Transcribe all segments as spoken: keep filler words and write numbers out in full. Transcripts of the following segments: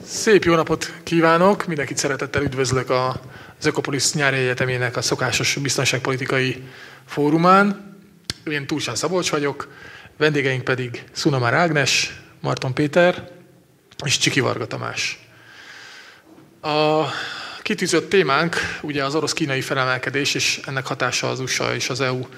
Szép jó napot kívánok! Mindenkit szeretettel üdvözlök az Ökopolis nyári egyetemének a szokásos biztonságpolitikai fórumán. Én Túlsán Szabolcs vagyok, vendégeink pedig Szunamár Ágnes, Marton Péter és Csiki Varga Tamás. A kitűzött témánk ugye az orosz-kínai felemelkedés és ennek hatása az u es á és az é u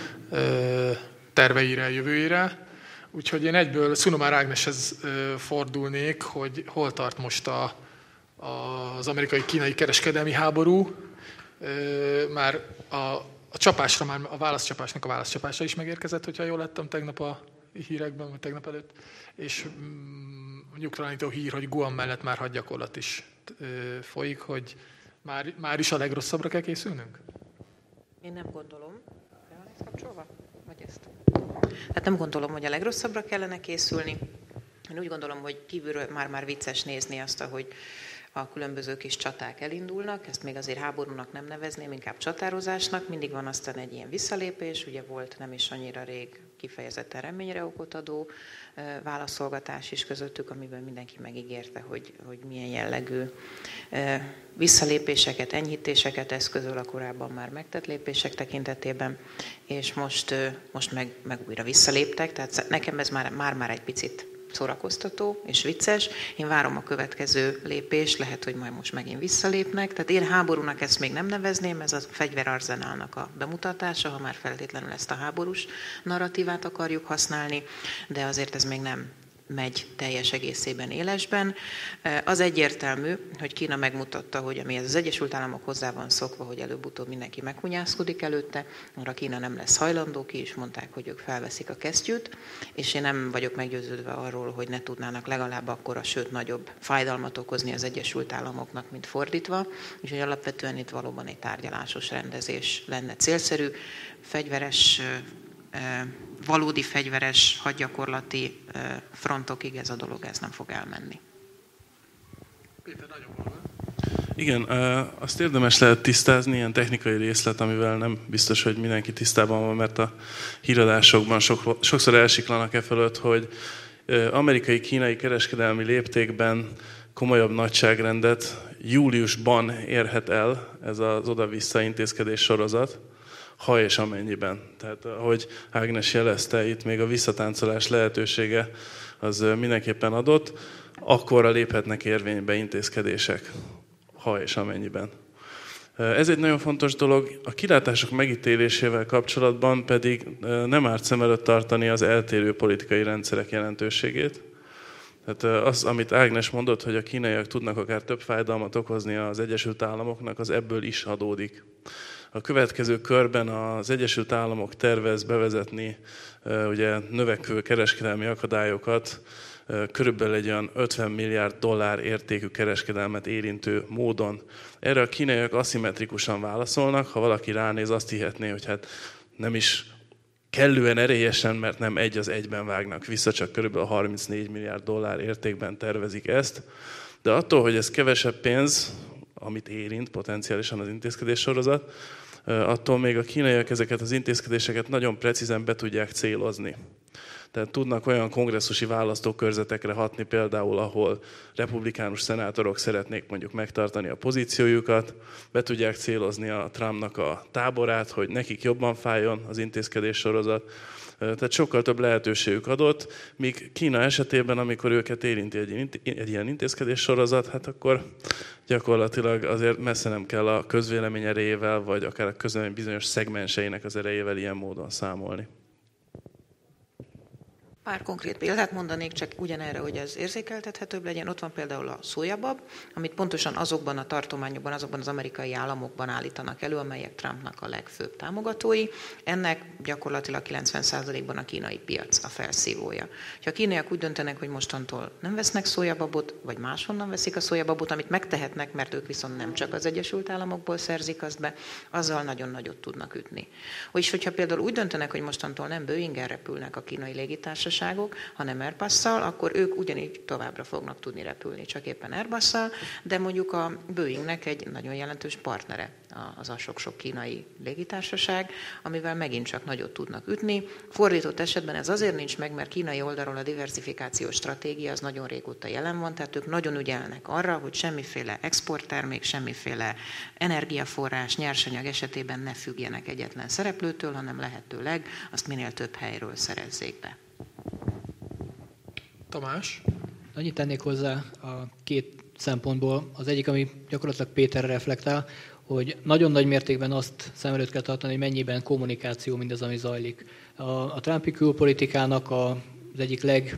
terveire, jövőjére. Úgyhogy én egyből Szunamár Ágneshez fordulnék, hogy hol tart most a, a, az amerikai-kínai kereskedelmi háború. Már a, a csapásra, már a válaszcsapásnak a válaszcsapása is megérkezett, hogyha jól láttam tegnap a hírekben, vagy tegnap előtt. És nyugtalanító hír, hogy Guam mellett már hadgyakorlat is folyik, hogy már, már is a legrosszabbra kell készülnünk? Én nem gondolom. El lesz kapcsolva? Vagy ezt? Hát nem gondolom, hogy a legrosszabbra kellene készülni. Én úgy gondolom, hogy kívülről már-már vicces nézni azt, ahogy a különböző kis csaták elindulnak. Ezt még azért háborúnak nem nevezném, inkább csatározásnak. Mindig van aztán egy ilyen visszalépés. Ugye volt nem is annyira rég kifejezetten reményre okot adó válaszolgatás is közöttük, amiben mindenki megígérte, hogy, hogy milyen jellegű visszalépéseket, enyhítéseket eszközöl a korábban már megtett lépések tekintetében, és most, most meg, meg újra visszaléptek. Tehát nekem ez már, már, már egy picit szórakoztató és vicces. Én várom a következő lépést, lehet, hogy majd most megint visszalépnek. Tehát én háborúnak ezt még nem nevezném, ez a fegyverarzenálnak a bemutatása, ha már feltétlenül ezt a háborús narratívát akarjuk használni, de azért ez még nem megy teljes egészében élesben. Az egyértelmű, hogy Kína megmutatta, hogy ami az Egyesült Államok hozzá van szokva, hogy előbb-utóbb mindenki meghunyászkodik előtte, arra Kína nem lesz hajlandó, ki is mondták, hogy ők felveszik a kesztyűt, és én nem vagyok meggyőződve arról, hogy ne tudnának legalább akkora, sőt nagyobb fájdalmat okozni az Egyesült Államoknak, mint fordítva, úgyhogy alapvetően itt valóban egy tárgyalásos rendezés lenne célszerű. Fegyveres valódi fegyveres, hadgyakorlati frontokig ez a dolog ez nem fog elmenni. Péter, nagyon Igen, azt érdemes lehet tisztázni, ilyen technikai részlet, amivel nem biztos, hogy mindenki tisztában van, mert a híradásokban sok, sokszor elsiklanak e fölött, hogy amerikai-kínai kereskedelmi léptékben komolyabb nagyságrendet júliusban érhet el ez az oda-vissza intézkedés sorozat, ha és amennyiben. Tehát ahogy Ágnes jelezte, itt még a visszatáncolás lehetősége az mindenképpen adott, akkorra léphetnek érvénybe intézkedések, ha és amennyiben. Ez egy nagyon fontos dolog, a kilátások megítélésével kapcsolatban pedig nem árt szem előtt tartani az eltérő politikai rendszerek jelentőségét. Tehát az, amit Ágnes mondott, hogy a kínaiak tudnak akár több fájdalmat okozni az Egyesült Államoknak, az ebből is adódik. A következő körben az Egyesült Államok tervez bevezetni ugye, növekvő kereskedelmi akadályokat, körülbelül egy olyan ötven milliárd dollár értékű kereskedelmet érintő módon. Erre a kínaiak aszimmetrikusan válaszolnak, ha valaki ránéz, azt hihetné, hogy hát nem is kellően erélyesen, mert nem egy az egyben vágnak vissza, csak körülbelül harmincnégy milliárd dollár értékben tervezik ezt. De attól, hogy ez kevesebb pénz, amit érint potenciálisan az intézkedés sorozat, attól még a kínaiak ezeket az intézkedéseket nagyon precízen be tudják célozni. Tehát tudnak olyan kongresszusi választókörzetekre hatni, például ahol republikánus szenátorok szeretnék mondjuk megtartani a pozíciójukat, be tudják célozni a Trumpnak a táborát, hogy nekik jobban fájjon az intézkedés sorozat. Tehát sokkal több lehetőségük adott, míg Kína esetében, amikor őket érinti egy, egy ilyen intézkedés sorozat, hát akkor gyakorlatilag azért messze nem kell a közvélemény erejével, vagy akár a közvélemény bizonyos szegmenseinek az erejével ilyen módon számolni. Pár konkrét példát mondanék, csak ugyanerre, hogy ez érzékeltethetőbb legyen. Ott van például a szójabab, amit pontosan azokban a tartományokban, azokban az amerikai államokban állítanak elő, amelyek Trumpnak a legfőbb támogatói. Ennek gyakorlatilag kilencven százalékban a kínai piac a felszívója. Ha a kínaiak úgy döntenek, hogy mostantól nem vesznek szójababot, vagy máshonnan veszik a szójababot, amit megtehetnek, mert ők viszont nem csak az Egyesült Államokból szerzik azt be, azzal nagyon nagyot tudnak ütni. És hogyha például úgy döntenek, hogy mostantól nem Boeingen repülnek a kínai légitársaságok, légitársaságok, hanem Airbusszal, akkor ők ugyanígy továbbra fognak tudni repülni, csak éppen Airbusszal, de mondjuk a Boeingnek egy nagyon jelentős partnere az a sok-sok kínai légitársaság, amivel megint csak nagyot tudnak ütni. Fordított esetben ez azért nincs meg, mert kínai oldalról a diversifikációs stratégia az nagyon régóta jelen van, tehát ők nagyon ügyelnek arra, hogy semmiféle exporttermék, semmiféle energiaforrás, nyersanyag esetében ne függjenek egyetlen szereplőtől, hanem lehetőleg azt minél több helyről szerezzék be. Tamás? Annyit tennék hozzá a két szempontból. Az egyik, ami gyakorlatilag Péterre reflektál, hogy nagyon nagy mértékben azt szem előtt kell tartani, hogy mennyiben kommunikáció mindaz, ami zajlik. A, a Trumpi külpolitikának a, az egyik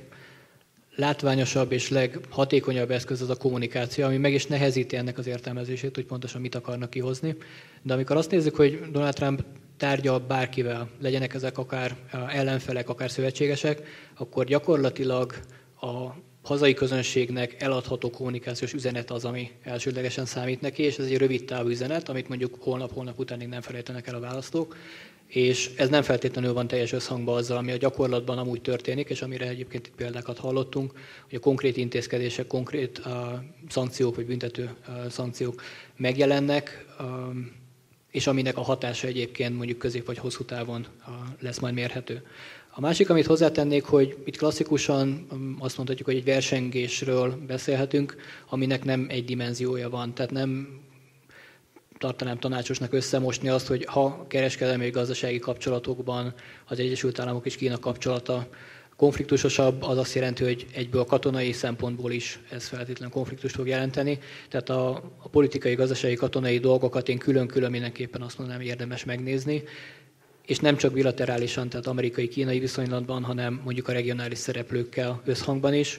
leglátványosabb és leghatékonyabb eszköz az a kommunikáció, ami meg is nehezíti ennek az értelmezését, hogy pontosan mit akarnak kihozni. De amikor azt nézzük, hogy Donald Trump tárgyal bárkivel, legyenek ezek akár ellenfelek, akár szövetségesek, akkor gyakorlatilag a hazai közönségnek eladható kommunikációs üzenet az, ami elsődlegesen számít neki, és ez egy rövid távú üzenet, amit mondjuk holnap-holnap utánig nem felejtenek el a választók, és ez nem feltétlenül van teljes összhangban azzal, ami a gyakorlatban amúgy történik, és amire egyébként itt példákat hallottunk, hogy a konkrét intézkedések, konkrét uh, szankciók vagy büntető uh, szankciók megjelennek, um, és aminek a hatása egyébként mondjuk közép vagy hosszú távon uh, lesz majd mérhető. A másik, amit hozzátennék, hogy itt klasszikusan azt mondhatjuk, hogy egy versengésről beszélhetünk, aminek nem egy dimenziója van. Tehát nem tartanám tanácsosnak összemosni azt, hogy ha kereskedelmi vagy gazdasági kapcsolatokban az Egyesült Államok és Kína kapcsolata konfliktusosabb, az azt jelenti, hogy egyből a katonai szempontból is ez feltétlenül konfliktust fog jelenteni. Tehát a, a politikai, gazdasági, katonai dolgokat én külön-külön mindenképpen azt mondanám, hogy érdemes megnézni, és nem csak bilaterálisan, tehát amerikai-kínai viszonylatban, hanem mondjuk a regionális szereplőkkel összhangban is.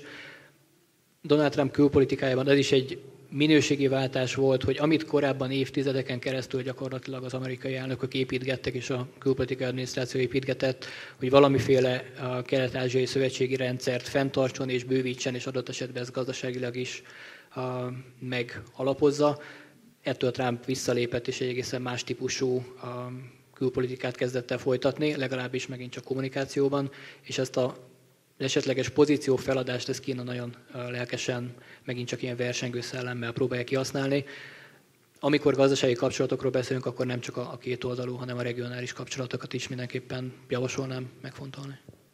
Donald Trump külpolitikájában ez is egy minőségi váltás volt, hogy amit korábban évtizedeken keresztül gyakorlatilag az amerikai elnökök építgettek, és a külpolitikai adminisztráció építgetett, hogy valamiféle a kelet-ázsiai szövetségi rendszert fenntartson és bővítsen, és adott esetben ez gazdaságilag is uh, megalapozza. Ettől Trump visszalépett, és egy egészen más típusú uh, külpolitikát kezdett el folytatni, legalábbis megint csak kommunikációban, és ezt a esetleges pozíció feladást, ezt Kína nagyon lelkesen, megint csak ilyen versengő szellemmel próbálja kihasználni. Amikor gazdasági kapcsolatokról beszélünk, akkor nem csak a két oldalú, hanem a regionális kapcsolatokat is mindenképpen javasolnám megfontolni.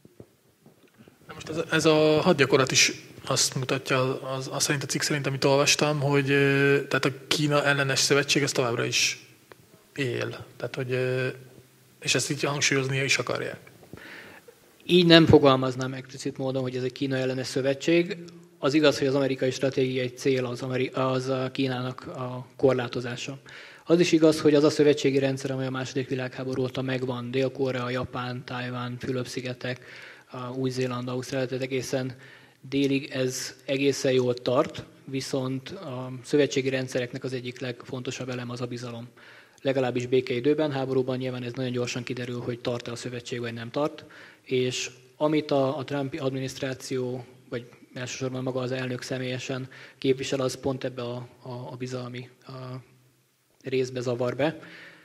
Most ez, ez a hadgyakorlat is azt mutatja, az, az szerint a cikk szerint, amit olvastam, hogy tehát a Kína ellenes szövetség ez továbbra is él. Tehát, hogy, és ezt így hangsúlyozni is akarják. Így nem fogalmaznám explicit módon, hogy ez egy Kína ellenes szövetség. Az igaz, hogy az amerikai stratégiai cél az, Ameri- az a Kínának a korlátozása. Az is igaz, hogy az a szövetségi rendszer, amely a második világháború óta megvan, Dél-Korea, Japán, Tajván, Fülöp-szigetek, Új-Zéland, Ausztrália, tehát egészen délig ez egészen jól tart, viszont a szövetségi rendszereknek az egyik legfontosabb elem az a bizalom. Legalábbis békeidőben, háborúban nyilván ez nagyon gyorsan kiderül, hogy tart-e a szövetség, vagy nem tart. És amit a, a Trump adminisztráció, vagy elsősorban maga az elnök személyesen képvisel, az pont ebbe a, a, a bizalmi a részbe zavar be.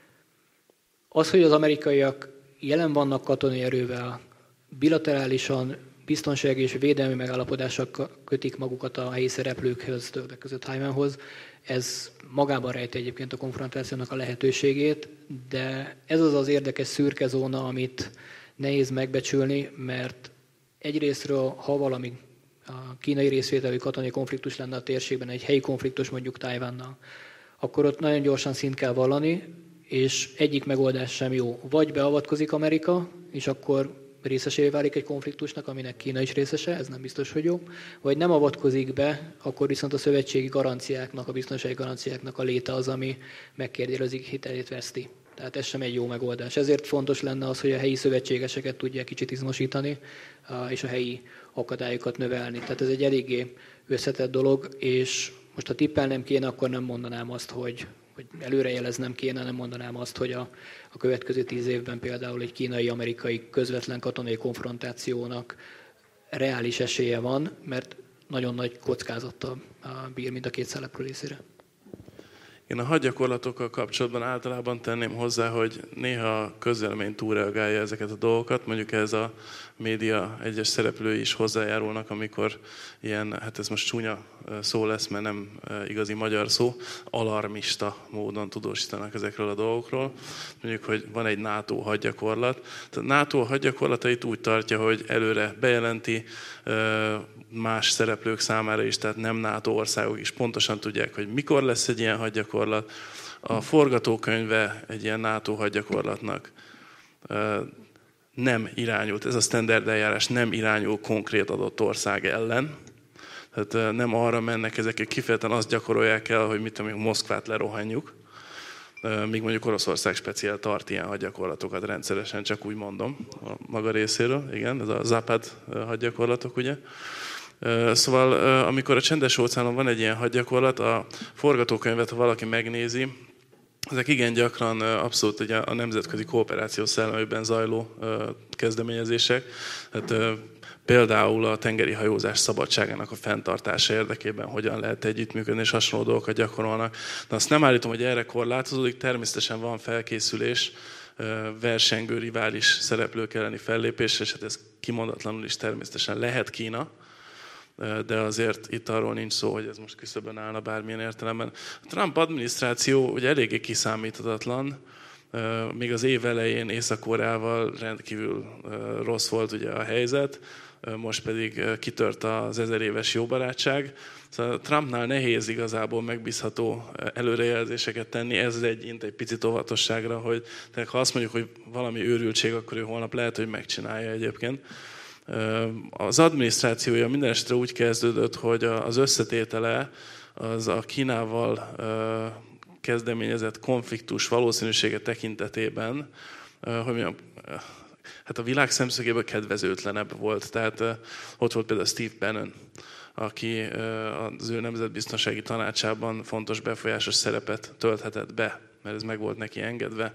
Az, hogy az amerikaiak jelen vannak katonai erővel, bilaterálisan biztonsági és védelmi megállapodással kötik magukat a helyi szereplőkhöz, többek között Taiwanhoz, ez magában rejti egyébként a konfrontációnak a lehetőségét, de ez az az érdekes szürke zóna, amit nehéz megbecsülni, mert egyrésztről, ha valami a kínai részvételű katonai konfliktus lenne a térségben, egy helyi konfliktus mondjuk Tajvannal, akkor ott nagyon gyorsan szint kell vallani, és egyik megoldás sem jó. Vagy beavatkozik Amerika, és akkor részesévé válik egy konfliktusnak, aminek Kína is részese, ez nem biztos, hogy jó. Vagy nem avatkozik be, akkor viszont a szövetségi garanciáknak, a biztonsági garanciáknak a léte az, ami megkérdőjelezik, hitelét veszti. Tehát ez sem egy jó megoldás. Ezért fontos lenne az, hogy a helyi szövetségeseket tudják kicsit izmosítani, és a helyi akadályokat növelni. Tehát ez egy eléggé összetett dolog, és most ha tippelnem kéne, akkor nem mondanám azt, hogy, hogy előrejeleznem kéne, nem mondanám azt, hogy a, a következő tíz évben például egy kínai-amerikai közvetlen katonai konfrontációnak reális esélye van, mert nagyon nagy kockázattal bír mind a két szereplő részére. Én a hadgyakorlatokkal kapcsolatban általában tenném hozzá, hogy néha a közvélemény túlreagálja ezeket a dolgokat, mondjuk ez a média egyes szereplői is hozzájárulnak, amikor ilyen, hát ez most csúnya szó lesz, mert nem igazi magyar szó, alarmista módon tudósítanak ezekről a dolgokról. Mondjuk, hogy van egy NATO hadgyakorlat. A NATO hadgyakorlatait úgy tartja, hogy előre bejelenti más szereplők számára is, tehát nem NATO országok is pontosan tudják, hogy mikor lesz egy ilyen hadgyakorlat. A forgatókönyve egy ilyen NATO hadgyakorlatnak nem irányult, ez a standard eljárás nem irányul konkrét adott ország ellen. Tehát nem arra mennek ezek, hogy kifejezetten azt gyakorolják el, hogy mit tudom, Moszkvát lerohanjuk, míg mondjuk Oroszország speciál tart ilyen hadgyakorlatokat rendszeresen, csak úgy mondom a maga részéről. Igen, ez a Zapad hadgyakorlatok, ugye. Szóval amikor a Csendes-óceánon van egy ilyen hadgyakorlat, a forgatókönyvet, ha valaki megnézi, ezek igen gyakran abszolút ugye a nemzetközi kooperáció szellemében zajló kezdeményezések. Tehát például a tengeri hajózás szabadságának a fenntartása érdekében hogyan lehet együttműködni, és hasonló dolgokat gyakorolnak. De azt nem állítom, hogy erre korlátozódik, természetesen van felkészülés, versengő, rivális szereplők elleni fellépésre, és hát ez kimondatlanul is természetesen lehet Kína, de azért itt arról nincs szó, hogy ez most küszöbön állna bármilyen értelemben. A Trump adminisztráció ugye eléggé kiszámíthatatlan, még az év elején Észak-Koreával rendkívül rossz volt ugye a helyzet, most pedig kitört az ezer éves jó barátság. Szóval Trumpnál nehéz igazából megbízható előrejelzéseket tenni, ez egy int egy picit óvatosságra, hogy tehát ha azt mondjuk, hogy valami őrültség, akkor ő holnap lehet, hogy megcsinálja egyébként. Az adminisztrációja minden esetre úgy kezdődött, hogy az összetétele az a Kínával kezdeményezett konfliktus valószínűsége tekintetében, hogy mondjam, hát a világ szemszögéből kedvezőtlenebb volt. Tehát ott volt például Steve Bannon, aki az ő nemzetbiztonsági tanácsában fontos befolyásos szerepet tölthetett be, mert ez meg volt neki engedve.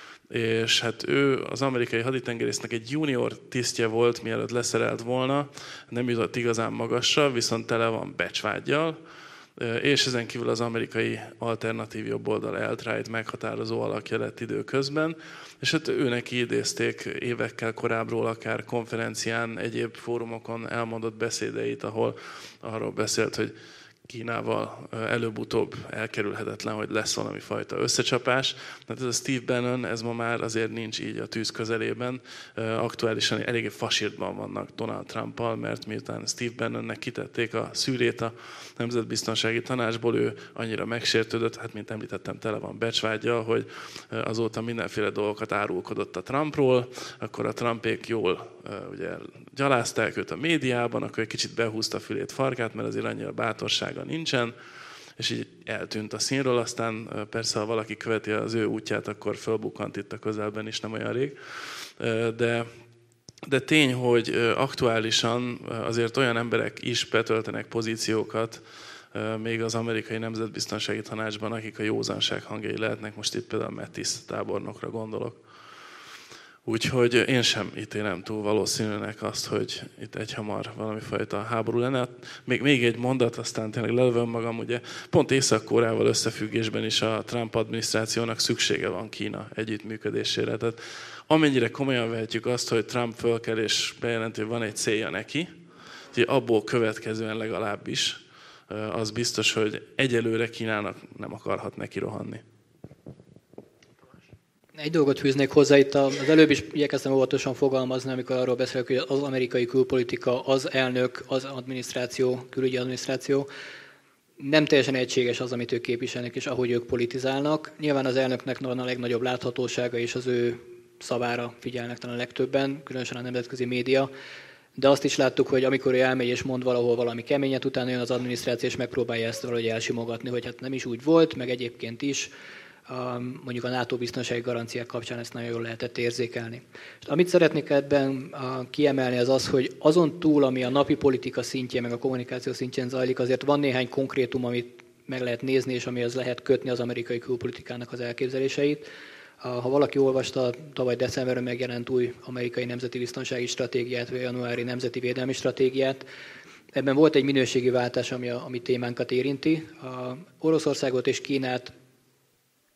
És hát ő az amerikai haditengerésznek egy junior tisztje volt, mielőtt leszerelt volna, nem jutott igazán magasra, viszont tele van becsvággyal, és ezen kívül az amerikai alternatív jobboldal alt-right meghatározó alakja lett időközben, és hát őnek idézték évekkel korábbról, akár konferencián, egyéb fórumokon elmondott beszédeit, ahol arról beszélt, hogy Kínával előbb-utóbb elkerülhetetlen, hogy lesz valami fajta összecsapás. Tehát ez a Steve Bannon, ez ma már azért nincs így a tűz közelében. Aktuálisan eléggé fasírtban vannak Donald Trumpal, mert miután Steve Bannonnek kitették a szűrét a Nemzetbiztonsági Tanácsból, ő annyira megsértődött, hát mint említettem, tele van becsvággyal, hogy azóta mindenféle dolgokat árulkodott a Trumpról, akkor a Trumpék jól ugye gyalázták őt a médiában, akkor egy kicsit behúzta a fülét farkát, mert azért annyira bátorsága nincsen, és így eltűnt a színről, aztán persze, ha valaki követi az ő útját, akkor fölbukkant itt a közelben is nem olyan rég. De, de tény, hogy aktuálisan azért olyan emberek is betöltenek pozíciókat, még az amerikai Nemzetbiztonsági Tanácsban, akik a józanság hangjai lehetnek, most itt például Mattis tábornokra gondolok. Úgyhogy én sem ítélem túl valószínűnek azt, hogy itt egyhamar valami fajta háború lenne. Még, még egy mondat, aztán tényleg lelövöm magam, ugye pont Észak-Koreával összefüggésben is a Trump adminisztrációnak szüksége van Kína együttműködésére. Tehát amennyire komolyan vehetjük azt, hogy Trump föl kell és bejelenti, hogy van egy célja neki, hogy abból következően legalábbis az biztos, hogy egyelőre Kínának nem akarhat neki rohanni. Egy dolgot fűznék hozzá, itt az előbb is igyekeztem óvatosan fogalmazni, amikor arról beszélek, hogy az amerikai külpolitika, az elnök, az adminisztráció, külügyi adminisztráció nem teljesen egységes az, amit ők képviselnek, és ahogy ők politizálnak. Nyilván az elnöknek van a legnagyobb láthatósága, és az ő szavára figyelnek talán a legtöbben, különösen a nemzetközi média. De azt is láttuk, hogy amikor ő elmegy és mond valahol valami keményet, utána jön az adminisztráció, és megpróbálja ezt valahogy elsimogatni, hogy hát nem is úgy volt, meg egyébként is. Mondjuk a NATO biztonsági garanciák kapcsán ezt nagyon jól lehetett érzékelni. És amit szeretnék ebben kiemelni az az, hogy azon túl, ami a napi politika szintjén, meg a kommunikáció szintjén zajlik, azért van néhány konkrétum, amit meg lehet nézni, és amihez lehet kötni az amerikai külpolitikának az elképzeléseit. Ha valaki olvasta tavaly decemberben megjelent új amerikai nemzeti biztonsági stratégiát, vagy januári nemzeti védelmi stratégiát, ebben volt egy minőségi váltás, ami a ami témánkat érinti. A Oroszországot és Kínát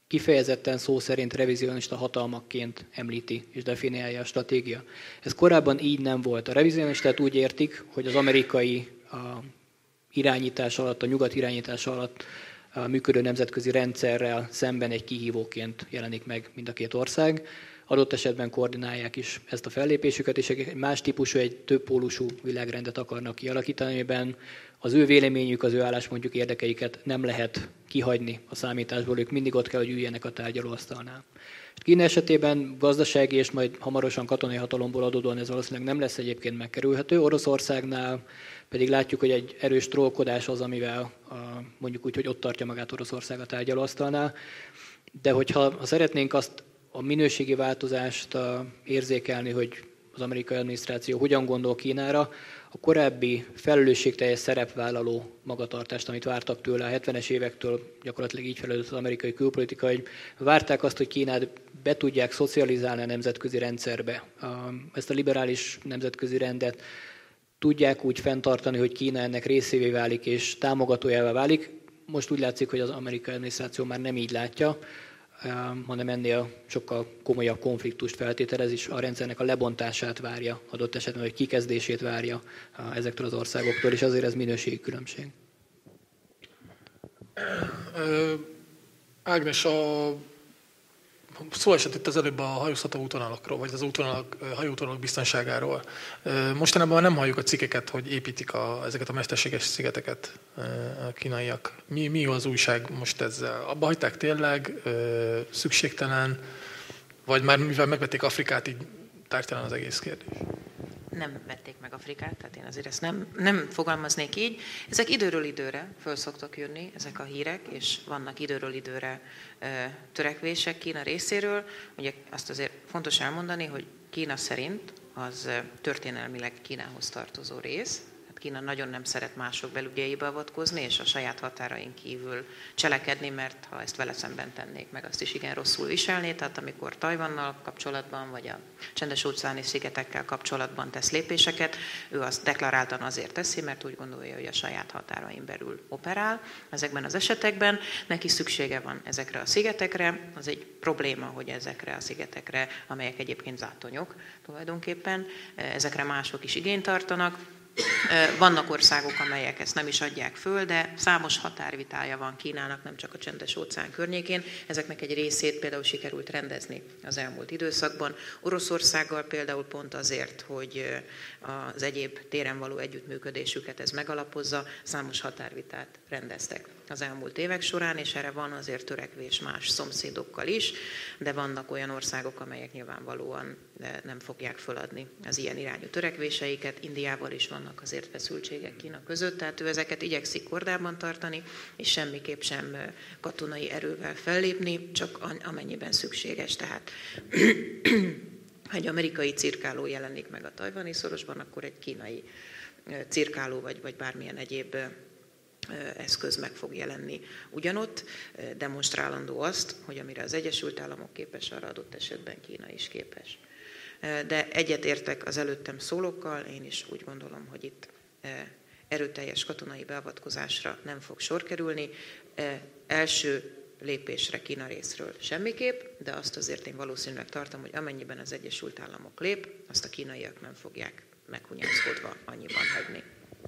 kifejezetten szó szerint revizionista hatalmakként említi és definiálja a stratégia. Ez korábban így nem volt. A revizionistát úgy értik, hogy az amerikai a irányítás alatt, a nyugat irányítás alatt a működő nemzetközi rendszerrel szemben egy kihívóként jelenik meg mind a két ország. Adott esetben koordinálják is ezt a fellépésüket, és egy más típusú, egy többpólusú világrendet akarnak kialakítani, amiben az ő véleményük, az ő álláspontjuk, érdekeiket nem lehet kihagyni a számításból, ők mindig ott kell, hogy üljenek a tárgyalóasztalnál. Kína esetében gazdasági és majd hamarosan katonai hatalomból adódóan ez valószínűleg nem lesz egyébként megkerülhető. Oroszországnál pedig látjuk, hogy egy erős trollkodás az, amivel a, mondjuk úgy, hogy ott tartja magát Oroszország a tárgyalóasztalnál. De hogyha ha szeretnénk azt a minőségi változást érzékelni, hogy az amerikai adminisztráció hogyan gondol Kínára, a korábbi felelősségteljes szerepvállaló magatartást, amit vártak tőle a hetvenes évektől, gyakorlatilag így felelőtt az amerikai külpolitika, hogy várták azt, hogy Kínát be tudják szocializálni a nemzetközi rendszerbe. Ezt a liberális nemzetközi rendet tudják úgy fenntartani, hogy Kína ennek részévé válik és támogatójává válik. Most úgy látszik, hogy az amerikai adminisztráció már nem így látja, hanem ennél sokkal komolyabb konfliktust feltételez, és a rendszernek a lebontását várja, adott esetben, vagy kikezdését várja ezektől az országoktól, és azért ez minőségi különbség. Ágnes, a... szó esett itt az előbb a hajózható útvonalakról, vagy az útvonalak, hajóútvonalak biztonságáról. Mostanában nem halljuk a cikkeket, hogy építik a, ezeket a mesterséges szigeteket a kínaiak. Mi, mi az újság most ezzel? Abba hagyták tényleg, szükségtelen, vagy már mivel megvették Afrikát, így tárgytalan az egész kérdés? Nem vették meg Afrikát, tehát én azért ezt nem, nem fogalmaznék így. Ezek időről időre föl szoktak jönni, ezek a hírek, és vannak időről időre e, törekvések Kína részéről. Ugye azt azért fontos elmondani, hogy Kína szerint az történelmileg Kínához tartozó rész. Kína nagyon nem szeret mások belügyeibe avatkozni, és a saját határain kívül cselekedni, mert ha ezt vele szemben tennék meg, azt is igen rosszul viselné. Tehát amikor Tajvannal kapcsolatban, vagy a csendes-óceáni szigetekkel kapcsolatban tesz lépéseket, ő azt deklaráltan azért teszi, mert úgy gondolja, hogy a saját határain belül operál. Ezekben az esetekben neki szüksége van ezekre a szigetekre. Az egy probléma, hogy ezekre a szigetekre, amelyek egyébként zátonyok tulajdonképpen, ezekre mások is igényt tartanak. Vannak országok, amelyek ezt nem is adják föl, de számos határvitája van Kínának, nem csak a Csendes-óceán környékén. Ezeknek egy részét például sikerült rendezni az elmúlt időszakban. Oroszországgal például pont azért, hogy az egyéb téren való együttműködésüket ez megalapozza, számos határvitát rendeztek az elmúlt évek során, és erre van azért törekvés más szomszédokkal is, de vannak olyan országok, amelyek nyilvánvalóan nem fogják föladni az ilyen irányú törekvéseiket. Indiával is vannak azért feszültségek Kína között, tehát ő ezeket igyekszik kordában tartani, és semmiképp sem katonai erővel fellépni, csak amennyiben szükséges. Tehát ha egy amerikai cirkáló jelenik meg a tajvani szorosban, akkor egy kínai cirkáló vagy, vagy bármilyen egyéb eszköz meg fog jelenni ugyanott, demonstrálandó azt, hogy amire az Egyesült Államok képes, arra adott esetben Kína is képes. De egyetértek az előttem szólókkal, én is úgy gondolom, hogy itt erőteljes katonai beavatkozásra nem fog sor kerülni. Első lépésre Kína részről semmiképp, de azt azért én valószínűleg tartom, hogy amennyiben az Egyesült Államok lép, azt a kínaiak nem fogják meghunyászkodva annyiban hagyni.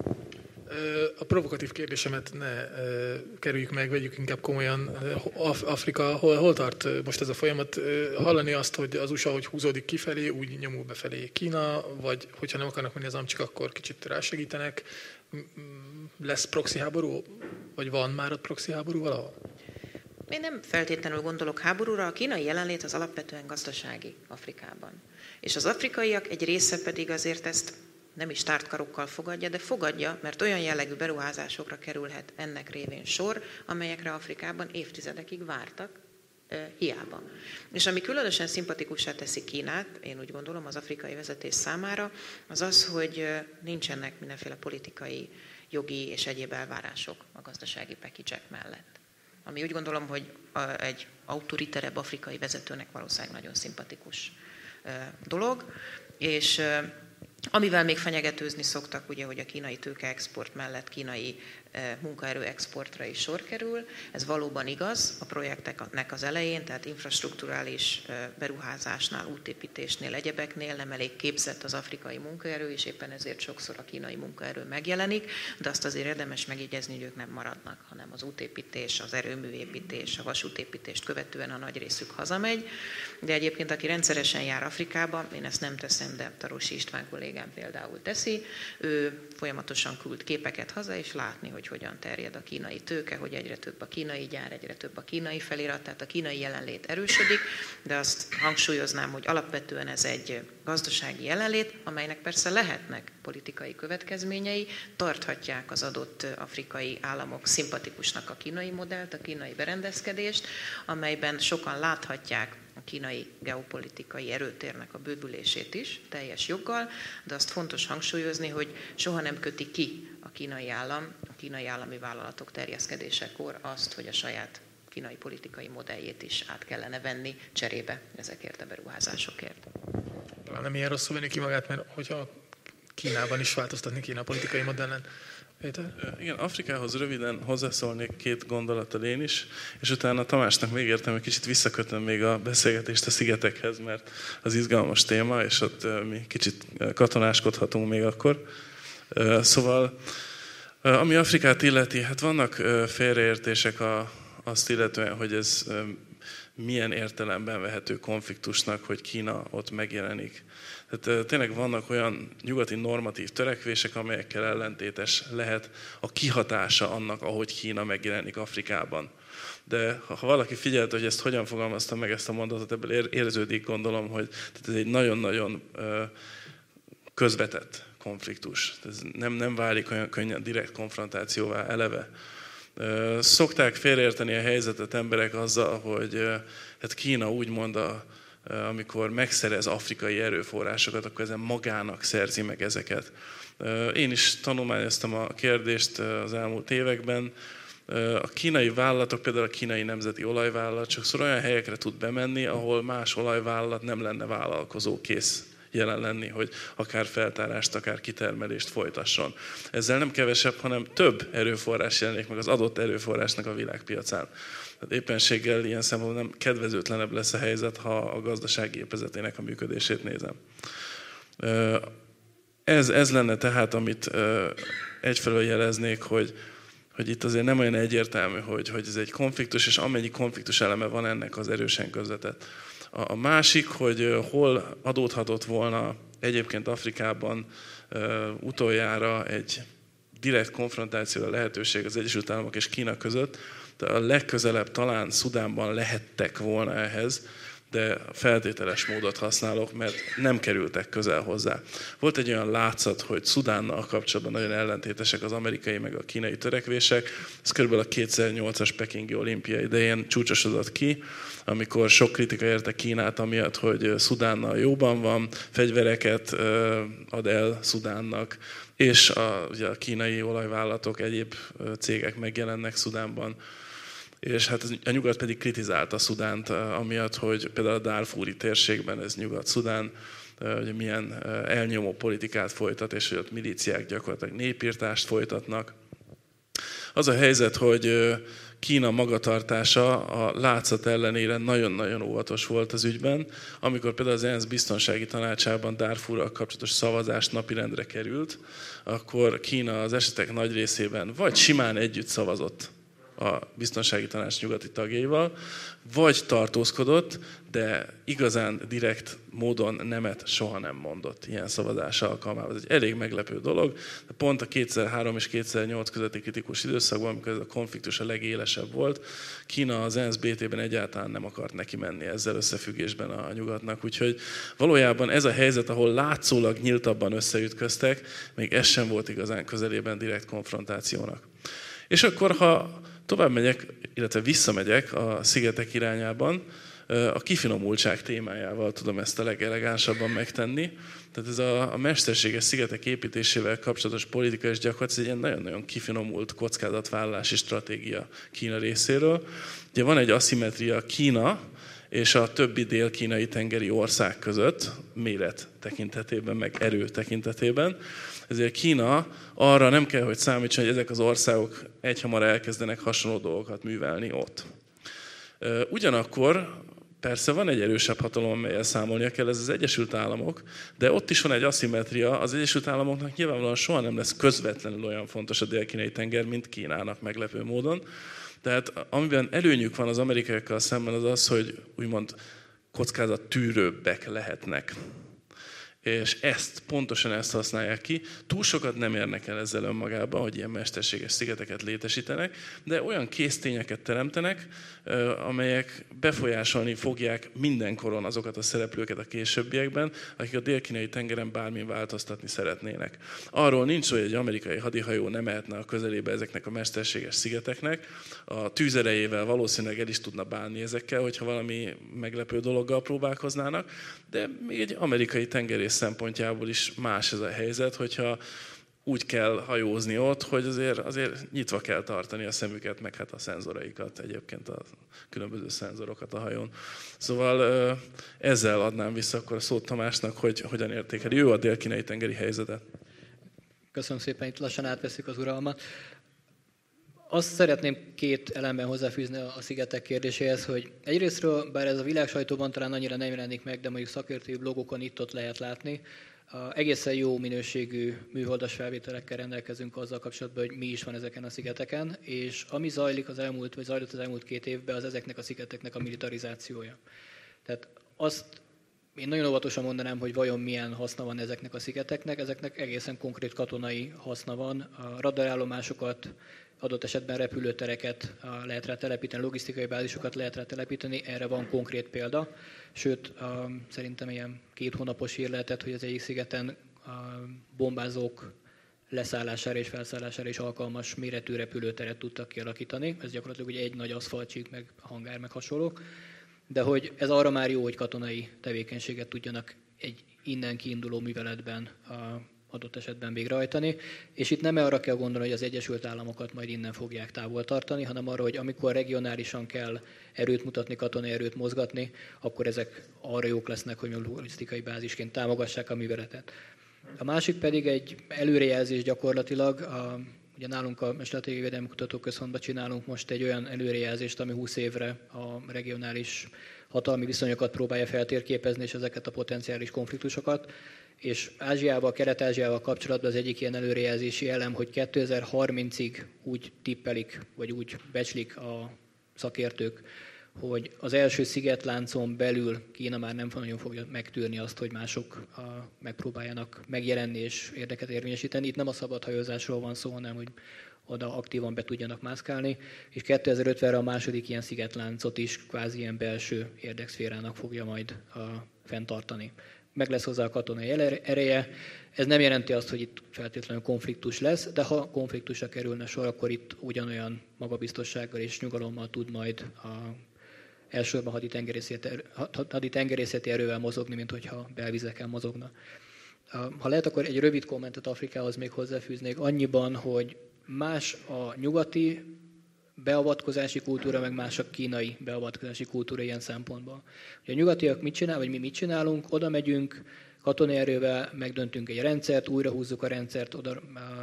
A provokatív kérdésemet ne kerüljük meg, vegyük inkább komolyan. Afrika, hol, hol tart most ez a folyamat? Hallani azt, hogy az u es á hogy húzódik kifelé, úgy nyomul befelé Kína, vagy hogyha nem akarnak menni az amcsik, akkor kicsit rásegítenek. Lesz proxy háború? Vagy van már ott proxy háború valahol? Én nem feltétlenül gondolok háborúra, a kínai jelenlét az alapvetően gazdasági Afrikában. És az afrikaiak egy része pedig azért ezt nem is tárt karokkal fogadja, de fogadja, mert olyan jellegű beruházásokra kerülhet ennek révén sor, amelyekre Afrikában évtizedekig vártak, e, hiába. És ami különösen szimpatikussá teszi Kínát, én úgy gondolom az afrikai vezetés számára, az az, hogy nincsenek mindenféle politikai, jogi és egyéb elvárások a gazdasági package-ek mellett. Ami úgy gondolom, hogy egy autoriterebb afrikai vezetőnek valószínűleg nagyon szimpatikus dolog, és Amivel még fenyegetőzni szoktak, ugye, hogy a kínai tőkeexport mellett kínai munkaerő exportra is sor kerül. Ez valóban igaz a projekteknek az elején, tehát infrastrukturális beruházásnál, útépítésnél, egyebeknél nem elég képzett az afrikai munkaerő, és éppen ezért sokszor a kínai munkaerő megjelenik, de azt azért érdemes megjegyezni, hogy ők nem maradnak, hanem az útépítés, az erőműépítés, a vasútépítést követően a nagy részük hazamegy. De egyébként, aki rendszeresen jár Afrikába, én ezt nem teszem, de Tarósi István kollégám például teszi, ő folyamatosan küld képeket haza, és látni, hogy hogyan terjed a kínai tőke, hogy egyre több a kínai gyár, egyre több a kínai felirat, tehát a kínai jelenlét erősödik, de azt hangsúlyoznám, hogy alapvetően ez egy gazdasági jelenlét, amelynek persze lehetnek politikai következményei, tarthatják az adott afrikai államok szimpatikusnak a kínai modellt, a kínai berendezkedést, amelyben sokan láthatják a kínai geopolitikai erőtérnek a bővülését is, teljes joggal, de azt fontos hangsúlyozni, hogy soha nem köti ki a kínai állam, a kínai állami vállalatok terjeszkedésekor azt, hogy a saját kínai politikai modelljét is át kellene venni cserébe ezekért a beruházásokért. Talán nem ilyen rosszul venni ki magát, mert hogyha Kínában is változtatni kéne a politikai modellen. Péter? Igen, Afrikához röviden hozzászólnék két gondolattal én is, és utána Tamásnak még értem, hogy kicsit visszakötöm még a beszélgetést a szigetekhez, mert az izgalmas téma, és ott mi kicsit katonáskodhatunk még akkor. Szóval, ami Afrikát illeti, hát vannak félreértések a, azt illetően, hogy ez milyen értelemben vehető konfliktusnak, hogy Kína ott megjelenik. Tehát tényleg vannak olyan nyugati normatív törekvések, amelyekkel ellentétes lehet a kihatása annak, ahogy Kína megjelenik Afrikában. De ha valaki figyelt, hogy ezt hogyan fogalmaztam meg ezt a mondatot, ebből érződik, gondolom, hogy ez egy nagyon-nagyon közvetett konfliktus. Ez nem, nem válik olyan könnyen direkt konfrontációvá eleve. Szokták félreérteni a helyzetet emberek azzal, hogy hát Kína úgymond, a, amikor megszerez afrikai erőforrásokat, akkor ezen magának szerzi meg ezeket. Én is tanulmányoztam a kérdést az elmúlt években. A kínai vállalatok, például a kínai nemzeti olajvállalat sokszor olyan helyekre tud bemenni, ahol más olajvállalat nem lenne vállalkozókész jelen lenni, hogy akár feltárást, akár kitermelést folytasson. Ezzel nem kevesebb, hanem több erőforrás jelenik meg az adott erőforrásnak a világpiacán. Tehát éppenséggel ilyen szempontból nem kedvezőtlenebb lesz a helyzet, ha a gazdaság gépezetének a működését nézem. Ez, ez lenne tehát, amit egyfelől jeleznék, hogy, hogy itt azért nem olyan egyértelmű, hogy, hogy ez egy konfliktus, és amennyi konfliktus eleme van, ennek az erősen közvetett. A másik, hogy hol adódhatott volna egyébként Afrikában utoljára egy direkt konfrontációra lehetőség az Egyesült Államok és Kína között, de a legközelebb talán Szudánban lehettek volna ehhez, de feltételes módot használok, mert nem kerültek közel hozzá. Volt egy olyan látszat, hogy Szudánnal kapcsolatban nagyon ellentétesek az amerikai meg a kínai törekvések. Ez körülbelül a kétezer-nyolcas pekingi olimpia idején csúcsosodott ki, amikor sok kritika érte Kínát amiatt, hogy Szudánnal jóban van, fegyvereket ad el Szudánnak, és a, ugye a kínai olajvállalatok, egyéb cégek megjelennek Szudánban. És hát a nyugat pedig kritizálta Szudánt amiatt, hogy például a Darfúri térségben, ez Nyugat-Szudán, hogy milyen elnyomó politikát folytat, és hogy ott milíciák gyakorlatilag népírtást folytatnak. Az a helyzet, hogy Kína magatartása a látszat ellenére nagyon-nagyon óvatos volt az ügyben, amikor például az ENSZ biztonsági tanácsában Darfurral kapcsolatos szavazás napirendre került, akkor Kína az esetek nagy részében vagy simán együtt szavazott a biztonsági tanács nyugati tagjaival, vagy tartózkodott, de igazán direkt módon nemet soha nem mondott ilyen szavazás alkalmával. Ez egy elég meglepő dolog, de pont a kétezer-három és kétezer-nyolc közötti kritikus időszakban, amikor ez a konfliktus a legélesebb volt, Kína az ENSZ bé té-ben egyáltalán nem akart neki menni ezzel összefüggésben a nyugatnak. Úgyhogy valójában ez a helyzet, ahol látszólag nyíltabban összeütköztek, még ez sem volt igazán közelében direkt konfrontációnak. És akkor, ha tovább megyek, illetve visszamegyek a szigetek irányában, a kifinomultság témájával tudom ezt a legelegánsabban megtenni. Tehát ez a, a mesterséges szigetek építésével kapcsolatos politika és gyakorlat, ez egy ilyen nagyon-nagyon kifinomult kockázatvállalási stratégia Kína részéről. Ugye van egy aszimetria Kína és a többi dél-kínai tengeri ország között, méret tekintetében, meg erő tekintetében. Ezért Kína arra nem kell, hogy számítson, hogy ezek az országok egyhamar elkezdenek hasonló dolgokat művelni ott. Ugyanakkor persze van egy erősebb hatalom, amelyel számolnia kell, ez az Egyesült Államok, de ott is van egy aszimmetria. Az Egyesült Államoknak nyilvánvalóan soha nem lesz közvetlenül olyan fontos a dél-kínai tenger, mint Kínának meglepő módon. Tehát amiben előnyük van az amerikaiakkal szemben az az, hogy úgymond kockázattűrőbbek lehetnek. És ezt, pontosan ezt használják ki. Túl sokat nem érnek el ezzel önmagában, hogy ilyen mesterséges szigeteket létesítenek, de olyan késztényeket teremtenek, amelyek befolyásolni fogják mindenkoron azokat a szereplőket a későbbiekben, akik a dél-kínai tengeren bármin változtatni szeretnének. Arról nincs szó, hogy egy amerikai hadihajó nem mehetne a közelébe ezeknek a mesterséges szigeteknek. A tűzerejével valószínűleg el is tudna bánni ezekkel, hogyha valami meglepő dologgal próbálkoznának, de még egy amerikai tengerész szempontjából is más ez a helyzet, hogyha úgy kell hajózni ott, hogy azért, azért nyitva kell tartani a szemüket, meg hát a szenzoraikat, egyébként a különböző szenzorokat a hajón. Szóval ezzel adnám vissza akkor a szót Tamásnak, hogy hogyan értékeli ő a dél-kínai tengeri helyzetet. Köszönöm szépen, itt lassan átveszik az uralmat. Azt szeretném két elemben hozzáfűzni a szigetek kérdéséhez, hogy egyrésztről, bár ez a világ sajtóban talán annyira nem jelenik meg, de mondjuk szakértői blogokon itt-ott lehet látni, egészen jó minőségű műholdas felvételekkel rendelkezünk azzal kapcsolatban, hogy mi is van ezeken a szigeteken, és ami zajlik az elmúlt, vagy zajlott az elmúlt két évben, az ezeknek a szigeteknek a militarizációja. Tehát azt én nagyon óvatosan mondanám, hogy vajon milyen haszna van ezeknek a szigeteknek. Ezeknek egészen konkrét katonai haszna van. A radarállomásokat, adott esetben repülőtereket lehet rá telepíteni, logisztikai bázisokat lehet rá telepíteni, erre van konkrét példa. Sőt, szerintem ilyen két hónapos hír lehetett, hogy az egyik szigeten bombázók leszállására és felszállására is alkalmas méretű repülőteret tudtak kialakítani. Ez gyakorlatilag ugye egy nagy aszfaltcsík, meg hangár, meg hasonlók. De hogy ez arra már jó, hogy katonai tevékenységet tudjanak egy innen kiinduló műveletben adott esetben végrehajtani. És itt nem arra kell gondolni, hogy az Egyesült Államokat majd innen fogják távol tartani, hanem arra, hogy amikor regionálisan kell erőt mutatni, katonai erőt mozgatni, akkor ezek arra jók lesznek, hogy logisztikai bázisként támogassák a műveletet. A másik pedig egy előrejelzés gyakorlatilag. A, ugye nálunk a Stratégiai Védelmi Kutatóközpontban csinálunk most egy olyan előrejelzést, ami húsz évre a regionális hatalmi viszonyokat próbálja feltérképezni, és ezeket a potenciális konfliktusokat. És Ázsiával, Kelet-Ázsiával kapcsolatban az egyik ilyen előrejelzési elem, hogy kétezer-harmincig úgy tippelik, vagy úgy becslik a szakértők, hogy az első szigetláncon belül Kína már nem nagyon fogja megtűrni azt, hogy mások megpróbáljanak megjelenni és érdeket érvényesíteni. Itt nem a szabadhajózásról van szó, hanem hogy oda aktívan be tudjanak mászkálni, és kétezer-ötvenre a második ilyen szigetláncot is kvázi ilyen belső érdekszférának fogja majd fenntartani. Meg lesz hozzá a katonai ereje. Ez nem jelenti azt, hogy itt feltétlenül konfliktus lesz, de ha konfliktusra kerülne sor, akkor itt ugyanolyan magabiztossággal és nyugalommal tud majd a elsősorban haditengerészeti erővel mozogni, mint hogyha belvizeken mozogna. Ha lehet, akkor egy rövid kommentet Afrikához még hozzáfűznék annyiban, hogy más a nyugati beavatkozási kultúra, meg más a kínai beavatkozási kultúra ilyen szempontból. Ugye a nyugatiak mit csinál, vagy mi mit csinálunk, oda megyünk, katonai erővel megdöntünk egy rendszert, újra húzzuk a rendszert, oda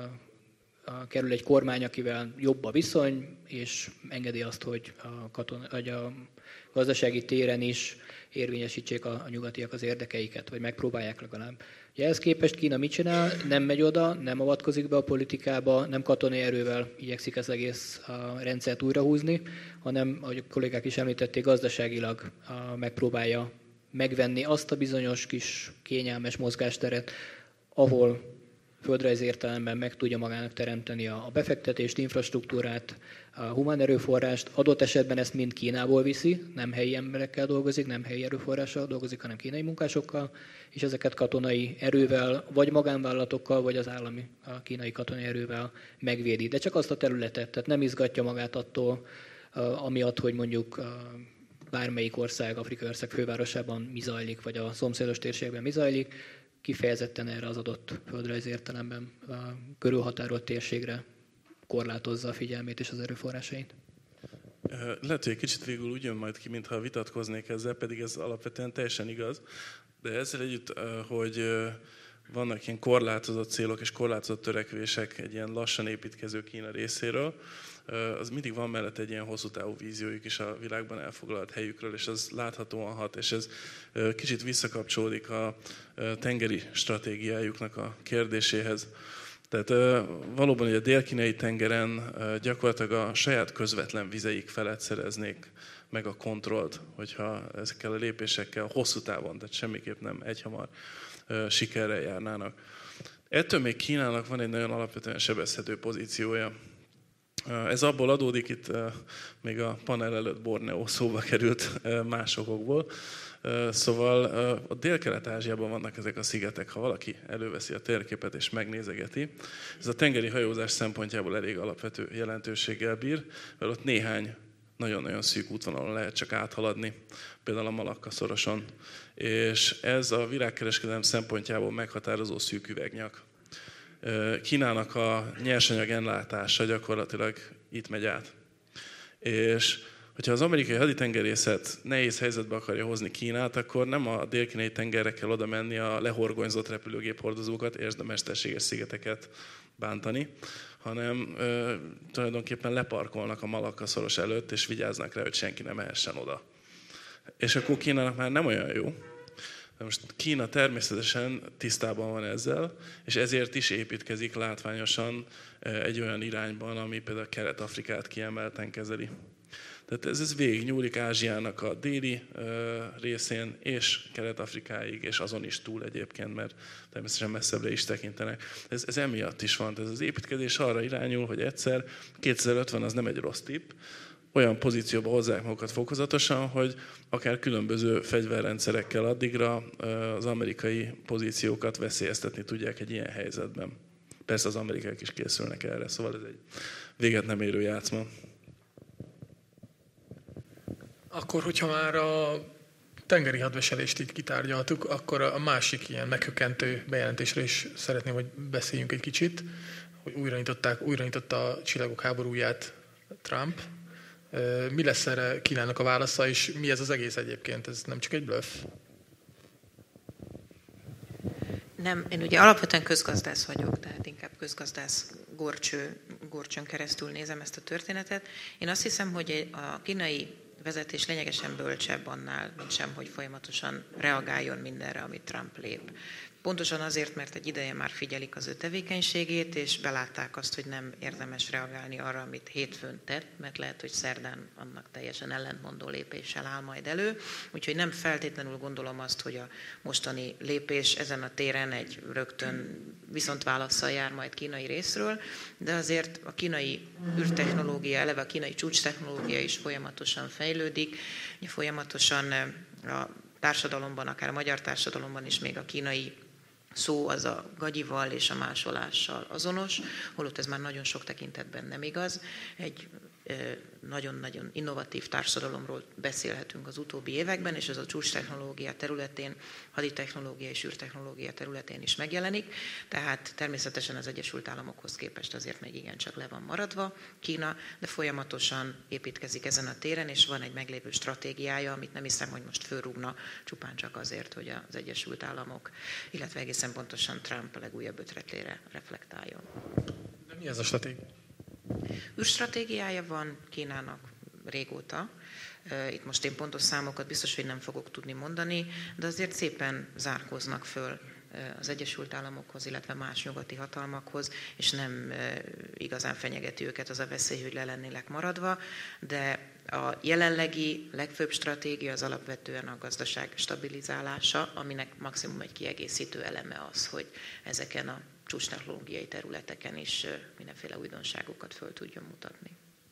kerül egy kormány, akivel jobb a viszony, és engedi azt, hogy a, katona, vagy a gazdasági téren is érvényesítsék a, a nyugatiak az érdekeiket, vagy megpróbálják legalább. Ugye ehhez képest Kína mit csinál? Nem megy oda, nem avatkozik be a politikába, nem katonai erővel igyekszik az egész a rendszert újrahúzni, hanem, ahogy a kollégák is említették, gazdaságilag megpróbálja megvenni azt a bizonyos kis kényelmes mozgásteret, ahol földrajzi értelemben meg tudja magának teremteni a befektetést, infrastruktúrát, a humán erőforrást. Adott esetben ezt mind Kínából viszi, nem helyi emberekkel dolgozik, nem helyi erőforrással dolgozik, hanem kínai munkásokkal, és ezeket katonai erővel, vagy magánvállalatokkal, vagy az állami a kínai katonai erővel megvédi. De csak azt a területet, tehát nem izgatja magát attól, amiatt, hogy mondjuk bármelyik ország, afrikai ország fővárosában mi zajlik, vagy a szomszédos térségben mi zajlik, kifejezetten erre az adott földrajzi értelemben a körülhatárolt térségre korlátozza a figyelmét és az erőforrásait. Lehet, hogy egy kicsit végül úgy jön majd ki, mintha vitatkoznék ezzel, pedig ez alapvetően teljesen igaz. De ezzel együtt, hogy vannak ilyen korlátozott célok és korlátozott törekvések egy ilyen lassan építkező Kína részéről, az mindig van mellett egy ilyen hosszú távú víziójuk is a világban elfoglalt helyükről, és az láthatóan hat, és ez kicsit visszakapcsolódik a tengeri stratégiájuknak a kérdéséhez. Tehát valóban ugye a dél-kínai tengeren gyakorlatilag a saját közvetlen vizeik felett szereznék meg a kontrollt, hogyha ezekkel a lépésekkel hosszú távon, tehát semmiképp nem egyhamar sikerrel járnának. Ettől még Kínának van egy nagyon alapvetően sebezhető pozíciója. Ez abból adódik, itt még a panel előtt Borneo szóba került más okokból. Szóval a Dél-Kelet-Ázsiában vannak ezek a szigetek, ha valaki előveszi a térképet és megnézegeti. Ez a tengeri hajózás szempontjából elég alapvető jelentőséggel bír, mert ott néhány nagyon-nagyon szűk útvonalon lehet csak áthaladni, például a Malakka-szoroson. És ez a világkereskedelem szempontjából meghatározó szűk üvegnyak. Kínának a nyersanyag ellátása gyakorlatilag itt megy át. És hogyha az amerikai haditengerészet nehéz helyzetbe akarja hozni Kínát, akkor nem a dél-kínai tengerre kell oda menni a lehorgonyzott repülőgép hordozókat, és a mesterséges szigeteket bántani, hanem ö, tulajdonképpen leparkolnak a Malakka-szoros előtt, és vigyáznak rá, hogy senki nem mehessen oda. És akkor Kínának már nem olyan jó. De most Kína természetesen tisztában van ezzel, és ezért is építkezik látványosan egy olyan irányban, ami például Kelet-Afrikát kiemelten kezeli. Tehát ez, ez végignyúlik Ázsiának a déli ö, részén, és Kelet-Afrikáig, és azon is túl egyébként, mert természetesen messzebbre is tekintenek. Ez, ez emiatt is van. Ez az építkezés arra irányul, hogy egyszer kétezer-ötven az nem egy rossz tipp, olyan pozícióba hozzák magukat fokozatosan, hogy akár különböző fegyverrendszerekkel addigra az amerikai pozíciókat veszélyeztetni tudják egy ilyen helyzetben. Persze az amerikaiak is készülnek erre, szóval ez egy véget nem érő játszma. Akkor, hogyha már a tengeri hadviselést így kitárgyaltuk, akkor a másik ilyen meghökkentő bejelentésre is szeretném, hogy beszéljünk egy kicsit, hogy újra nyitották, újra nyitotta a csillagok háborúját Trump. Mi lesz erre Kínának a válasza, és mi ez az egész egyébként? Ez nem csak egy bluff? Nem, én ugye alapvetően közgazdász vagyok, tehát inkább közgazdász górcső, górcsön keresztül nézem ezt a történetet. Én azt hiszem, hogy a kínai vezetés lényegesen bölcsebb annál, mint sem, hogy folyamatosan reagáljon mindenre, amit Trump lép. Pontosan azért, mert egy ideje már figyelik az ő tevékenységét, és belátták azt, hogy nem érdemes reagálni arra, amit hétfőn tett, mert lehet, hogy szerdán annak teljesen ellentmondó lépéssel áll majd elő. Úgyhogy nem feltétlenül gondolom azt, hogy a mostani lépés ezen a téren egy rögtön viszontválasszal jár majd kínai részről, de azért a kínai űrtechnológia, eleve a kínai csúcstechnológia is folyamatosan fejlődik, folyamatosan a társadalomban, akár a magyar társadalomban is még a kínai szó az a gagyival és a másolással azonos, holott ez már nagyon sok tekintetben nem igaz. Egy nagyon-nagyon innovatív társadalomról beszélhetünk az utóbbi években, és ez a csúcstechnológia területén, haditechnológia és űrtechnológia területén is megjelenik. Tehát természetesen az Egyesült Államokhoz képest azért még igencsak le van maradva Kína, de folyamatosan építkezik ezen a téren, és van egy meglévő stratégiája, amit nem hiszem, hogy most fölrúgna csupán csak azért, hogy az Egyesült Államok, illetve egészen pontosan Trump a legújabb ötletére reflektáljon. De mi ez a stratégia? űrstratégiája van Kínának régóta. Itt most én pontos számokat biztos, hogy nem fogok tudni mondani, de azért szépen zárkóznak föl az Egyesült Államokhoz, illetve más nyugati hatalmakhoz, és nem igazán fenyegeti őket az a veszély, hogy le lennének maradva, de a jelenlegi legfőbb stratégia az alapvetően a gazdaság stabilizálása, aminek maximum egy kiegészítő eleme az, hogy ezeken a csúcstechnológiai területeken is mindenféle újdonságokat föl tudjon mutatni.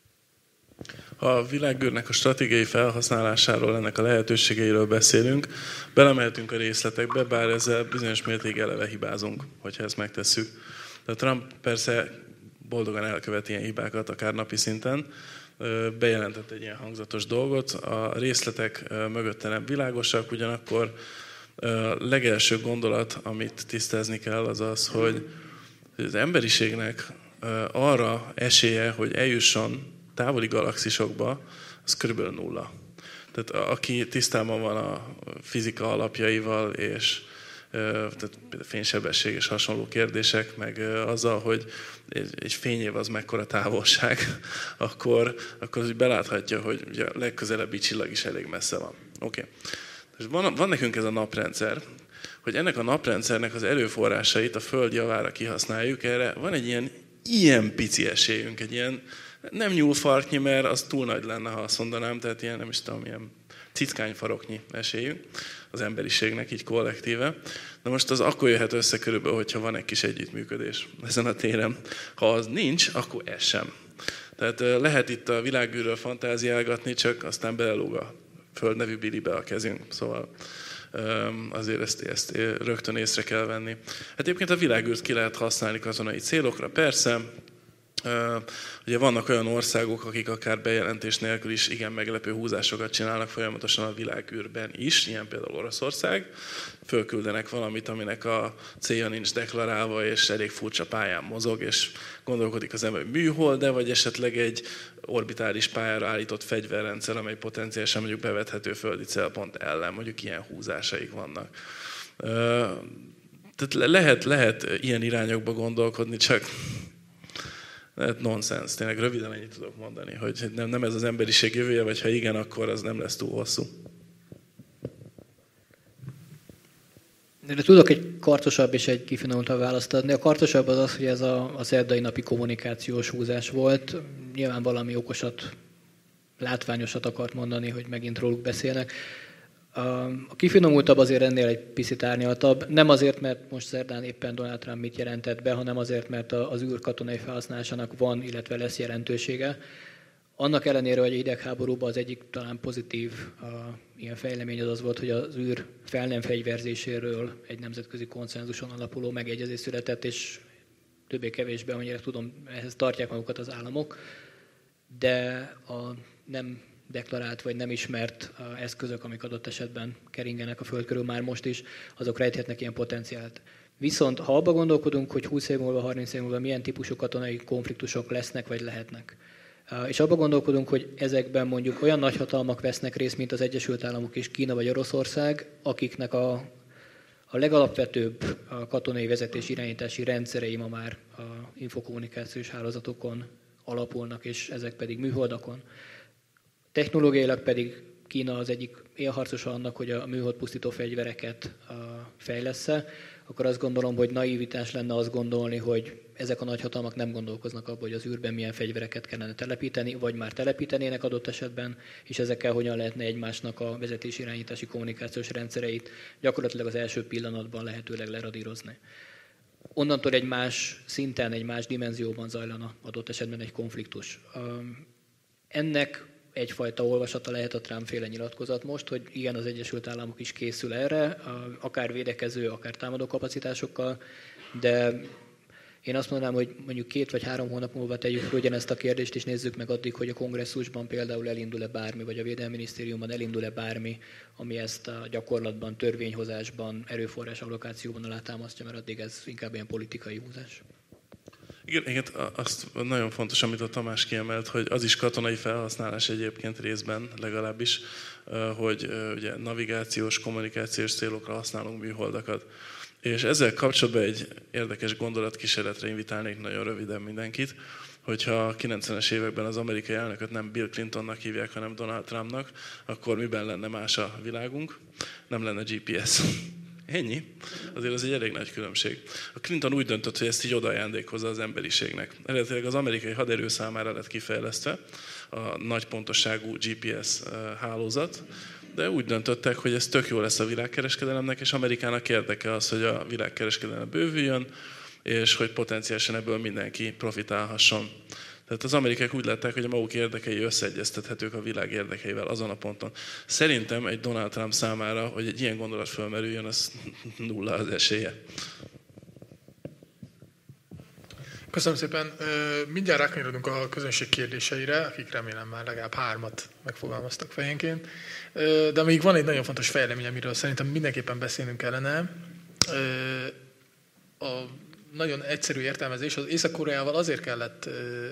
Ha a világűrnek a stratégiai felhasználásáról, ennek a lehetőségeiről beszélünk, belemehetünk a részletekbe, bár ezzel bizonyos mértékig eleve hibázunk, hogyha ezt megtesszük. De Trump persze boldogan elkövet ilyen hibákat, akár napi szinten, bejelentett egy ilyen hangzatos dolgot, a részletek mögötte nem világosak, ugyanakkor a legelső gondolat, amit tisztázni kell, az az, hogy az emberiségnek arra esélye, hogy eljusson távoli galaxisokba, az körülbelül nulla. Tehát aki tisztában van a fizika alapjaival, és tehát például fénysebesség és hasonló kérdések, meg azzal, hogy egy fényév az mekkora távolság, akkor, akkor az úgy beláthatja, hogy ugye a legközelebbi csillag is elég messze van. Oké. Okay. És van, van nekünk ez a naprendszer, hogy ennek a naprendszernek az erőforrásait a Föld javára kihasználjuk, erre van egy ilyen, ilyen pici esélyünk, egy ilyen nem nyúlfarknyi, mert az túl nagy lenne, ha azt mondanám, tehát ilyen, nem is tudom, ilyen cickányfaroknyi esélyünk az emberiségnek így kollektíve. Na most az akkor jöhet össze körülbelül, hogyha van egy kis együttműködés ezen a téren. Ha az nincs, akkor ez sem. Tehát lehet itt a világűrről fantáziálgatni, csak aztán belelóg a Föld nevű bilibe a kezünk. Szóval azért ezt, ezt rögtön észre kell venni. Hát egyébként a világűrt ki lehet használni katonai célokra, persze. Ugye vannak olyan országok, akik akár bejelentés nélkül is igen meglepő húzásokat csinálnak folyamatosan a világűrben is, ilyen például Oroszország. Fölküldenek valamit, aminek a célja nincs deklarálva, és elég furcsa pályán mozog, és gondolkodik az ember, hogy műhold-e, vagy esetleg egy orbitális pályára állított fegyverrendszer, amely potenciálisan mondjuk bevethető földi célpont ellen, mondjuk ilyen húzásaik vannak. Tehát lehet, lehet ilyen irányokba gondolkodni, csak nonsens. Tényleg röviden ennyit tudok mondani, hogy nem, nem ez az emberiség jövője, vagy ha igen, akkor az nem lesz túl hosszú. De tudok egy karcosabb és egy kifinomultabb választ adni. A karcosabb az az, hogy ez a, a szerdai napi kommunikációs húzás volt. Nyilván valami okosat, látványosat akart mondani, hogy megint róluk beszélnek. A kifinomultabb azért ennél egy picit árnyaltabb. Nem azért, mert most szerdán éppen Donald Trump mit jelentett be, hanem azért, mert az űr katonai felhasználásának van, illetve lesz jelentősége. Annak ellenére, hogy a hidegháborúban az egyik talán pozitív a, ilyen fejlemény az az volt, hogy az űr fel nem fegyverzéséről egy nemzetközi konszenzuson alapuló megegyezés született, és többé-kevésbé, amennyire tudom, ehhez tartják magukat az államok, de a nem deklarált vagy nem ismert eszközök, amik adott esetben keringenek a Föld körül már most is, azok rejthetnek ilyen potenciált. Viszont ha abba gondolkodunk, hogy húsz év múlva, harminc év múlva milyen típusú katonai konfliktusok lesznek vagy lehetnek, és abba gondolkodunk, hogy ezekben mondjuk olyan nagyhatalmak vesznek részt, mint az Egyesült Államok és Kína vagy Oroszország, akiknek a, a legalapvetőbb a katonai vezetés irányítási rendszerei ma már a infokommunikációs hálózatokon alapulnak, és ezek pedig műholdakon. Technológiailag pedig Kína az egyik élharcosa annak, hogy a műholdpusztító fegyvereket fejlessze, akkor azt gondolom, hogy naivitás lenne azt gondolni, hogy ezek a nagyhatalmak nem gondolkoznak abban, hogy az űrben milyen fegyvereket kellene telepíteni, vagy már telepítenének adott esetben, és ezekkel hogyan lehetne egymásnak a vezetési-irányítási kommunikációs rendszereit gyakorlatilag az első pillanatban lehetőleg leradírozni. Onnantól egy más szinten, egy más dimenzióban zajlana adott esetben egy konfliktus. Ennek egyfajta olvasata lehet a Trump-féle nyilatkozat most, hogy igen, az Egyesült Államok is készül erre, akár védekező, akár támadó kapacitásokkal, de én azt mondanám, hogy mondjuk két vagy három hónap múlva tegyük ugyanezt a kérdést, és nézzük meg addig, hogy a kongresszusban például elindul-e bármi, vagy a Védelmi Minisztériumban elindul-e bármi, ami ezt a gyakorlatban, törvényhozásban, erőforrás allokációban alátámasztja, mert addig ez inkább ilyen politikai húzás. Igen, igen, azt nagyon fontos, amit a Tamás kiemelt, hogy az is katonai felhasználás egyébként részben legalábbis, hogy ugye navigációs, kommunikációs célokra használunk műholdakat. És ezzel kapcsolatban egy érdekes gondolatkísérletre invitálnék nagyon röviden mindenkit, hogyha a kilencvenes években az amerikai elnököt nem Bill Clintonnak hívják, hanem Donald Trumpnak, akkor miben lenne más a világunk? Nem lenne gé pé es. Ennyi. Azért az egy elég nagy különbség. A Clinton úgy döntött, hogy ezt így odaajándékozza az emberiségnek. Eredetileg az amerikai haderő számára lett kifejlesztve a nagy pontosságú gé pé es hálózat, de úgy döntöttek, hogy ez tök jó lesz a világkereskedelemnek, és Amerikának érdeke az, hogy a világkereskedelem bővüljön, és hogy potenciálisan ebből mindenki profitálhasson. Tehát az amerikaiak úgy látták, hogy a maguk érdekei összeegyeztethetők a világ érdekeivel azon a ponton. Szerintem egy Donald Trump számára, hogy egy ilyen gondolat fölmerüljön, az nulla az esélye. Köszönöm szépen. Mindjárt rákanyarodunk a közönség kérdéseire, akik remélem már legalább hármat megfogalmaztak fejenként. De még van egy nagyon fontos fejlemény, amiről szerintem mindenképpen beszélnünk kellene. A nagyon egyszerű értelmezés. Az Észak-Koreával azért kellett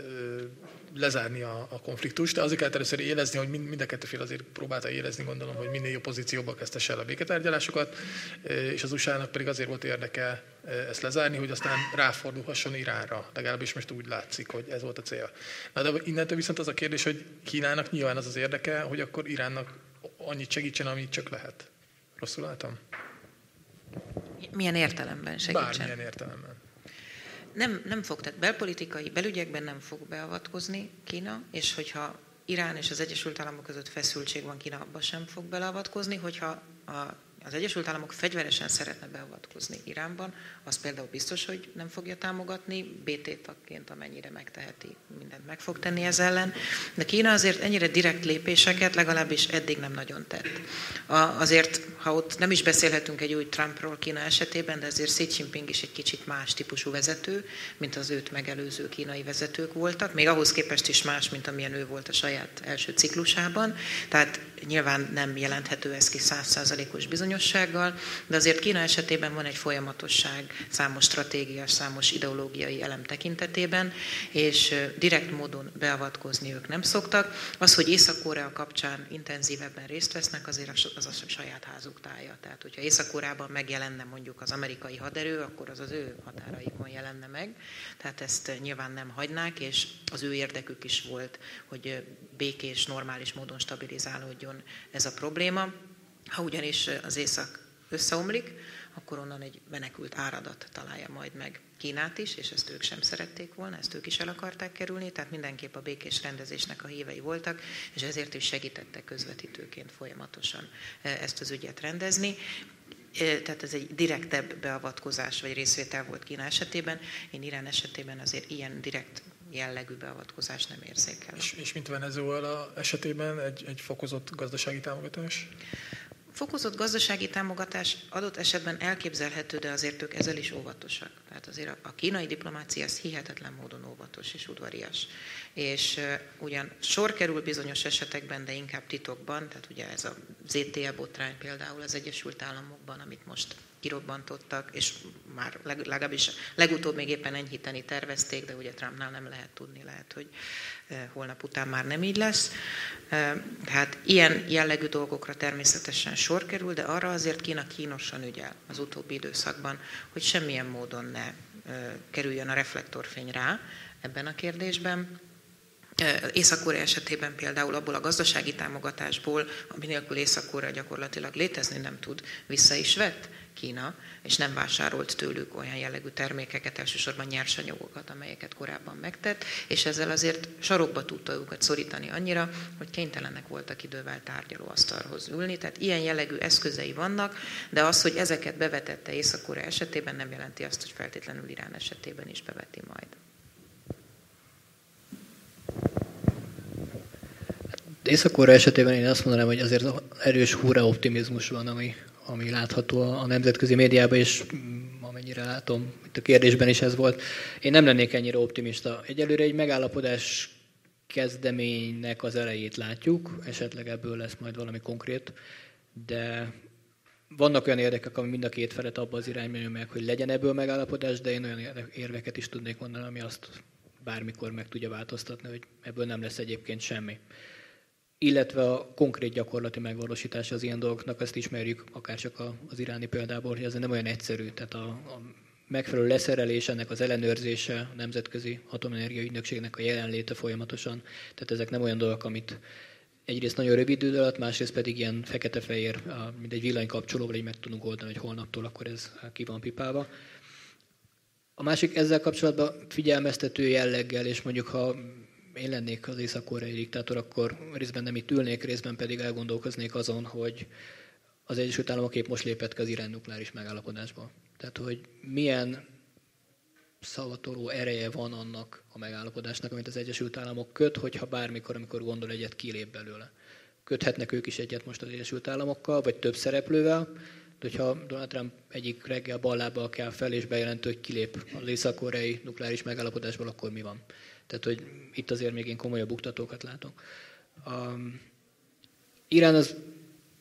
lezárni a, a konfliktust, de azért kellett először élezni, hogy mind, mind a kettő fél azért próbálta élezni, gondolom, hogy minél jobb pozícióba kezdhesse el a béketárgyalásokat, és az u es á-nak pedig azért volt érdeke ezt lezárni, hogy aztán ráfordulhasson Iránra. Legalábbis most úgy látszik, hogy ez volt a cél. Na, de innentől viszont az a kérdés, hogy Kínának nyilván az az érdeke, hogy akkor Iránnak annyit segítsen, amit csak lehet. Rosszul álltam? Milyen értelemben segítsen? Bármilyen értelemben. Nem, nem fog, tehát belpolitikai, belügyekben nem fog beavatkozni Kína, és hogyha Irán és az Egyesült Államok között feszültség van, Kína abba sem fog beleavatkozni, hogyha a, az Egyesült Államok fegyveresen szeretne beavatkozni Iránban, az például biztos, hogy nem fogja támogatni, bé té tagként amennyire megteheti, mindent meg fog tenni ez ellen, de Kína azért ennyire direkt lépéseket legalábbis eddig nem nagyon tett. A, azért, ha ott nem is beszélhetünk egy új Trumpról Kína esetében, de azért Xi Jinping is egy kicsit más típusú vezető, mint az őt megelőző kínai vezetők voltak, még ahhoz képest is más, mint amilyen ő volt a saját első ciklusában, tehát nyilván nem jelenthető ez ki száz százalékos bizonyossággal, de azért Kína esetében van egy folyamatosság, számos stratégiás, számos ideológiai elem tekintetében, és direkt módon beavatkozni ők nem szoktak. Az, hogy Észak-Korea kapcsán intenzívebben részt vesznek, azért az a saját házuk tája. Tehát, hogyha Észak-Koreában megjelenne mondjuk az amerikai haderő, akkor az az ő határaikon jelenne meg. Tehát ezt nyilván nem hagynák, és az ő érdekük is volt, hogy békés, normális módon stabilizálódjon ez a probléma. Ha ugyanis az észak összeomlik, akkor onnan egy menekült áradat találja majd meg Kínát is, és ezt ők sem szerették volna, ezt ők is el akarták kerülni, tehát mindenképp a békés rendezésnek a hívei voltak, és ezért is segítettek közvetítőként folyamatosan ezt az ügyet rendezni. Tehát ez egy direktebb beavatkozás vagy részvétel volt Kína esetében, én Irán esetében azért ilyen direkt jellegű beavatkozást nem érzékel. És, és mint Venezuela esetében egy, egy fokozott gazdasági támogatás? Fokozott gazdasági támogatás adott esetben elképzelhető, de azért ők ezzel is óvatosak. Tehát azért a kínai diplomácia az hihetetlen módon óvatos és udvarias. És uh, ugyan sor kerül bizonyos esetekben, de inkább titokban, tehát ugye ez a zé té é botrány például az Egyesült Államokban, amit most kirobbantottak, és már legalábbis legutóbb még éppen enyhíteni tervezték, de ugye Trumpnál nem lehet tudni, lehet, hogy holnap után már nem így lesz. Hát ilyen jellegű dolgokra természetesen sor kerül, de arra azért Kína kínosan ügyel az utóbbi időszakban, hogy semmilyen módon ne kerüljön a reflektorfény rá ebben a kérdésben. Észak-Korea esetében például abból a gazdasági támogatásból, ami nélkül Észak-Korea gyakorlatilag létezni nem tud, vissza is vett Kína, és nem vásárolt tőlük olyan jellegű termékeket, elsősorban nyersanyagokat, amelyeket korábban megtett, és ezzel azért sarokba tudta őket szorítani annyira, hogy kénytelenek voltak idővel tárgyalóasztalhoz ülni. Tehát ilyen jellegű eszközei vannak, de az, hogy ezeket bevetette Észak-Korea esetében, nem jelenti azt, hogy feltétlenül Irán esetében is beveti majd. Észak-Korea esetében én azt mondanám, hogy azért erős hurra optimizmus van, ami, ami látható a nemzetközi médiában, és amennyire látom, itt a kérdésben is ez volt. Én nem lennék ennyire optimista. Egyelőre egy megállapodás kezdeménynek az elejét látjuk, esetleg ebből lesz majd valami konkrét, de vannak olyan érdekek, ami mind a két felet abba az irányba nyomják, hogy legyen ebből megállapodás, de én olyan érveket is tudnék mondani, ami azt bármikor meg tudja változtatni, hogy ebből nem lesz egyébként semmi. Illetve a konkrét gyakorlati megvalósítása az ilyen dolgoknak, azt ismerjük, akár csak az iráni példából, hogy ez nem olyan egyszerű. Tehát a, a megfelelő leszerelés, ennek az ellenőrzése, a Nemzetközi Atomenergia Ügynökségnek a jelenléte folyamatosan. Tehát ezek nem olyan dolgok, amit egyrészt nagyon rövid idő alatt, másrészt pedig ilyen fekete-fehér, mint egy villanykapcsolóval így meg tudunk oldani, hogy holnaptól akkor ez ki van pipálva. A másik ezzel kapcsolatban figyelmeztető jelleggel, és mondjuk ha én lennék az észak-koreai diktátor, akkor részben nem itt ülnék, részben pedig elgondolkoznék azon, hogy az Egyesült Államok épp most lépett ki az Irán nukleáris megállapodásba. Tehát, hogy milyen szavatoló ereje van annak a megállapodásnak, amit az Egyesült Államok köt, hogyha bármikor, amikor gondol egyet, kilép belőle. Köthetnek ők is egyet most az Egyesült Államokkal, vagy több szereplővel, de hogyha Donald Trump egyik reggel ballábbal kell fel, és bejelentő, hogy kilép az észak-koreai nukleáris megállapodásból, akkor mi van? Tehát, hogy itt azért még én komolyabb buktatókat látok. Um, Irán az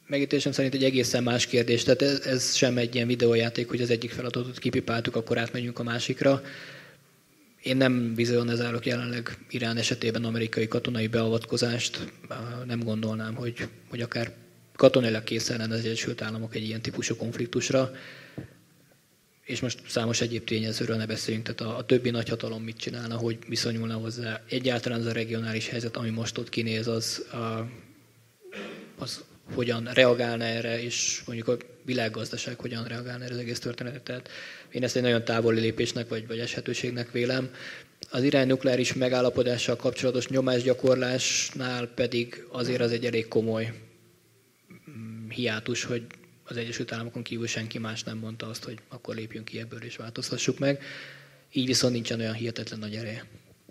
megítélésem szerint egy egészen más kérdés. Tehát ez, ez sem egy ilyen videójáték, hogy az egyik feladatot kipipáltuk, akkor átmegyünk a másikra. Én nem vizionizálok jelenleg Irán esetében amerikai katonai beavatkozást. Nem gondolnám, hogy, hogy akár katonailag készen lenne az Egyesült Államok egy ilyen típusú konfliktusra. És most számos egyéb tényezőről ne beszéljünk, tehát a, a többi nagyhatalom mit csinálna, hogy viszonyulna hozzá. Egyáltalán az a regionális helyzet, ami most ott kinéz, az, a, az hogyan reagálna erre, és mondjuk a világgazdaság hogyan reagálna erre az egész történetet. Tehát én ezt egy nagyon távoli lépésnek vagy, vagy eshetőségnek vélem. Az Irán nukleáris megállapodással kapcsolatos nyomásgyakorlásnál pedig azért az egy elég komoly hiátus, hogy az Egyesült Államokon kívül senki más nem mondta azt, hogy akkor lépjünk ki ebből és változtassuk meg. Így viszont nincsen olyan hihetetlen nagy ereje.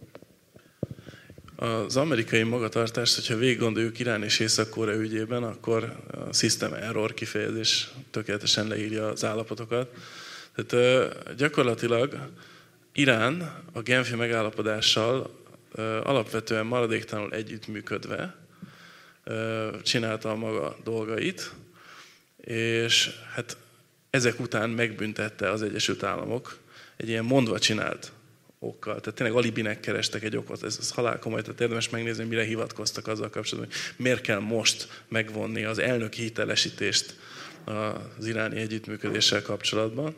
Az amerikai magatartást, hogyha végig gondoljuk Irán és Észak-Korea ügyében, akkor a system error kifejezés tökéletesen leírja az állapotokat. Tehát gyakorlatilag Irán a Genfi megállapodással alapvetően maradéktalanul együttműködve csinálta a maga dolgait, és hát ezek után megbüntette az Egyesült Államok egy ilyen mondva csinált okkal. Tehát tényleg alibinek kerestek egy okot. Ez, ez halálkomoly, tehát érdemes megnézni, mire hivatkoztak azzal kapcsolatban, hogy miért kell most megvonni az elnöki hitelesítést az iráni együttműködéssel kapcsolatban.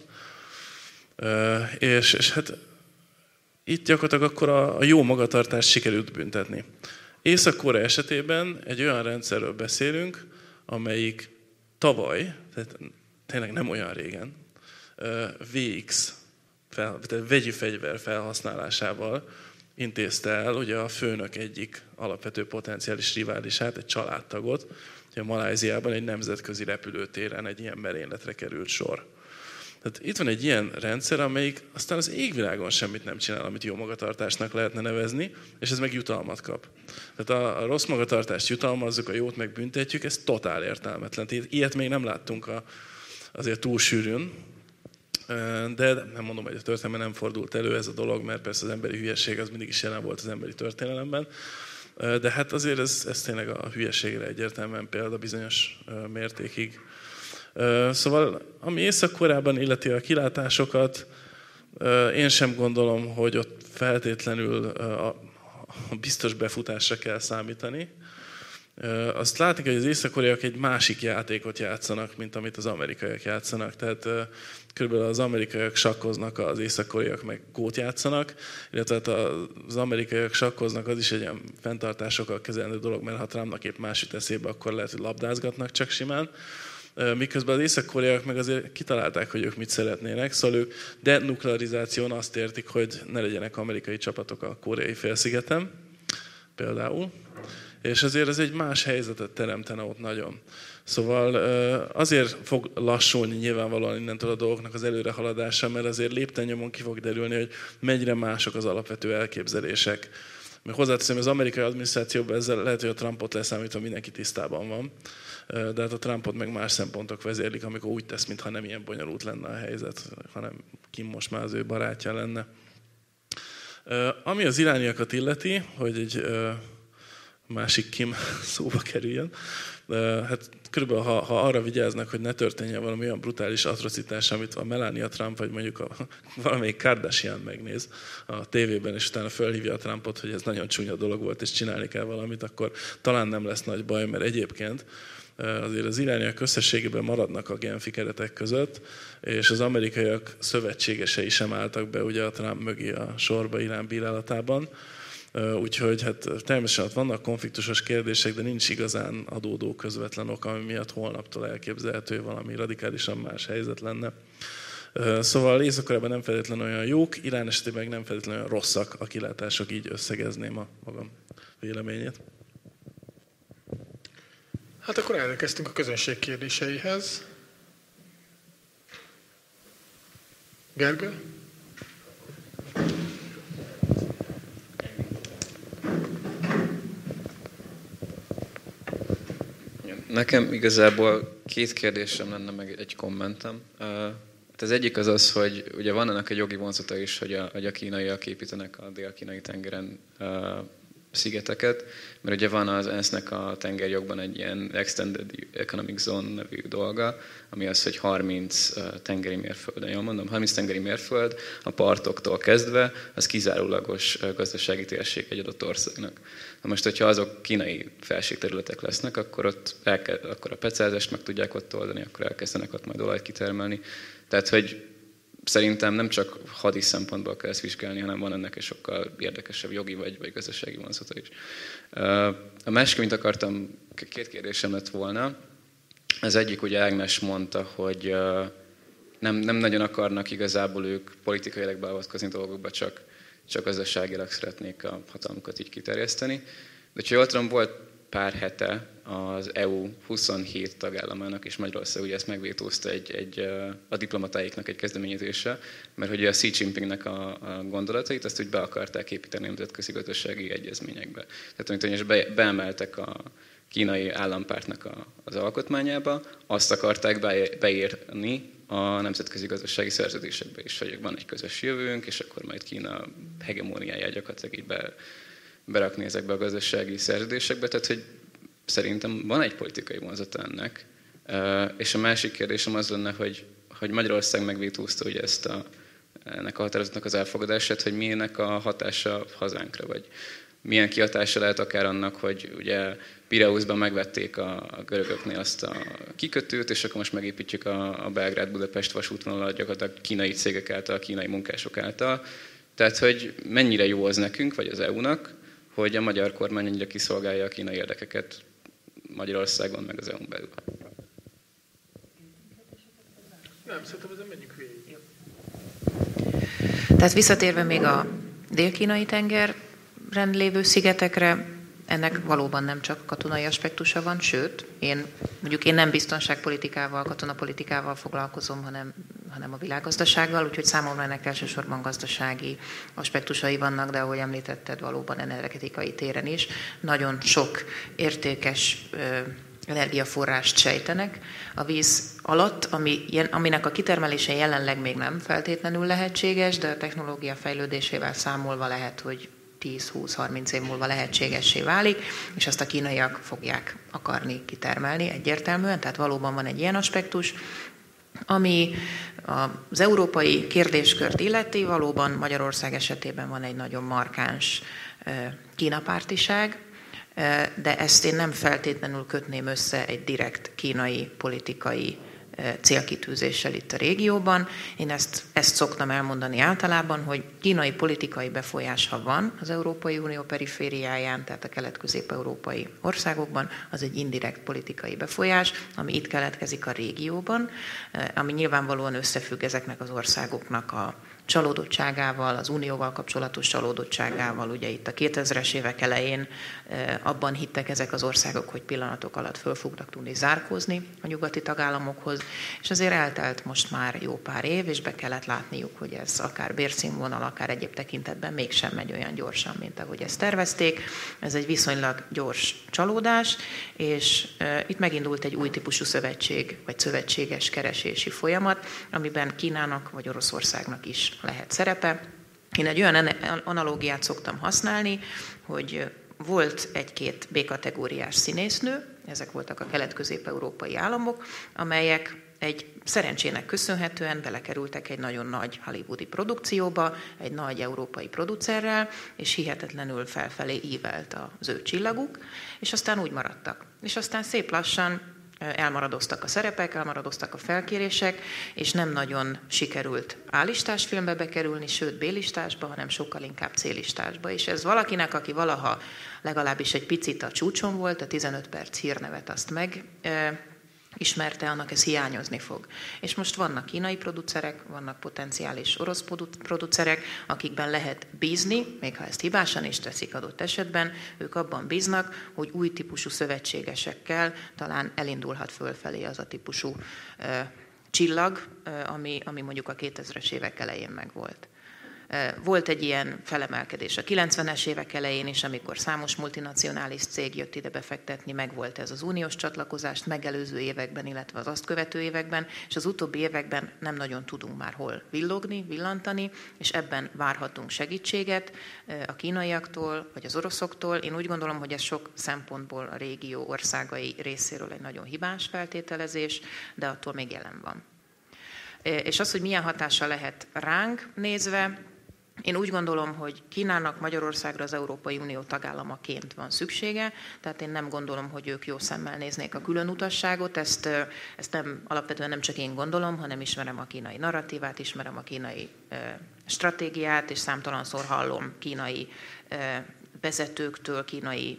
És, és hát itt gyakorlatilag akkor a, a jó magatartást sikerült büntetni. Észak-Korea esetében egy olyan rendszerről beszélünk, amelyik tavaly, tehát tényleg nem olyan régen, vé iksz, fel, tehát vegyi fegyver felhasználásával intézte el ugye a főnök egyik alapvető potenciális riválisát, egy családtagot, ugye Malajziában egy nemzetközi repülőtéren egy ilyen merényletre került sor. Tehát itt van egy ilyen rendszer, amelyik aztán az égvilágon semmit nem csinál, amit jó magatartásnak lehetne nevezni, és ez meg jutalmat kap. Tehát a, a rossz magatartást jutalmazzuk, a jót meg büntetjük, ez totál értelmetlen. Ilyet még nem láttunk a, azért túl sűrűn, de nem mondom, hogy a történelemben nem fordult elő ez a dolog, mert persze az emberi hülyeség az mindig is jelen volt az emberi történelemben, de hát azért ez, ez tényleg a hülyeségre egyértelműen példa bizonyos mértékig. Szóval, ami Észak-Koreában illeti a kilátásokat, én sem gondolom, hogy ott feltétlenül a biztos befutásra kell számítani. Azt látni, hogy az észak-koreaiak egy másik játékot játszanak, mint amit az amerikaiak játszanak. Tehát körülbelül az amerikaiak sakkoznak, az észak-koreaiak meg gót játszanak, illetve az amerikaiak sakkoznak, az is egy ilyen fenntartásokkal kezelendő dolog, mert ha Trumpnak épp más jut eszébe, akkor lehet, hogy labdázgatnak csak simán. Miközben az észak-koreaiak meg azért kitalálták, hogy ők mit szeretnének, szóval ők denuklearizáción azt értik, hogy ne legyenek amerikai csapatok a koreai félszigeten, például. És azért ez egy más helyzetet teremtene ott nagyon. Szóval azért fog lassulni nyilvánvalóan innentől a dolgoknak az előrehaladása, mert azért lépten-nyomon ki fog derülni, hogy mennyire mások az alapvető elképzelések. Mert hozzáteszem, az amerikai adminisztrációban ezzel lehet, hogy a Trumpot leszámítva mindenki tisztában van, de hát a Trumpot meg más szempontok vezérlik, amikor úgy tesz, mintha nem ilyen bonyolult lenne a helyzet, hanem Kim most már az ő barátja lenne. Ami az irániakat illeti, hogy egy másik Kim szóba kerüljön, hát körülbelül ha, ha arra vigyáznak, hogy ne történjen valami olyan brutális atrocitás, amit a Melania Trump, vagy mondjuk a, valamelyik Kardashian megnéz a tévében, és utána fölhívja a Trumpot, hogy ez nagyon csúnya dolog volt, és csinálni kell valamit, akkor talán nem lesz nagy baj, mert egyébként azért az irániak összességében maradnak a Genfi keretek között, és az amerikaiak szövetségesei sem álltak be ugye a Trump mögé a sorba Irán bírálatában. Úgyhogy hát természetesen vannak konfliktusos kérdések, de nincs igazán adódó közvetlen ok, ami miatt holnaptól elképzelhető, hogy valami radikálisan más helyzet lenne. Szóval Észak-Koreában nem feltétlenül olyan jók, Irán esetében meg nem feltétlenül olyan rosszak a kilátások, így összegezném a magam véleményét. Hát akkor elkezdtünk a közönség kérdéseihez. Gergő? Nekem igazából két kérdésem lenne, meg egy kommentem. Az egyik az az, hogy ugye van ennek egy jogi vonzata is, hogy a, hogy a kínaiak építenek a dél-kínai tengeren szigeteket, mert ugye van az ENSZ-nek a tengerjogban egy ilyen Extended Economic Zone nevű dolga, ami az, hogy harminc tengeri mérföld, jól mondom, harminc tengeri mérföld a partoktól kezdve, az kizárólagos gazdasági térség egy adott országnak. Na most, hogyha azok kínai felségterületek lesznek, akkor, ott elke, akkor a pecázást meg tudják ott oldani, akkor elkezdenek ott majd olajt kitermelni. Tehát, hogy szerintem nem csak hadi szempontból kell ezt vizsgálni, hanem van ennek egy sokkal érdekesebb jogi vagy, vagy gazdasági vonzata is. A másik, mint akartam, két kérdésem lett volna. Az egyik, ugye Ágnes mondta, hogy nem, nem nagyon akarnak igazából ők politikailag beavatkozni dolgokba, csak, csak gazdaságilag szeretnék a hatalmukat így kiterjeszteni. De ha jól tudom, volt pár hete az é u huszonhét tagállamának, és Magyarország ugye ezt megvétózta egy, egy, a diplomatáiknak egy kezdeményezése, mert hogy a Xi Jinpingnek a, a gondolatait azt úgy be akarták építeni a nemzetközi gazdasági egyezményekbe. Tehát amit be, beemeltek a kínai állampártnak a, az alkotmányába, azt akarták be, beírni a nemzetközi gazdasági szerződésekbe is, hogy van egy közös jövőnk, és akkor majd Kína hegemóniáját gyakorlatilag így be, berakni ezekbe a gazdasági szerződésekbe, tehát hogy szerintem van egy politikai vonzata ennek. És a másik kérdésem az lenne, hogy, hogy Magyarország megvétózta ugye ezt a, ennek a határozatnak az elfogadását, hogy milyennek a hatása hazánkra, vagy milyen kihatása lehet akár annak, hogy ugye Pireuszban megvették a, a görögöknél azt a kikötőt, és akkor most megépítjük a, a Belgrád-Budapest vasútvonalat gyakorlatilag kínai cégek által, kínai munkások által. Tehát, hogy mennyire jó az nekünk, vagy az é u-nak, hogy a magyar kormány annyira kiszolgálja a kínai érdekeket Magyarországon, meg az é u-n belül. Nem, szerintem ezen menjünk végig. Tehát visszatérve még a dél-kínai tengeren lévő szigetekre, ennek valóban nem csak katonai aspektusa van, sőt, én mondjuk én nem biztonságpolitikával, katonapolitikával foglalkozom, hanem, hanem a világgazdasággal, úgyhogy számomra ennek elsősorban gazdasági aspektusai vannak, de ahogy említetted, valóban energetikai téren is nagyon sok értékes ö, energiaforrást sejtenek a víz alatt, ami, aminek a kitermelése jelenleg még nem feltétlenül lehetséges, de a technológia fejlődésével számolva lehet, hogy tíz-húsz-harminc év múlva lehetségessé válik, és azt a kínaiak fogják akarni kitermelni egyértelműen, tehát valóban van egy ilyen aspektus. Ami az európai kérdéskört illeti, valóban Magyarország esetében van egy nagyon markáns kínapártiság, de ezt én nem feltétlenül kötném össze egy direkt kínai politikai célkitűzéssel itt a régióban. Én ezt, ezt szoktam elmondani általában, hogy kínai politikai befolyás, ha van az Európai Unió perifériáján, tehát a kelet-közép-európai országokban, az egy indirekt politikai befolyás, ami itt keletkezik a régióban, ami nyilvánvalóan összefügg ezeknek az országoknak a csalódottságával, az unióval kapcsolatos csalódottságával. Ugye itt a kétezres évek elején abban hittek ezek az országok, hogy pillanatok alatt föl fognak tudni zárkózni a nyugati tagállamokhoz, és azért eltelt most már jó pár év, és be kellett látniuk, hogy ez akár bérszínvonal, akár egyéb tekintetben mégsem megy olyan gyorsan, mint ahogy ezt tervezték. Ez egy viszonylag gyors csalódás, és itt megindult egy új típusú szövetség, vagy szövetséges keresési folyamat, amiben Kínának vagy Oroszországnak is lehet szerepe. Én egy olyan analógiát szoktam használni, hogy volt egy-két B-kategóriás színésznő, ezek voltak a kelet-közép-európai államok, amelyek egy szerencsének köszönhetően belekerültek egy nagyon nagy hollywoodi produkcióba, egy nagy európai producerrel, és hihetetlenül felfelé ívelt az ő csillaguk, és aztán úgy maradtak. És aztán szép lassan elmaradoztak a szerepek, elmaradoztak a felkérések, és nem nagyon sikerült A-listás filmbe bekerülni, sőt B-listásba, hanem sokkal inkább C-listásba. És ez valakinek, aki valaha legalábbis egy picit a csúcson volt, a tizenöt perc hírnevet azt meg ismerte, annak ez hiányozni fog. És most vannak kínai producerek, vannak potenciális orosz producerek, akikben lehet bízni, még ha ezt hibásan is teszik adott esetben, ők abban bíznak, hogy új típusú szövetségesekkel talán elindulhat fölfelé az a típusú uh, csillag, uh, ami, ami mondjuk a kétezres évek elején megvolt. Volt egy ilyen felemelkedés a kilencvenes évek elején is, amikor számos multinacionális cég jött ide befektetni, meg volt ez az uniós csatlakozást megelőző években, illetve az azt követő években, és az utóbbi években nem nagyon tudunk már hol villogni, villantani, és ebben várhatunk segítséget a kínaiaktól, vagy az oroszoktól. Én úgy gondolom, hogy ez sok szempontból a régió országai részéről egy nagyon hibás feltételezés, de attól még jelen van. És az, hogy milyen hatása lehet ránk nézve, én úgy gondolom, hogy Kínának Magyarországra az Európai Unió tagállamaként van szüksége, tehát én nem gondolom, hogy ők jó szemmel néznék a külön utasságot, ezt, ezt nem, alapvetően nem csak én gondolom, hanem ismerem a kínai narratívát, ismerem a kínai stratégiát, és számtalanszor hallom kínai vezetőktől, kínai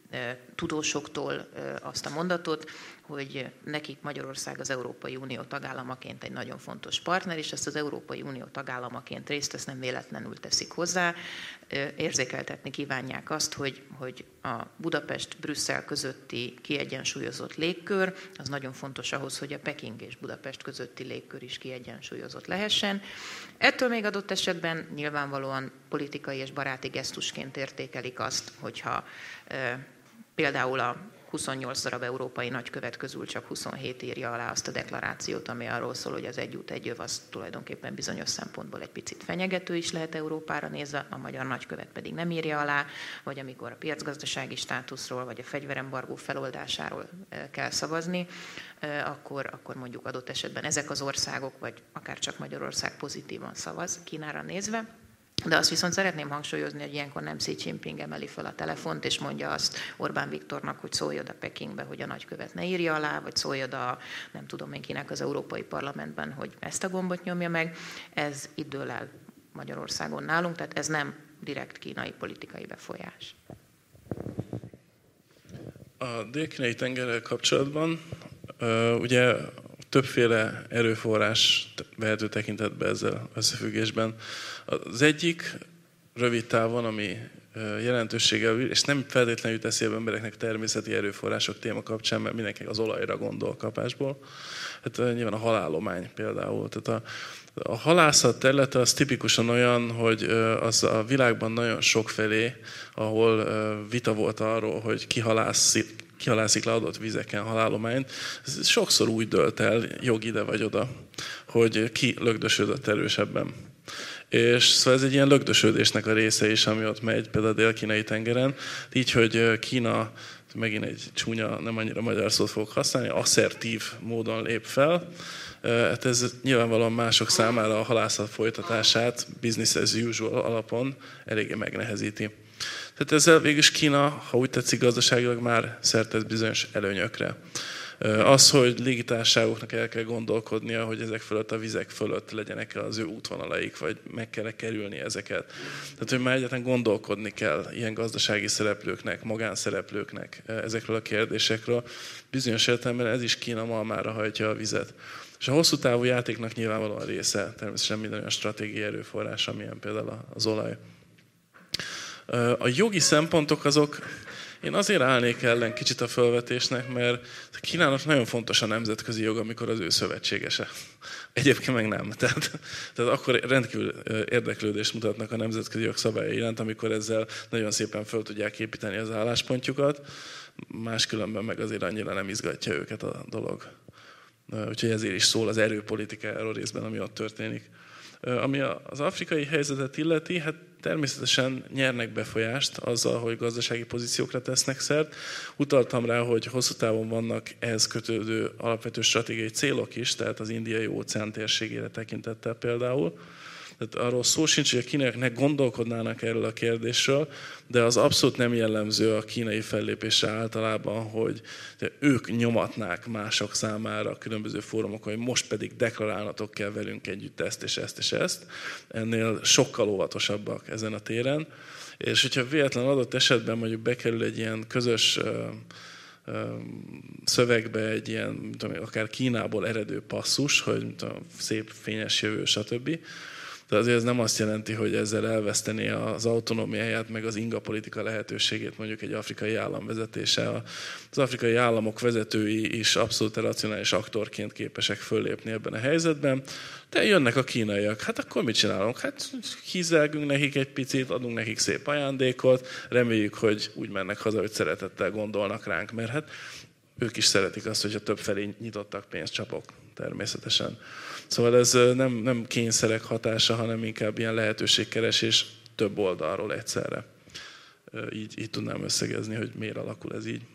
tudósoktól azt a mondatot, hogy nekik Magyarország az Európai Unió tagállamaként egy nagyon fontos partner, és ezt az Európai Unió tagállamaként részt ezt nem véletlenül teszik hozzá. Érzékeltetni kívánják azt, hogy, hogy a Budapest-Brüsszel közötti kiegyensúlyozott légkör, az nagyon fontos ahhoz, hogy a Peking és Budapest közötti légkör is kiegyensúlyozott lehessen. Ettől még adott esetben nyilvánvalóan politikai és baráti gesztusként értékelik azt, hogyha e, például a huszonnyolc darab európai nagykövet közül csak huszonhét írja alá azt a deklarációt, ami arról szól, hogy az egy út, egy jöv, az tulajdonképpen bizonyos szempontból egy picit fenyegető is lehet Európára nézve, a magyar nagykövet pedig nem írja alá, vagy amikor a piacgazdasági státuszról, vagy a fegyverembargó feloldásáról kell szavazni, akkor, akkor mondjuk adott esetben ezek az országok, vagy akár csak Magyarország pozitívan szavaz Kínára nézve. De azt viszont szeretném hangsúlyozni, hogy ilyenkor nem Xi Jinping emeli fel a telefont, és mondja azt Orbán Viktornak, hogy szóljad a Pekingbe, hogy a nagykövet ne írja alá, vagy szóljad a nem tudom én kinek az Európai Parlamentben, hogy ezt a gombot nyomja meg. Ez itt dől el Magyarországon nálunk, tehát ez nem direkt kínai politikai befolyás. A dél-kínai tengerrel kapcsolatban ugye többféle erőforrás vehető tekintetbe ezzel összefüggésben. Az egyik rövid távon, ami jelentőséggel, és nem feltétlenül jut eszébe embereknek természeti erőforrások téma kapcsán, mert mindenki az olajra gondol kapásból. Hát nyilván a halállomány például. Tehát a, a halászat területe az tipikusan olyan, hogy az a világban nagyon sokfelé, ahol vita volt arról, hogy ki halászik, kihalászik le adott vizeken halállományt, ez sokszor úgy dölt el, jog ide vagy oda, hogy ki lögdösödött erősebben. És szóval ez egy ilyen lögdösödésnek a része is, ami ott megy, például a dél-kínai tengeren. Így, hogy Kína, megint egy csúnya, nem annyira magyar szót fogok használni, asszertív módon lép fel. Hát ez nyilvánvalóan mások számára a halászat folytatását business as usual alapon eléggé megnehezíti. Tehát ezzel végülis Kína, ha úgy tetszik, gazdaságilag már szert tesz bizonyos előnyökre. Az, hogy légitársaságoknak el kell gondolkodnia, hogy ezek fölött a vizek fölött legyenek az ő útvonalaik, vagy meg kell kerülni ezeket. Tehát, hogy már egyáltalán gondolkodni kell ilyen gazdasági szereplőknek, magánszereplőknek ezekről a kérdésekről. Bizonyos értelemben ez is Kína malmára hajtja a vizet. És a hosszú távú játéknak nyilvánvalóan része természetesen minden olyan stratégiai erőforrás, amilyen például az olaj. A jogi szempontok azok, én azért állnék ellen kicsit a felvetésnek, mert Kínának nagyon fontos a nemzetközi jog, amikor az ő szövetségese. Egyébként meg nem. Tehát, tehát akkor rendkívül érdeklődést mutatnak a nemzetközi jogszabályai iránt, amikor ezzel nagyon szépen föl tudják építeni az álláspontjukat, máskülönben meg azért annyira nem izgatja őket a dolog. Úgyhogy ezért is szól az erőpolitikájáról részben, ami ott történik. Ami az afrikai helyzetet illeti, hát természetesen nyernek befolyást azzal, hogy gazdasági pozíciókra tesznek szert. Utaltam rá, hogy hosszú távon vannak ehhez kötődő alapvető stratégiai célok is, tehát az indiai óceán térségére tekintettel például. Tehát arról szó sincs, hogy a kínaiak gondolkodnának erről a kérdésről, de az abszolút nem jellemző a kínai fellépésre általában, hogy ők nyomatnák mások számára különböző fórumokon, hogy most pedig deklarálnatok kell velünk együtt ezt és ezt és ezt. Ennél sokkal óvatosabbak ezen a téren. És hogyha véletlen adott esetben mondjuk bekerül egy ilyen közös szövegbe egy ilyen, tudom, akár Kínából eredő passzus, hogy tudom, szép, fényes jövő, stb., de azért ez nem azt jelenti, hogy ezzel elvesztené az autonómiáját, meg az inga politika lehetőségét mondjuk egy afrikai állam vezetése. Az afrikai államok vezetői is abszolút racionális aktorként képesek föllépni ebben a helyzetben, de jönnek a kínaiak. Hát akkor mit csinálunk? Hát hízelgünk nekik egy picit, adunk nekik szép ajándékot, reméljük, hogy úgy mennek haza, hogy szeretettel gondolnak ránk, mert hát ők is szeretik azt, hogyha többfelé nyitottak pénzcsapok, természetesen. Szóval ez nem, nem kényszerek hatása, hanem inkább ilyen lehetőségkeresés több oldalról egyszerre. Így, így tudnám összegezni, hogy miért alakul ez így.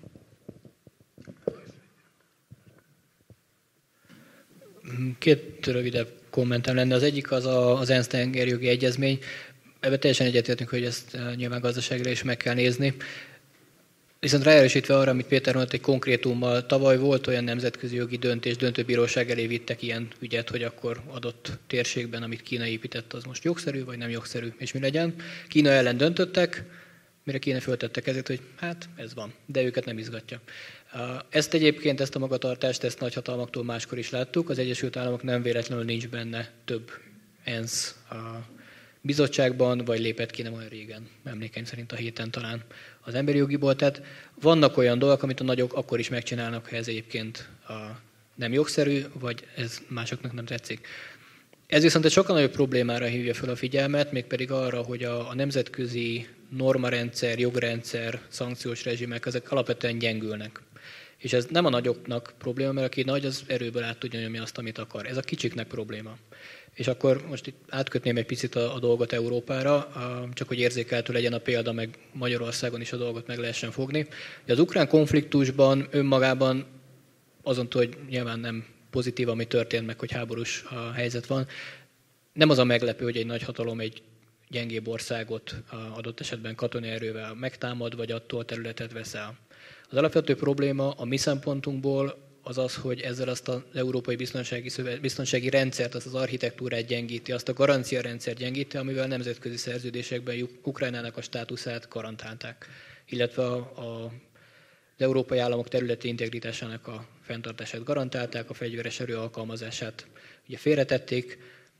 Két rövidebb kommentem lenne. Az egyik az a, az ENSZ tengerjogi egyezmény. Ebben teljesen egyetértünk, hogy ezt nyilván gazdaságra is meg kell nézni. Viszont ráerősítve arra, amit Péter mondott egy konkrétummal, tavaly volt olyan nemzetközi jogi döntés, döntőbíróság elé vittek ilyen ügyet, hogy akkor adott térségben, amit Kína épített, az most jogszerű, vagy nem jogszerű, és mi legyen. Kína ellen döntöttek, mire Kína föltette kezét, hogy hát ez van, de őket nem izgatja. Ezt egyébként, ezt a magatartást, ezt nagyhatalmaktól máskor is láttuk. Az Egyesült Államok nem véletlenül nincs benne több ENSZ a bizottságban, vagy lépett ki nem olyan régen, emlékeim szerint a héten talán az emberi jogiból. Tehát vannak olyan dolgok, amit a nagyok akkor is megcsinálnak, ha ez egyébként a nem jogszerű, vagy ez másoknak nem tetszik. Ez viszont egy sokkal nagyobb problémára hívja fel a figyelmet, mégpedig arra, hogy a, a nemzetközi normarendszer, jogrendszer, szankciós rezsimek, ezek alapvetően gyengülnek. És ez nem a nagyoknak probléma, mert aki nagy, az erőből át tudja nyomni azt, amit akar. Ez a kicsiknek probléma. És akkor most itt átkötném egy picit a, a dolgot Európára, a, csak hogy érzékelhető legyen a példa, meg Magyarországon is a dolgot meg lehessen fogni. Az ukrán konfliktusban önmagában azon túl, hogy nyilván nem pozitív, ami történt, meg hogy háborús a helyzet van, nem az a meglepő, hogy egy nagy hatalom egy gyengébb országot adott esetben katonai erővel megtámad, vagy attól a területet vesz el. Az alapvető probléma a mi szempontunkból az az, hogy ezzel azt az európai biztonsági, szövet, biztonsági rendszert, azt az architektúrát gyengíti, azt a garancia rendszert gyengíti, amivel nemzetközi szerződésekben Ukrajnának a státuszát garantálták, illetve a, a, az európai államok területi integritásának a fenntartását garantálták, a fegyveres erő alkalmazását ugye félretették.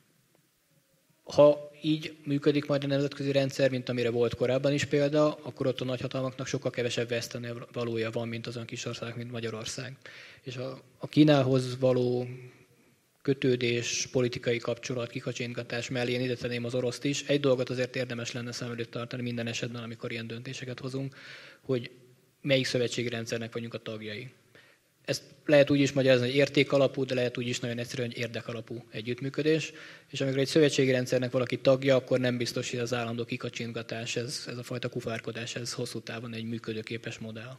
Ha így működik majd a nemzetközi rendszer, mint amire volt korábban is példa, akkor ott a nagyhatalmaknak sokkal kevesebb veszteni valója van, mint azon kis országok, mint Magyarország. És a, a Kínához való kötődés, politikai kapcsolat, kikacsintgatás mellé én ide tenném az oroszt is. Egy dolgot azért érdemes lenne szem előtt tartani minden esetben, amikor ilyen döntéseket hozunk, hogy melyik szövetségi rendszernek vagyunk a tagjai. Ezt lehet úgy is magyarázni, hogy értékalapú, de lehet úgy is nagyon egyszerűen, hogy érdekalapú együttműködés. És amikor egy szövetségi rendszernek valaki tagja, akkor nem biztos, hogy az állandó kikacsintgatás, ez, ez a fajta kufárkodás, ez hosszú távon egy működőképes modell.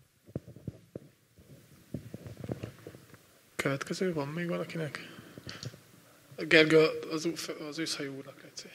Következő van még valakinek? Gergő, az, az őszhajú úrnak egyszer.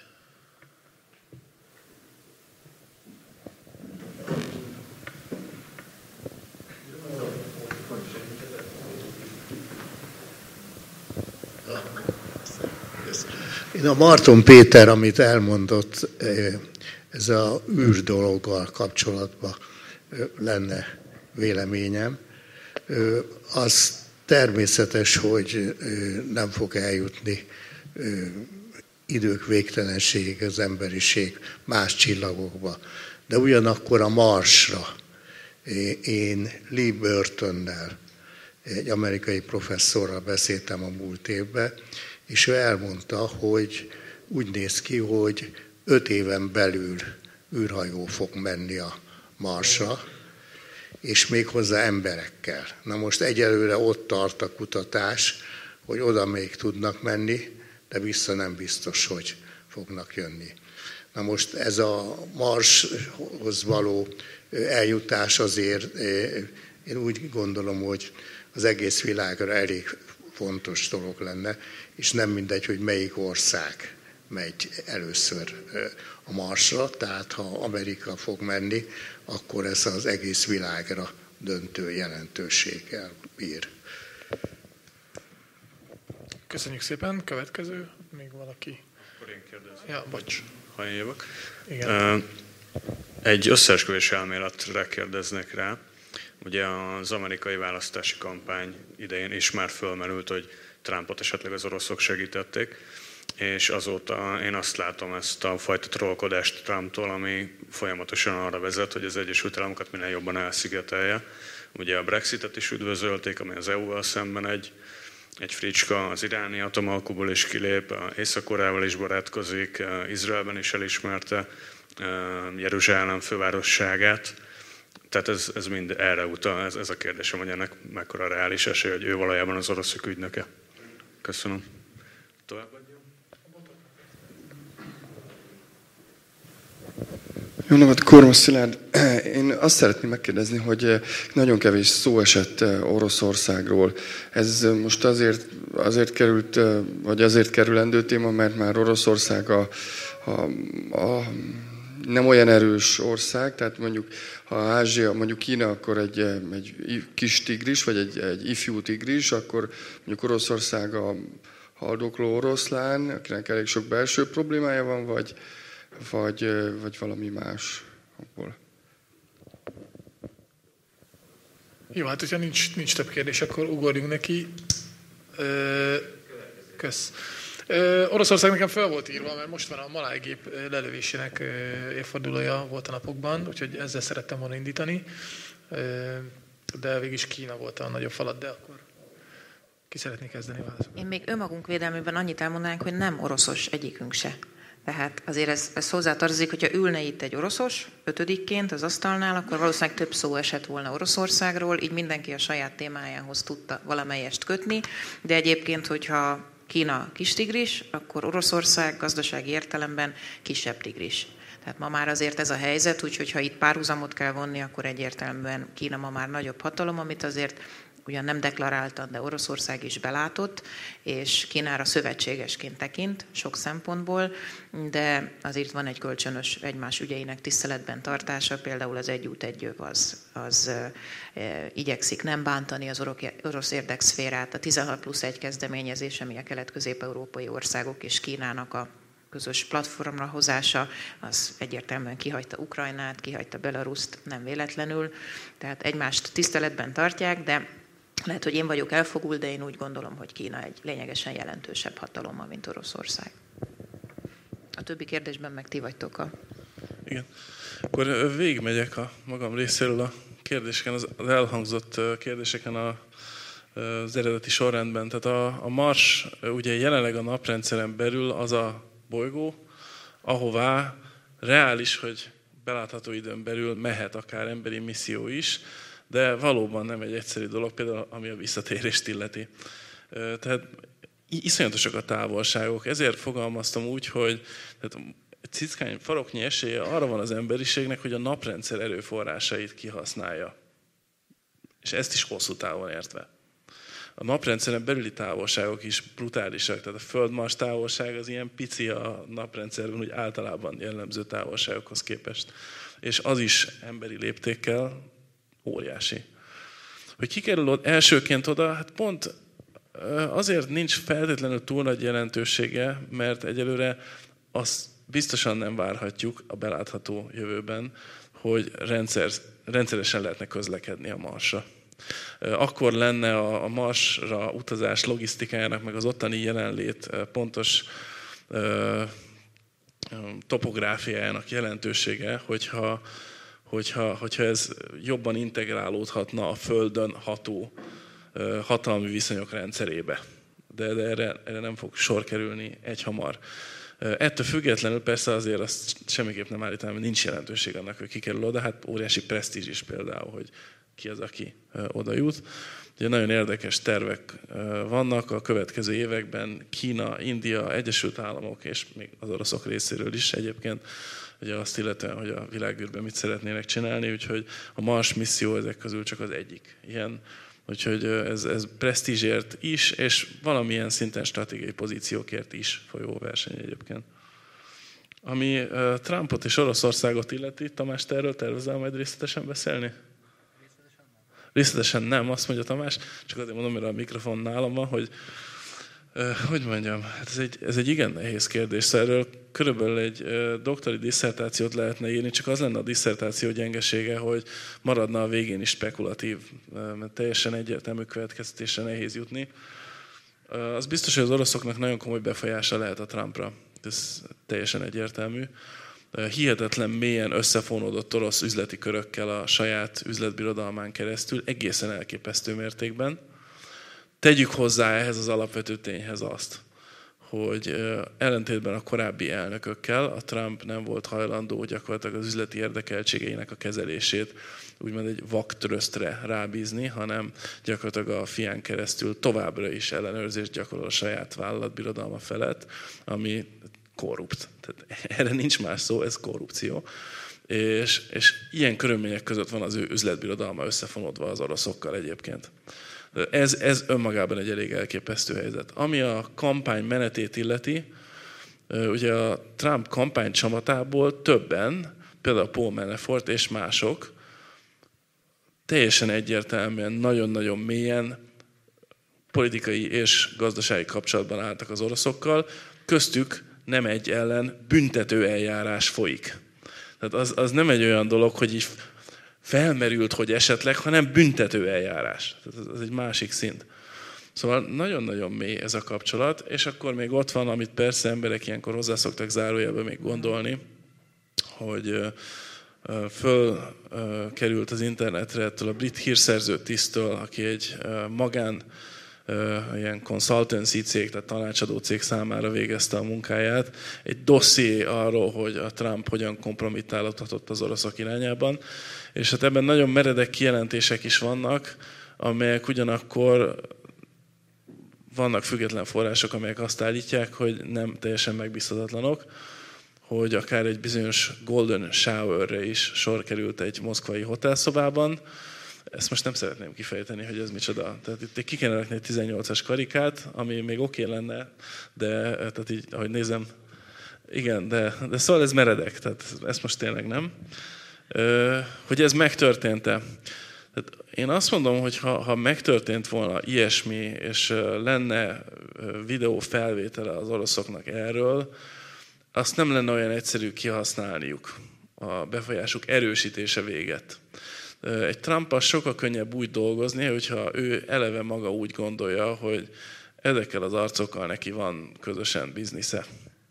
Én a Marton Péter, amit elmondott, ez a űr dologgal kapcsolatban lenne véleményem. Az természetes, hogy nem fog eljutni idők végtelenségig az emberiség más csillagokba. De ugyanakkor a Marsra én Lee Burtonnel, egy amerikai professzorral beszéltem a múlt évben, és ő elmondta, hogy úgy néz ki, hogy öt éven belül űrhajó fog menni a Marsra, és még hozzá emberekkel. Na most egyelőre ott tart a kutatás, hogy oda még tudnak menni, de vissza nem biztos, hogy fognak jönni. Na most ez a Marshoz való eljutás azért, én úgy gondolom, hogy az egész világra elég fontos dolog lenne, és nem mindegy, hogy melyik ország megy először a Marsra, tehát ha Amerika fog menni, akkor ez az egész világra döntő jelentőséggel bír. Köszönjük szépen. Következő, még valaki? Akkor én kérdezem. Ja, bocs. Ha én jövök. Igen. Egy összeesküvés elméletre kérdeznek rá. Ugye az amerikai választási kampány idején is már fölmerült, hogy Trumpot esetleg az oroszok segítették. és azóta én azt látom, ezt a fajta trollkodást Trumptól, ami folyamatosan arra vezet, hogy az Egyesült Államokat minél jobban elszigetelje. Ugye a Brexitet is üdvözölték, ami az é u-val szemben egy, egy fricska, az iráni atomalkuból is kilép, Észak-Koreával is barátkozik, Izraelben is elismerte Jeruzsálem fővárosságát. Tehát ez, ez mind erre utal, ez, ez a kérdésem, hogy ennek mekkora reális esély, hogy ő valójában az oroszok ügynöke. Köszönöm. Tovább adjam. Jó napot, Kormos Szilárd. Én azt szeretném megkérdezni, hogy nagyon kevés szó esett Oroszországról. Ez most azért, azért került, vagy azért kerülendő téma, mert már Oroszország a, a, a nem olyan erős ország, tehát mondjuk ha Ázsia, mondjuk Kína, akkor egy, egy kis tigris, vagy egy, egy ifjú tigris, akkor mondjuk Oroszország a haldokló oroszlán, akinek elég sok belső problémája van, vagy, vagy, vagy valami más. Jó, hát hogyha nincs, nincs több kérdés, akkor ugorjunk neki. Kösz. Oroszország nekem fel volt írva, mert most van a Maláj gép lelövésének évfordulója volt a napokban, úgyhogy ezzel szerettem volna indítani. De végig Kína volt a nagyobb falat, de akkor ki szeretné kezdeni válaszolni? Én még önmagunk védelmében annyit elmondanánk, hogy nem oroszos egyikünk se. Tehát azért ez, ez hozzátartozik, hogyha ülne itt egy oroszos, ötödikként az asztalnál, akkor valószínűleg több szó esett volna Oroszországról, így mindenki a saját témájához tudta valamelyest kötni, de egyébként, hogyha Kína kis tigris, akkor Oroszország gazdasági értelemben kisebb tigris. Tehát ma már azért ez a helyzet, úgyhogy ha itt párhuzamot kell vonni, akkor egyértelműen Kína ma már nagyobb hatalom, amit azért ugyan nem deklaráltan, de Oroszország is belátott, és Kínára szövetségesként tekint sok szempontból, de azért van egy kölcsönös egymás ügyeinek tiszteletben tartása, például az egy út egy jog az, az e, igyekszik nem bántani az orosz érdekszférát, a tizenhat plusz egy kezdeményezés, ami a kelet-közép-európai országok és Kínának a közös platformra hozása, az egyértelműen kihagyta Ukrajnát, kihagyta Belaruszt, nem véletlenül, tehát egymást tiszteletben tartják, de lehet, hogy én vagyok elfogult, de én úgy gondolom, hogy Kína egy lényegesen jelentősebb hatalom, mint Oroszország. A többi kérdésben meg ti vagytok a... Igen. Akkor végigmegyek a magam részéről a kérdéseken, az elhangzott kérdéseken a, az eredeti sorrendben. Tehát a, a Mars ugye jelenleg a naprendszeren belül az a bolygó, ahová reális, hogy belátható időn belül mehet akár emberi misszió is, de valóban nem egy egyszerű dolog, például ami a visszatérést illeti. Tehát iszonyatosak a távolságok, ezért fogalmaztam úgy, hogy tehát cickány faroknyi esélye arra van az emberiségnek, hogy a naprendszer erőforrásait kihasználja. És ezt is hosszú távon értve. A naprendszeren belüli távolságok is brutálisak, tehát a Föld-Mars távolság az ilyen pici a naprendszerben, úgy általában jellemző távolságokhoz képest. És az is emberi léptékkel óriási. Hogy kikerül elsőként oda, hát pont azért nincs feltétlenül túl nagy jelentősége, mert egyelőre azt biztosan nem várhatjuk a belátható jövőben, hogy rendszer, rendszeresen lehetne közlekedni a Marsra. Akkor lenne a Marsra utazás logisztikájának, meg az ottani jelenlét pontos topográfiájának jelentősége, hogyha, hogyha, hogyha ez jobban integrálódhatna a Földön ható hatalmi viszonyok rendszerébe. De, de erre, erre nem fog sor kerülni egyhamar. Ettől függetlenül persze azért azt semmiképp nem állítanám, hogy nincs jelentőség annak, hogy kikerül oda, hát óriási presztízs is például, hogy ki az, aki oda jut. Ugye nagyon érdekes tervek vannak a következő években, Kína, India, Egyesült Államok és még az oroszok részéről is egyébként, ugye azt illetően, hogy a világűrben mit szeretnének csinálni, úgyhogy a Mars misszió ezek közül csak az egyik ilyen. Úgyhogy ez, ez presztízsért is, és valamilyen szinten stratégiai pozíciókért is folyó verseny egyébként. Ami Trumpot és Oroszországot illeti, Tamás, te erről tervezel majd részletesen beszélni? Részletesen nem. Részletesen nem, azt mondja Tamás, csak azért mondom, mert a mikrofon nálam van, hogy hogy mondjam, hát ez egy, ez egy igen nehéz kérdés. Szóval erről körülbelül egy doktori disszertációt lehetne írni, csak az lenne a disszertáció gyengesége, hogy maradna a végén is spekulatív, mert teljesen egyértelmű következtetésre nehéz jutni. Az biztos, hogy az oroszoknak nagyon komoly befolyása lehet a Trumpra. Ez teljesen egyértelmű. Hihetetlen mélyen összefonódott orosz üzleti körökkel a saját üzletbirodalmán keresztül, egészen elképesztő mértékben. Tegyük hozzá ehhez az alapvető tényhez azt, hogy ellentétben a korábbi elnökökkel a Trump nem volt hajlandó gyakorlatilag az üzleti érdekeltségeinek a kezelését úgymond egy vaktrösztre rábízni, hanem gyakorlatilag a fián keresztül továbbra is ellenőrzést gyakorol a saját vállalatbirodalma felett, ami korrupt. Tehát erre nincs más szó, ez korrupció. És, és ilyen körülmények között van az ő üzletbirodalma összefonódva az oroszokkal egyébként. Ez, ez önmagában egy elég elképesztő helyzet. Ami a kampány menetét illeti, ugye a Trump kampány csamatából többen, például Paul Manafort és mások, teljesen egyértelműen, nagyon-nagyon mélyen politikai és gazdasági kapcsolatban álltak az oroszokkal, köztük nem egy ellen büntető eljárás folyik. Tehát az, az nem egy olyan dolog, hogy így felmerült, hogy esetleg, hanem büntető eljárás. Tehát ez egy másik szint. Szóval nagyon-nagyon mély ez a kapcsolat, és akkor még ott van, amit persze emberek ilyenkor hozzászoktak zárójelben még gondolni, hogy fölkerült az internetre ettől a brit hírszerző tisztől, aki egy magán ilyen consultancy cég, tehát tanácsadó cég számára végezte a munkáját, egy dosszié arról, hogy a Trump hogyan kompromittálódhatott az oroszok irányában, és hát ebben nagyon meredek kijelentések is vannak, amelyek ugyanakkor vannak független források, amelyek azt állítják, hogy nem teljesen megbízhatatlanok, hogy akár egy bizonyos golden showerre is sor került egy moszkvai hotelszobában. Ezt most nem szeretném kifejteni, hogy ez micsoda. Tehát itt ki kéne rakni egy tizennyolcas karikát, ami még oké okay lenne, de tehát így, ahogy nézem, igen, de, de szóval ez meredek, tehát ezt most tényleg nem. Hogy ez megtörtént-e? Tehát én azt mondom, hogy ha, ha megtörtént volna ilyesmi, és lenne videó felvétele az oroszoknak erről, azt nem lenne olyan egyszerű kihasználniuk a befolyásuk erősítése véget. Egy Trumpal sokkal könnyebb úgy dolgozni, hogyha ő eleve maga úgy gondolja, hogy ezekkel az arcokkal neki van közösen biznisze.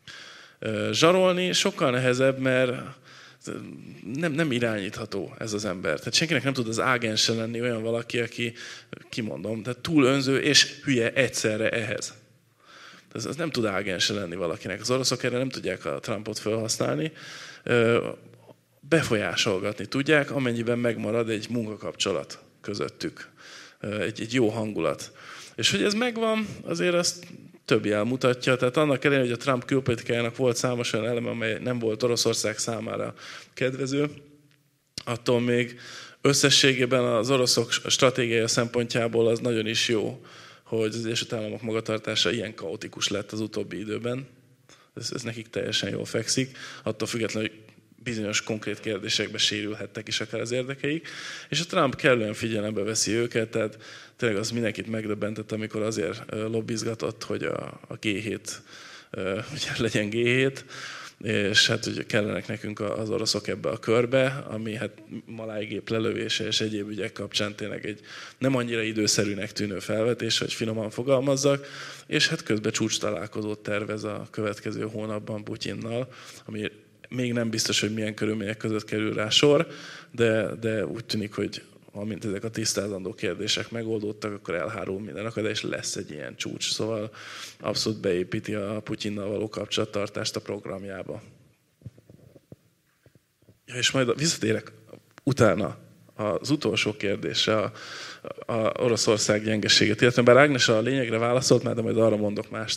Zsarolni sokkal nehezebb, mert nem, nem irányítható ez az ember. Tehát senkinek nem tud az ágense lenni olyan valaki, aki, kimondom, tehát túl önző és hülye egyszerre ehhez. Ez, ez nem tud ágense lenni valakinek. Az oroszok erre nem tudják a Trumpot felhasználni. Befolyásolgatni tudják, amennyiben megmarad egy munkakapcsolat közöttük. Egy, egy jó hangulat. És hogy ez megvan, azért azt több jel mutatja. Tehát annak ellenére, hogy a Trump külpolitikájának volt számos olyan eleme, amely nem volt Oroszország számára kedvező, attól még összességében az oroszok stratégiája szempontjából az nagyon is jó, hogy az Egyesült Államok magatartása ilyen kaotikus lett az utóbbi időben. Ez, ez nekik teljesen jól fekszik. Attól függetlenül, hogy bizonyos konkrét kérdésekbe sérülhettek is akár az érdekeik, és a Trump kellően figyelembe veszi őket, tehát tényleg az mindenkit megdöbbentett, amikor azért lobbizgatott, hogy a, a gé hét ugye legyen gé hét, és hát ugye kellenek nekünk az oroszok ebbe a körbe, ami hát malájgép lelövése és egyéb ügyek kapcsán tényleg egy nem annyira időszerűnek tűnő felvetés, hogy finoman fogalmazzak, és hát közben csúcs találkozót tervez a következő hónapban Putyinnal, ami még nem biztos, hogy milyen körülmények között kerül rá sor, de, de úgy tűnik, hogy amint ezek a tisztázandó kérdések megoldódtak, akkor elhárul minden akad, és lesz egy ilyen csúcs. Szóval abszolút beépíti a Putyinnal való kapcsolattartást a programjába. Ja, és majd visszatérek utána az utolsó kérdésre, a, a Oroszország gyengeségét. Illetve bár Ágnes a lényegre válaszolt már, de majd arra mondok mást.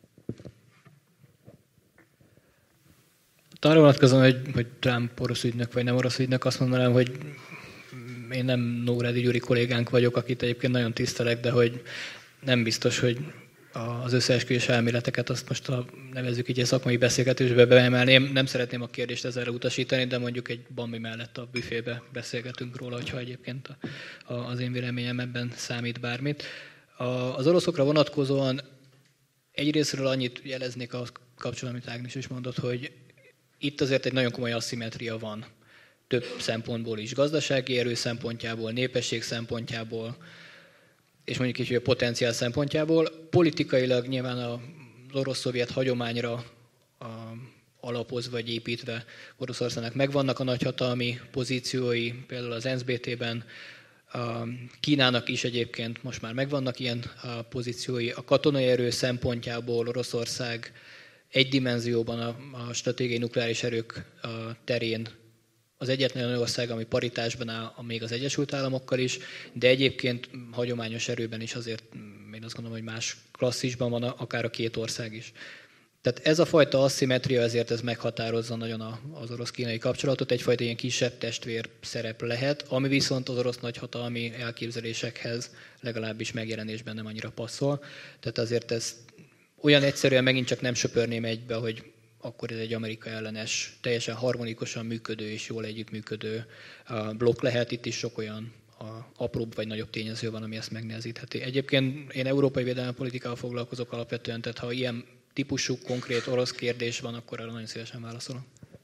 Arra vonatkozom, hogy, hogy Trump orosz ügynök vagy nem orosz ügynök, azt mondanám, hogy én nem Nógrádi Gyuri kollégánk vagyok, akit egyébként nagyon tisztelek, de hogy nem biztos, hogy az összeesküvés elméleteket azt most a, nevezzük így egy szakmai beszélgetésbe beemelném. Nem szeretném a kérdést ezzel utasítani, de mondjuk egy bambi mellett a büfébe beszélgetünk róla, hogyha egyébként a, a, az én véleményem ebben számít bármit. A, az oroszokra vonatkozóan egyrésztről annyit jeleznék a kapcsolatban, amit Ágnes is mondott, hogy itt azért egy nagyon komoly asszimetria van. Több szempontból is, gazdasági erő szempontjából, népesség szempontjából. és mondjuk így, hogy a potenciál szempontjából. Politikailag nyilván az orosz-szovjet hagyományra a, alapozva vagy építve Oroszországnak megvannak a nagyhatalmi pozíciói, például az en es bé té-ben, a Kínának is egyébként most már megvannak ilyen a pozíciói. A katonai erő szempontjából Oroszország egy dimenzióban a, a stratégiai nukleáris erők a terén az egyetlen olyan ország, ami paritásban áll még az Egyesült Államokkal is, de egyébként hagyományos erőben is azért én azt gondolom, hogy más klasszisban van akár a két ország is. Tehát ez a fajta asszimetria azért ez meghatározza nagyon az orosz-kínai kapcsolatot, egyfajta ilyen kisebb testvér szerep lehet, ami viszont az orosz nagyhatalmi elképzelésekhez legalábbis megjelenésben nem annyira passzol. Tehát azért ez olyan egyszerűen megint csak nem söpörném egybe, hogy akkor ez egy Amerika ellenes, teljesen harmonikusan működő és jól együttműködő blokk lehet. Itt is sok olyan apróbb vagy nagyobb tényező van, ami ezt megnehezítheti. Egyébként én európai védelmi politikával foglalkozok alapvetően, tehát ha ilyen típusú konkrét orosz kérdés van, akkor arra nagyon szívesen válaszolom.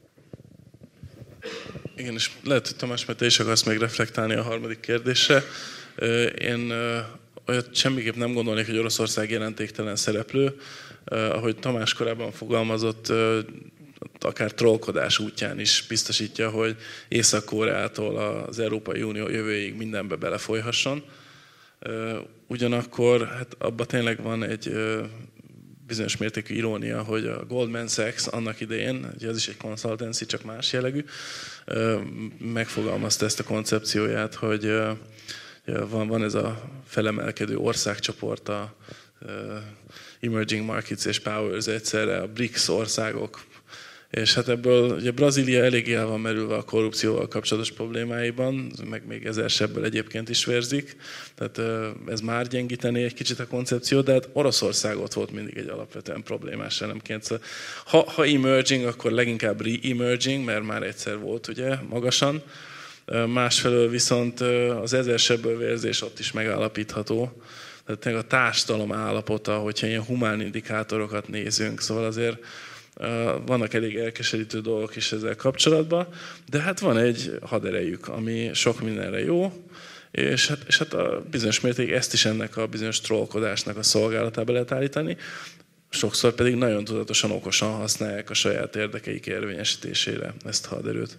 Igen, és lehet, hogy Tamás, mert te is akarsz még reflektálni a harmadik kérdésre. Én olyat semmiképp nem gondolnék, hogy Oroszország jelentéktelen szereplő. Ahogy Tamás korábban fogalmazott, akár trollkodás útján is biztosítja, hogy Észak-Koreától az Európai Unió jövőjéig mindenbe belefolyhasson. Ugyanakkor hát abban tényleg van egy bizonyos mértékű irónia, hogy a Goldman Sachs annak idején, ugye az is egy consultancy, csak más jellegű, megfogalmazta ezt a koncepcióját, hogy van, van ez a felemelkedő országcsoport, a Emerging Markets és Powers egyszerre, a BRICS országok, és hát ebből ugye Brazília eléggé el van merülve a korrupcióval kapcsolatos problémáiban, meg még ezer sebből egyébként is vérzik, tehát ez már gyengítené egy kicsit a koncepciót, de hát Oroszország ott volt mindig egy alapvetően problémás elemként. Ha, ha emerging, akkor leginkább re-emerging, mert már egyszer volt ugye magasan, másfelől viszont az ezer sebből vérzés ott is megállapítható, tehát a társadalom állapota, hogyha ilyen humán indikátorokat nézünk, szóval azért vannak elég elkeserítő dolgok is ezzel kapcsolatban, de hát van egy haderejük, ami sok mindenre jó, és hát, és hát a bizonyos mértékig ezt is ennek a bizonyos trollkodásnak a szolgálatába lehet állítani, sokszor pedig nagyon tudatosan, okosan használják a saját érdekeik érvényesítésére ezt a haderőt.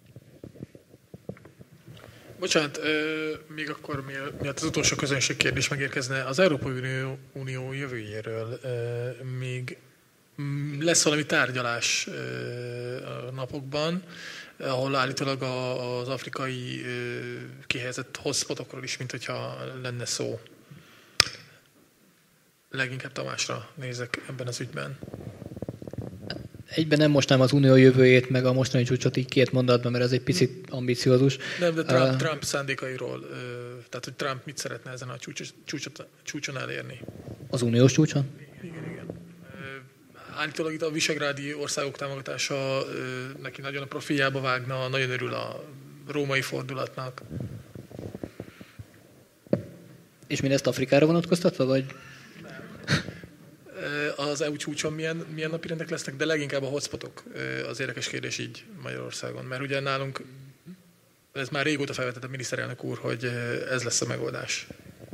Bocsánat, még akkor miatt az utolsó közönség kérdés megérkezne, az Európai Unió, Unió jövőjéről még lesz valami tárgyalás a napokban, ahol állítólag az afrikai kihelyezett hotspotokról is, mint hogyha lenne szó. Leginkább Tamásra nézek ebben az ügyben. Egyben nem mostnám az unió jövőjét, meg a mostani csúcsot így két mondatban, mert ez egy picit ambiciózus. Nem, de Trump, uh, Trump szándékairól, tehát hogy Trump mit szeretne ezen a csúcs, csúcsot, csúcson elérni. Az uniós csúcson? Igen, igen. Állítólag itt a visegrádi országok támogatása neki nagyon a profiljába vágna, nagyon örül a római fordulatnak. És mindezt Afrikára vonatkoztatva, vagy? Az é u csúcson milyen, milyen napirendek lesznek, de leginkább a hotspotok az érdekes kérdés így Magyarországon. Mert ugye nálunk, ez már régóta felvetett a miniszterelnök úr, hogy ez lesz a megoldás.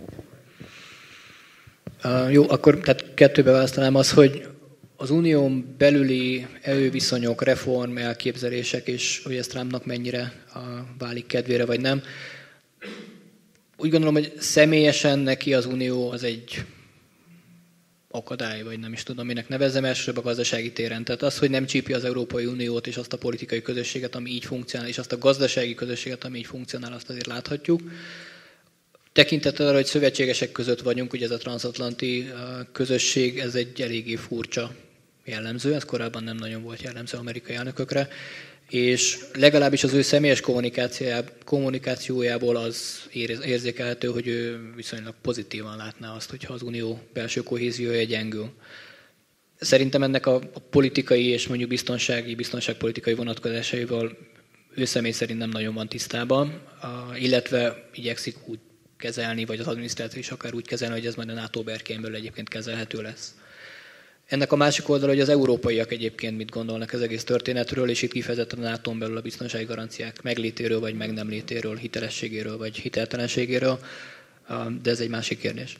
Uh, jó, akkor tehát kettőbe választanám az, hogy az unión belüli erőviszonyok, reform, elképzelések, és hogy ez Trumpnak mennyire uh, válik kedvére, vagy nem. Úgy gondolom, hogy személyesen neki az unió az egy akadály, vagy nem is tudom, minek nevezzem, elsősorban a gazdasági téren. Tehát az, hogy nem csípi az Európai Uniót és azt a politikai közösséget, ami így funkcionál, és azt a gazdasági közösséget, ami így funkcionál, azt azért láthatjuk. Tekintettel arra, hogy szövetségesek között vagyunk, ugye ez a transatlanti közösség, ez egy eléggé furcsa jellemző, ez korábban nem nagyon volt jellemző amerikai elnökökre, és legalábbis az ő személyes kommunikációjából az érzékelhető, hogy ő viszonylag pozitívan látná azt, hogyha az unió belső kohéziója gyengül. Szerintem ennek a politikai és mondjuk biztonsági, biztonságpolitikai vonatkozásaival ő személy szerint nem nagyon van tisztában, illetve igyekszik úgy kezelni, vagy az adminisztráció is akár úgy kezelni, hogy ez majd a NATO berkein belül egyébként kezelhető lesz. Ennek a másik oldala, hogy az európaiak egyébként mit gondolnak az egész történetről, és itt kifejezetten a nátón belül a biztonsági garanciák meglétéről, vagy meg nem létéről, hitelességéről, vagy hiteltelenségéről. de ez egy másik kérdés.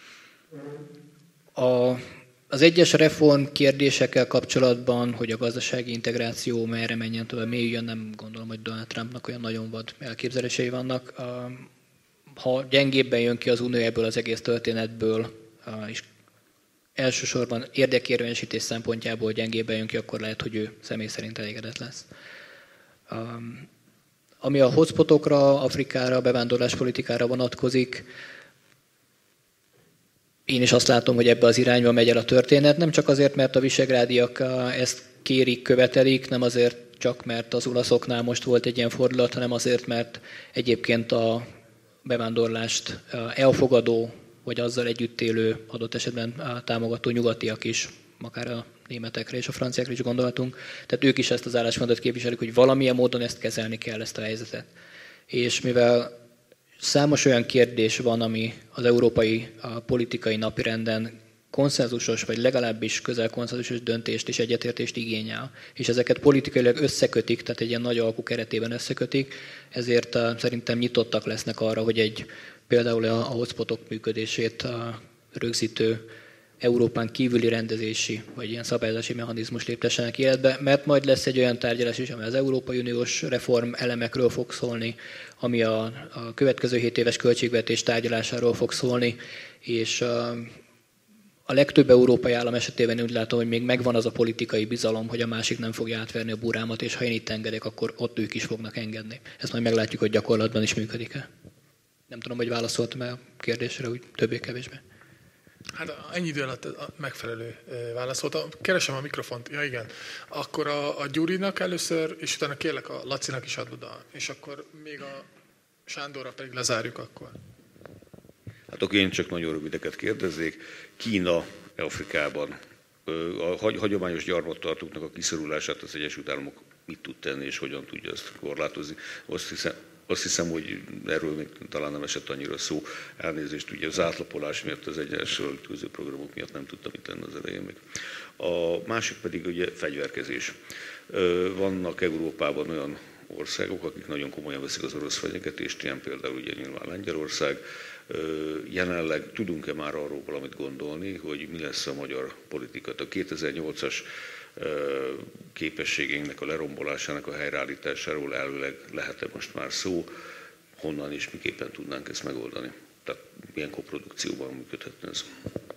A, az egyes reform kérdésekkel kapcsolatban, hogy a gazdasági integráció merre menjen tovább, mélyüljön, nem gondolom, hogy Donald Trumpnak olyan nagyon vad elképzelései vannak. Ha gyengébben jön ki az Unió ebből az egész történetből, és elsősorban érdekérvényesítés szempontjából gyengébben jön ki, akkor lehet, hogy ő személy szerint elégedett lesz. Ami a hotspotokra, Afrikára, bevándorláspolitikára vonatkozik, én is azt látom, hogy ebbe az irányba megy el a történet, nem csak azért, mert a visegrádiak ezt kérik, követelik, nem azért csak, mert az olaszoknál most volt egy ilyen fordulat, hanem azért, mert egyébként a bevándorlást elfogadó, vagy azzal együtt élő, adott esetben támogató nyugatiak is, akár a németekre és a franciákra is gondolhatunk, tehát ők is ezt az álláspontot képviselik, hogy valamilyen módon ezt kezelni kell, ezt a helyzetet. És mivel számos olyan kérdés van, ami az európai a politikai napirenden konszenzusos, vagy legalábbis közel konszenzusos döntést és egyetértést igényel, és ezeket politikailag összekötik, tehát egy ilyen nagy alkú keretében összekötik, ezért szerintem nyitottak lesznek arra, hogy egy például a hotspotok működését rögzítő Európán kívüli rendezési, vagy ilyen szabályozási mechanizmus léptessenek életbe, mert majd lesz egy olyan tárgyalás is, ami az Európai Uniós reform elemekről fog szólni, ami a, a következő hét éves költségvetés tárgyalásáról fog szólni, és a, a legtöbb európai állam esetében úgy látom, hogy még megvan az a politikai bizalom, hogy a másik nem fogja átverni a burámat, és ha én itt engedek, akkor ott ők is fognak engedni. Ezt majd meglátjuk, hogy gyakorlatban is működik-e. Nem tudom, hogy válaszoltam el a kérdésre, úgy többé-kevésbé. Hát ennyi idő alatt megfelelő válasz volt. Keresem a mikrofont. Ja, igen. Akkor a, a Gyurinak először, és utána kérlek a Lacinak is ad oda. És akkor még a Sándorra pedig lezárjuk akkor. Hát akkor én csak nagyon rövideket kérdezzék. Kína Afrikában a hagyományos gyarmattartóknak a kiszorulását az Egyesült Államok mit tud tenni, és hogyan tudja ezt korlátozni? Azt hiszem, Azt hiszem, hogy erről még talán nem esett annyira szó. Elnézést, ugye az átlapolás miatt, az egyes ütköző programok miatt nem tudtam itt lenni az elején még. A másik pedig ugye fegyverkezés. Vannak Európában olyan országok, akik nagyon komolyan veszik az orosz fenyegetést, ilyen például ugye nyilván Lengyelország. Jelenleg tudunk-e már arról valamit gondolni, hogy mi lesz a magyar politika? A kétezer-nyolcas képességeinknek a lerombolásának a helyreállításáról elvileg lehet-e most már szó, honnan és miképpen tudnánk ezt megoldani? Tehát milyen koprodukcióban működhetne ez?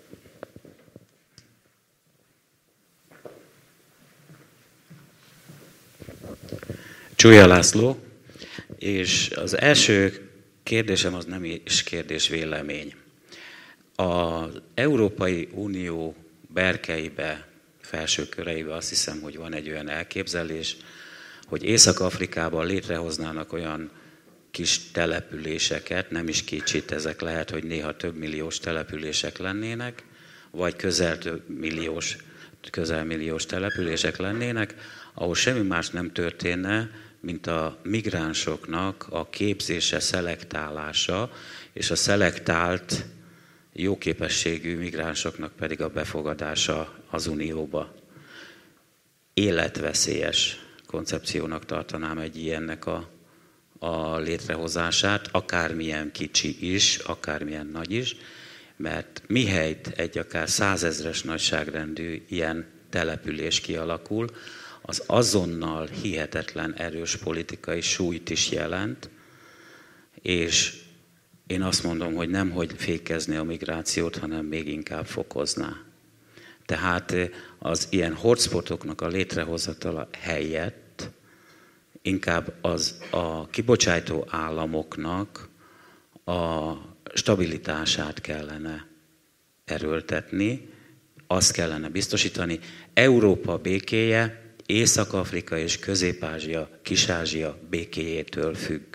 Csúlya László, és az első kérdésem az nem is kérdés, vélemény. Az Európai Unió berkeibe, felső köreibe azt hiszem, hogy van egy olyan elképzelés, hogy Észak-Afrikában létrehoznának olyan kis településeket, nem is kicsit, ezek lehet, hogy néha több milliós települések lennének, vagy közel több milliós, közel milliós települések lennének, ahol semmi más nem történne, mint a migránsoknak a képzése, szelektálása, és a szelektált jó képességű migránsoknak pedig a befogadása az Unióba. Életveszélyes koncepciónak tartanám egy ilyennek a, a létrehozását, akármilyen kicsi is, akármilyen nagy is, mert mihelyt egy akár százezres nagyságrendű ilyen település kialakul, az azonnal hihetetlen erős politikai súlyt is jelent, és én azt mondom, hogy nem, hogy fékezni a migrációt, hanem még inkább fokozná. Tehát az ilyen hotspotoknak a létrehozatala helyett inkább az a kibocsátó államoknak a stabilitását kellene erőltetni, azt kellene biztosítani. Európa békéje Észak-Afrika és Közép-Ázsia, Kis-Ázsia békéjétől függ.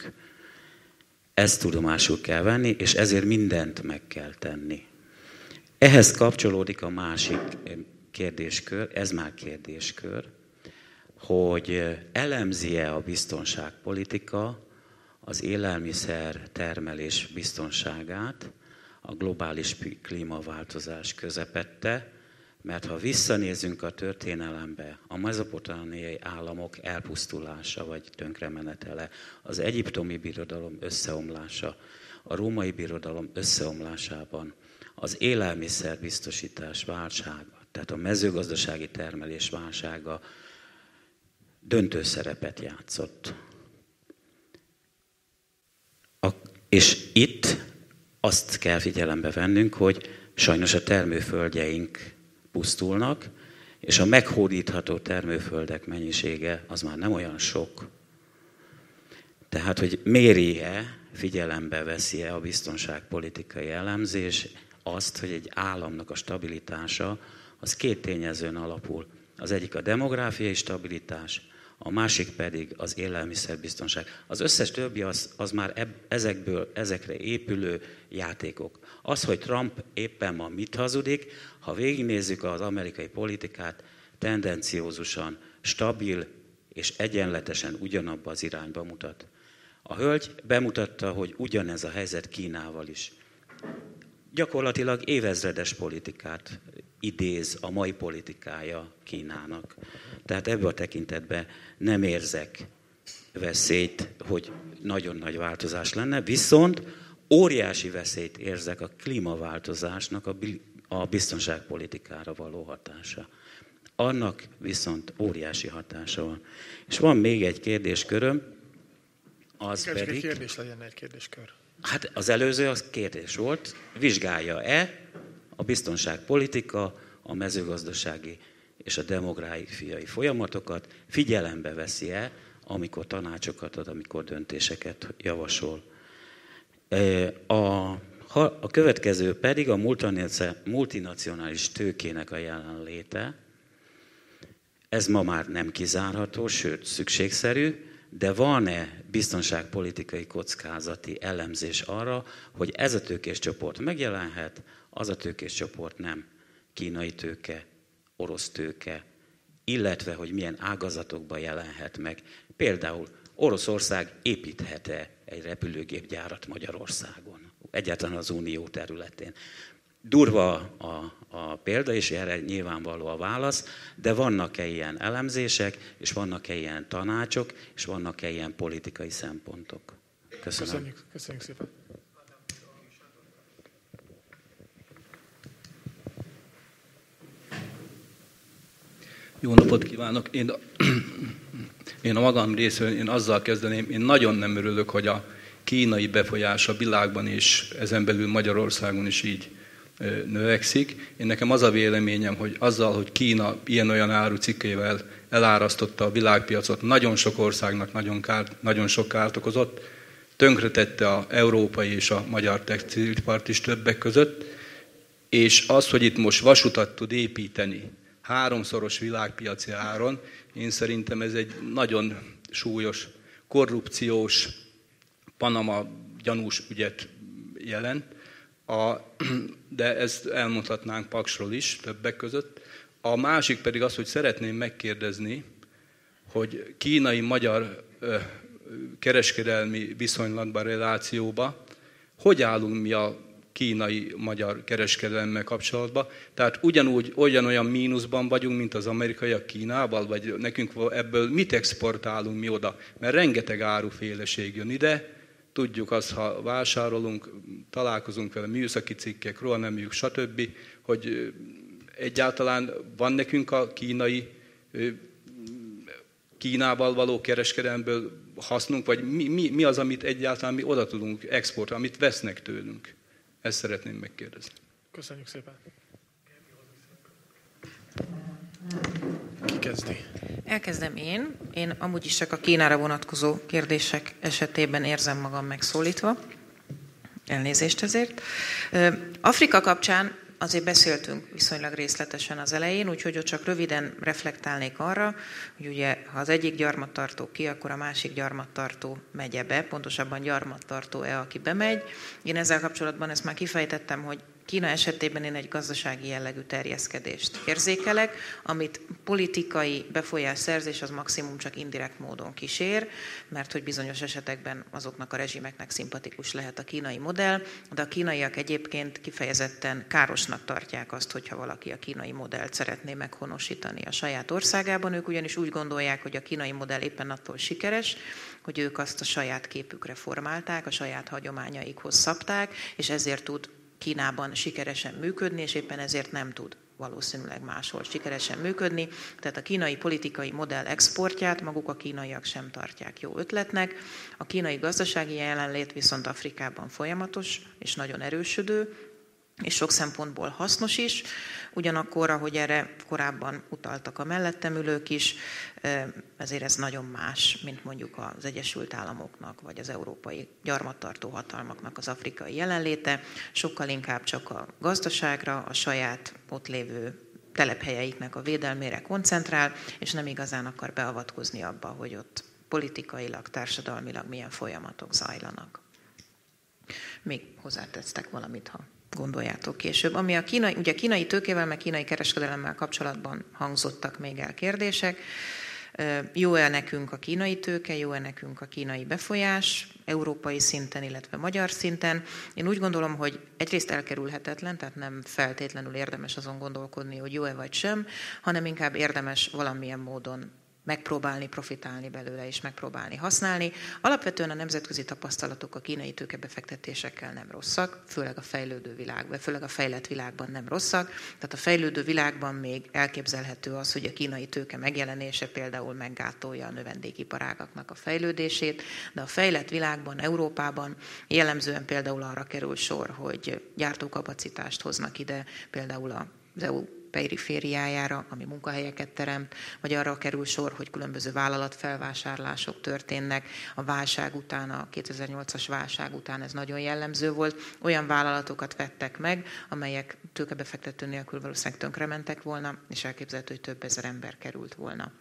Ezt tudomásul kell venni, és ezért mindent meg kell tenni. Ehhez kapcsolódik a másik kérdéskör, ez már kérdéskör, hogy elemzi-e a biztonságpolitika az élelmiszer termelés biztonságát a globális klímaváltozás közepette, Mert ha visszanézünk a történelembe, a mezopotámiai államok elpusztulása vagy tönkremenetele, az egyiptomi birodalom összeomlása, a római birodalom összeomlásában, az élelmiszerbiztosítás válsága, tehát a mezőgazdasági termelés válsága döntő szerepet játszott. A, és itt azt kell figyelembe vennünk, hogy sajnos a termőföldjeink pusztulnak, és a meghódítható termőföldek mennyisége az már nem olyan sok. Tehát, hogy méri-e, figyelembe veszi-e a biztonságpolitikai elemzés azt, hogy egy államnak a stabilitása az két tényezőn alapul. Az egyik a demográfiai stabilitás, a másik pedig az élelmiszerbiztonság. Az összes többi az, az már eb, ezekből, ezekre épülő játékok. Az, hogy Trump éppen ma mit hazudik, ha végignézzük az amerikai politikát, tendenciózusan, stabil és egyenletesen ugyanabba az irányba mutat. A hölgy bemutatta, hogy ugyanez a helyzet Kínával is. Gyakorlatilag évezredes politikát idéz a mai politikája Kínának. Tehát ebben a tekintetben nem érzek veszélyt, hogy nagyon nagy változás lenne, viszont óriási veszélyt érzek a klímaváltozásnak a biztonságpolitikára való hatása. Annak viszont óriási hatása van. És van még egy kérdésköröm, az Csak pedig... egy kérdés legyen, egy kérdéskör. Hát az előző az kérdés volt, vizsgálja-e a biztonságpolitika, a mezőgazdasági és a demográfiai folyamatokat, figyelembe veszi-e, amikor tanácsokat ad, amikor döntéseket javasol. A, a következő pedig a multinacionális tőkének a jelenléte. Ez ma már nem kizárható, sőt szükségszerű, de van-e biztonságpolitikai kockázati elemzés arra, hogy ez a tőkés csoport megjelenhet, az a tőkés csoport nem kínai tőke, orosz tőke, illetve hogy milyen ágazatokban jelenhet meg. Például Oroszország építhet-e egy repülőgépgyárat Magyarországon, egyáltalán az Unió területén. Durva a, a példa, és erre nyilvánvaló a válasz, de vannak-e ilyen elemzések, és vannak-e ilyen tanácsok, és vannak-e ilyen politikai szempontok? Köszönöm. Köszönjük, köszönjük szépen. Jó napot kívánok! Én a, én a magam részéről én azzal kezdeném, én nagyon nem örülök, hogy a kínai befolyás a világban és ezen belül Magyarországon is így növekszik. Én nekem az a véleményem, hogy azzal, hogy Kína ilyen-olyan árucikkével elárasztotta a világpiacot, nagyon sok országnak nagyon, kárt, nagyon sok kárt okozott, tönkretette az európai és a magyar textilipart is többek között, és az, hogy itt most vasutat tud építeni háromszoros világpiaci áron, én szerintem ez egy nagyon súlyos korrupciós, Panama gyanús ügyet jelent. A, de ezt elmondhatnánk Paksról is, többek között. A másik pedig az, hogy szeretném megkérdezni, hogy kínai-magyar kereskedelmi viszonylatban, relációban, hogy állunk mi a kínai-magyar kereskedelemmel kapcsolatban? Tehát ugyanúgy, ugyanolyan mínuszban vagyunk, mint az amerikaiak Kínával, vagy nekünk ebből mit exportálunk mi oda? Mert rengeteg áruféleség jön ide, tudjuk azt, ha vásárolunk, találkozunk vele műszaki cikkek, rohaneműk, stb., hogy egyáltalán van nekünk a kínai, Kínával való kereskedelemből hasznunk, vagy mi, mi, mi az, amit egyáltalán mi oda tudunk exportálni, amit vesznek tőlünk? Ezt szeretném megkérdezni. Köszönjük szépen. Ki kezdi? Elkezdem én. Én amúgy is csak a Kínára vonatkozó kérdések esetében érzem magam megszólítva. Elnézést ezért. Afrika kapcsán azért beszéltünk viszonylag részletesen az elején, úgyhogy ott csak röviden reflektálnék arra, hogy ugye, ha az egyik gyarmattartó ki, akkor a másik gyarmattartó megye be, pontosabban gyarmattartó-e, aki bemegy. Én ezzel kapcsolatban ezt már kifejtettem, hogy Kína esetében én egy gazdasági jellegű terjeszkedést érzékelek, amit politikai befolyásszerzés az maximum csak indirekt módon kísér, mert hogy bizonyos esetekben azoknak a rezsimeknek szimpatikus lehet a kínai modell, de a kínaiak egyébként kifejezetten károsnak tartják azt, hogyha valaki a kínai modellt szeretné meghonosítani a saját országában. Ők ugyanis úgy gondolják, hogy a kínai modell éppen attól sikeres, hogy ők azt a saját képükre formálták, a saját hagyományaikhoz szabták, és ezért tud Kínában sikeresen működni, és éppen ezért nem tud valószínűleg máshol sikeresen működni. Tehát a kínai politikai modell exportját maguk a kínaiak sem tartják jó ötletnek. A kínai gazdasági jelenlét viszont Afrikában folyamatos és nagyon erősödő, és sok szempontból hasznos is. Ugyanakkor, ahogy erre korábban utaltak a mellettem ülők is, ezért ez nagyon más, mint mondjuk az Egyesült Államoknak, vagy az európai gyarmattartó hatalmaknak az afrikai jelenléte. Sokkal inkább csak a gazdaságra, a saját ott lévő telephelyeiknek a védelmére koncentrál, és nem igazán akar beavatkozni abba, hogy ott politikailag, társadalmilag milyen folyamatok zajlanak. Még hozzátesztek valamit, ha gondoljátok később. Ami a kínai, ugye a kínai tőkével, meg kínai kereskedelemmel kapcsolatban hangzottak még el kérdések. Jó-e nekünk a kínai tőke, jó-e nekünk a kínai befolyás, európai szinten, illetve magyar szinten? Én úgy gondolom, hogy egyrészt elkerülhetetlen, tehát nem feltétlenül érdemes azon gondolkodni, hogy jó-e vagy sem, hanem inkább érdemes valamilyen módon megpróbálni profitálni belőle és megpróbálni használni. Alapvetően a nemzetközi tapasztalatok a kínai tőkebefektetésekkel nem rosszak, főleg a fejlődő világban, főleg a fejlett világban nem rosszak. Tehát a fejlődő világban még elképzelhető az, hogy a kínai tőke megjelenése például meggátolja a növendékiparágaknak a fejlődését, de a fejlett világban, Európában jellemzően például arra kerül sor, hogy gyártókapacitást hoznak ide, például az é u perifériájára, ami munkahelyeket teremt, vagy arra kerül sor, hogy különböző vállalatfelvásárlások történnek. A válság után, a kétezer-nyolcas válság után ez nagyon jellemző volt. Olyan vállalatokat vettek meg, amelyek tőkebefektető nélkül valószínűleg tönkrementek volna, és elképzelhető, hogy több ezer ember került volna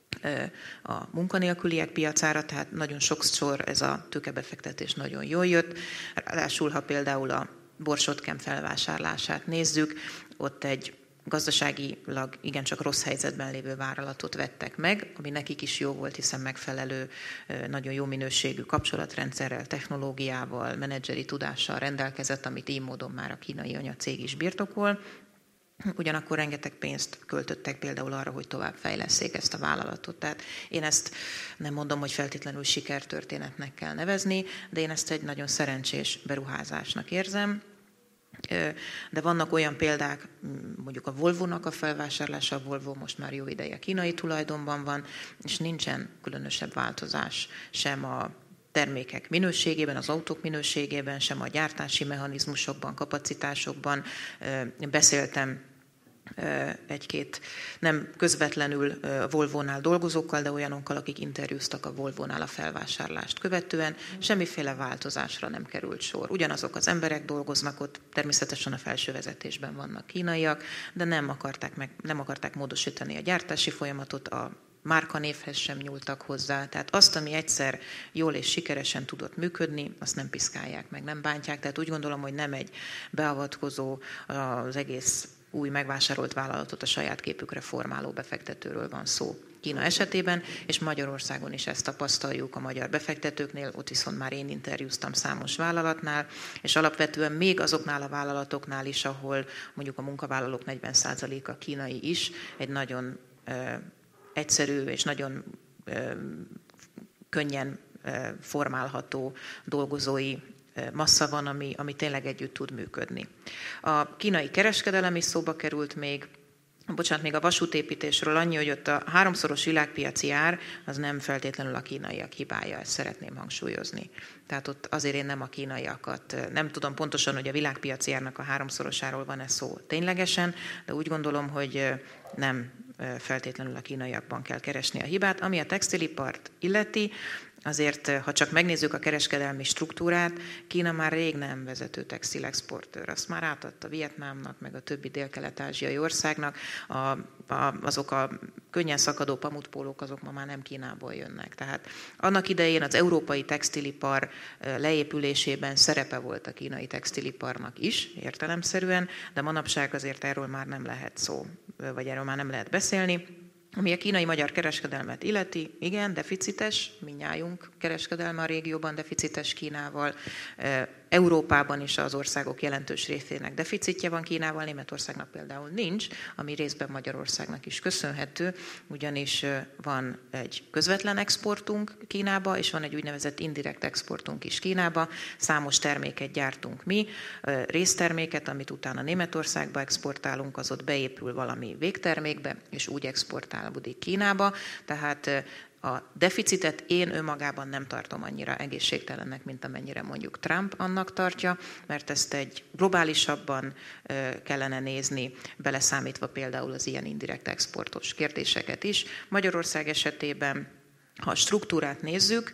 a munkanélküliek piacára, tehát nagyon sokszor ez a tőkebefektetés nagyon jól jött. Ráadásul, ha például a Borsodkem felvásárlását nézzük, ott egy gazdaságilag igencsak rossz helyzetben lévő vállalatot vettek meg, ami nekik is jó volt, hiszen megfelelő, nagyon jó minőségű kapcsolatrendszerrel, technológiával, menedzseri tudással rendelkezett, amit így módon már a kínai anyacég is birtokol. Ugyanakkor rengeteg pénzt költöttek például arra, hogy tovább fejlesszék ezt a vállalatot. Tehát én ezt nem mondom, hogy feltétlenül sikertörténetnek kell nevezni, de én ezt egy nagyon szerencsés beruházásnak érzem. De vannak olyan példák, mondjuk a Volvo-nak a felvásárlása, a Volvo most már jó ideje kínai tulajdonban van, és nincsen különösebb változás sem a termékek minőségében, az autók minőségében, sem a gyártási mechanizmusokban, kapacitásokban. Beszéltem egy-két nem közvetlenül Volvo-nál dolgozókkal, de olyanokkal, akik interjúztak a Volvo-nál a felvásárlást követően, semmiféle változásra nem került sor. Ugyanazok az emberek dolgoznak ott, természetesen a felső vezetésben vannak kínaiak, de nem akarták, meg, nem akarták módosítani a gyártási folyamatot, a márkanévhez sem nyúltak hozzá. Tehát azt, ami egyszer jól és sikeresen tudott működni, azt nem piszkálják meg, nem bántják. Tehát úgy gondolom, hogy nem egy beavatkozó az egész új megvásárolt vállalatot a saját képükre formáló befektetőről van szó Kína esetében, és Magyarországon is ezt tapasztaljuk a magyar befektetőknél, ott viszont már én interjúztam számos vállalatnál, és alapvetően még azoknál a vállalatoknál is, ahol mondjuk a munkavállalók negyven százaléka kínai is, egy nagyon eh, egyszerű és nagyon eh, könnyen eh, formálható dolgozói massza van, ami, ami tényleg együtt tud működni. A kínai kereskedelem is szóba került még, bocsánat, még a vasútépítésről annyi, hogy ott a háromszoros világpiaci ár az nem feltétlenül a kínaiak hibája, ezt szeretném hangsúlyozni. Tehát ott azért én nem a kínaiakat, nem tudom pontosan, hogy a világpiaci árnak a háromszorosáról van-e szó ténylegesen, de úgy gondolom, hogy nem feltétlenül a kínaiakban kell keresni a hibát. Ami a textilipart illeti, Azért, ha csak megnézzük a kereskedelmi struktúrát, Kína már rég nem vezető textilexportőr. Azt már átadta Vietnámnak, meg a többi dél-kelet-ázsiai országnak. A, a, azok a könnyen szakadó pamutpólók, azok ma már nem Kínából jönnek. Tehát annak idején az európai textilipar leépülésében szerepe volt a kínai textiliparnak is, értelemszerűen, de manapság azért erről már nem lehet szó, vagy erről már nem lehet beszélni. Ami a kínai-magyar kereskedelmet illeti, igen, deficites, mindnyájunk kereskedelme a régióban deficites Kínával. Európában is az országok jelentős részének deficitje van Kínával, Németországnak például nincs, ami részben Magyarországnak is köszönhető, ugyanis van egy közvetlen exportunk Kínába, és van egy úgynevezett indirekt exportunk is Kínába. Számos terméket gyártunk mi, részterméket, amit utána Németországba exportálunk, az ott beépül valami végtermékbe, és úgy exportálódik Kínába, tehát a deficitet én önmagában nem tartom annyira egészségtelennek, mint amennyire mondjuk Trump annak tartja, mert ezt egy globálisabban kellene nézni, beleszámítva például az ilyen indirekt exportos kérdéseket is. Magyarország esetében, ha a struktúrát nézzük,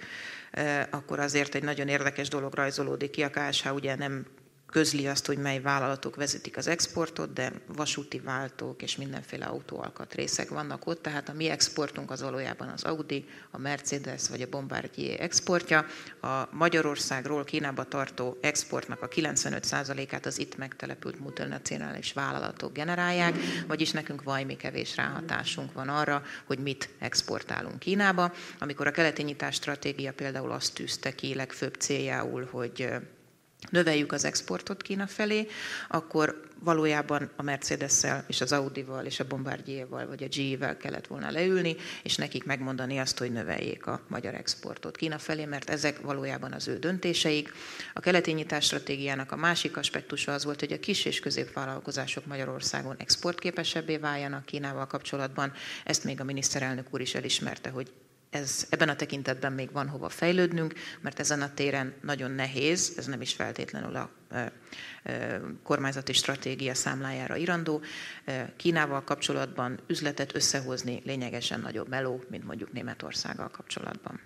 akkor azért egy nagyon érdekes dolog rajzolódik ki. A ká es há ugye nem közli azt, hogy mely vállalatok vezetik az exportot, de vasúti váltók és mindenféle autóalkatrészek vannak ott, tehát a mi exportunk az valójában az Audi, a Mercedes vagy a Bombardier exportja. A Magyarországról Kínába tartó exportnak a kilencvenöt százalékát az itt megtelepült multinacionális vállalatok generálják, vagyis nekünk vajmi kevés ráhatásunk van arra, hogy mit exportálunk Kínába. Amikor a keleti nyitás stratégia például azt tűzte ki legfőbb céljául, hogy növeljük az exportot Kína felé, akkor valójában a Mercedes-szel és az Audival és a Bombardierval vagy a gé é-vel kellett volna leülni, és nekik megmondani azt, hogy növeljék a magyar exportot Kína felé, mert ezek valójában az ő döntéseik. A keleti nyitás stratégiának a másik aspektusa az volt, hogy a kis és középvállalkozások Magyarországon exportképesebbé váljanak Kínával kapcsolatban. Ezt még a miniszterelnök úr is elismerte, hogy Ez, ebben a tekintetben még van hova fejlődnünk, mert ezen a téren nagyon nehéz, ez nem is feltétlenül a e, e, kormányzati stratégia számlájára irandó, e, Kínával kapcsolatban üzletet összehozni lényegesen nagyobb meló, mint mondjuk Németországgal kapcsolatban.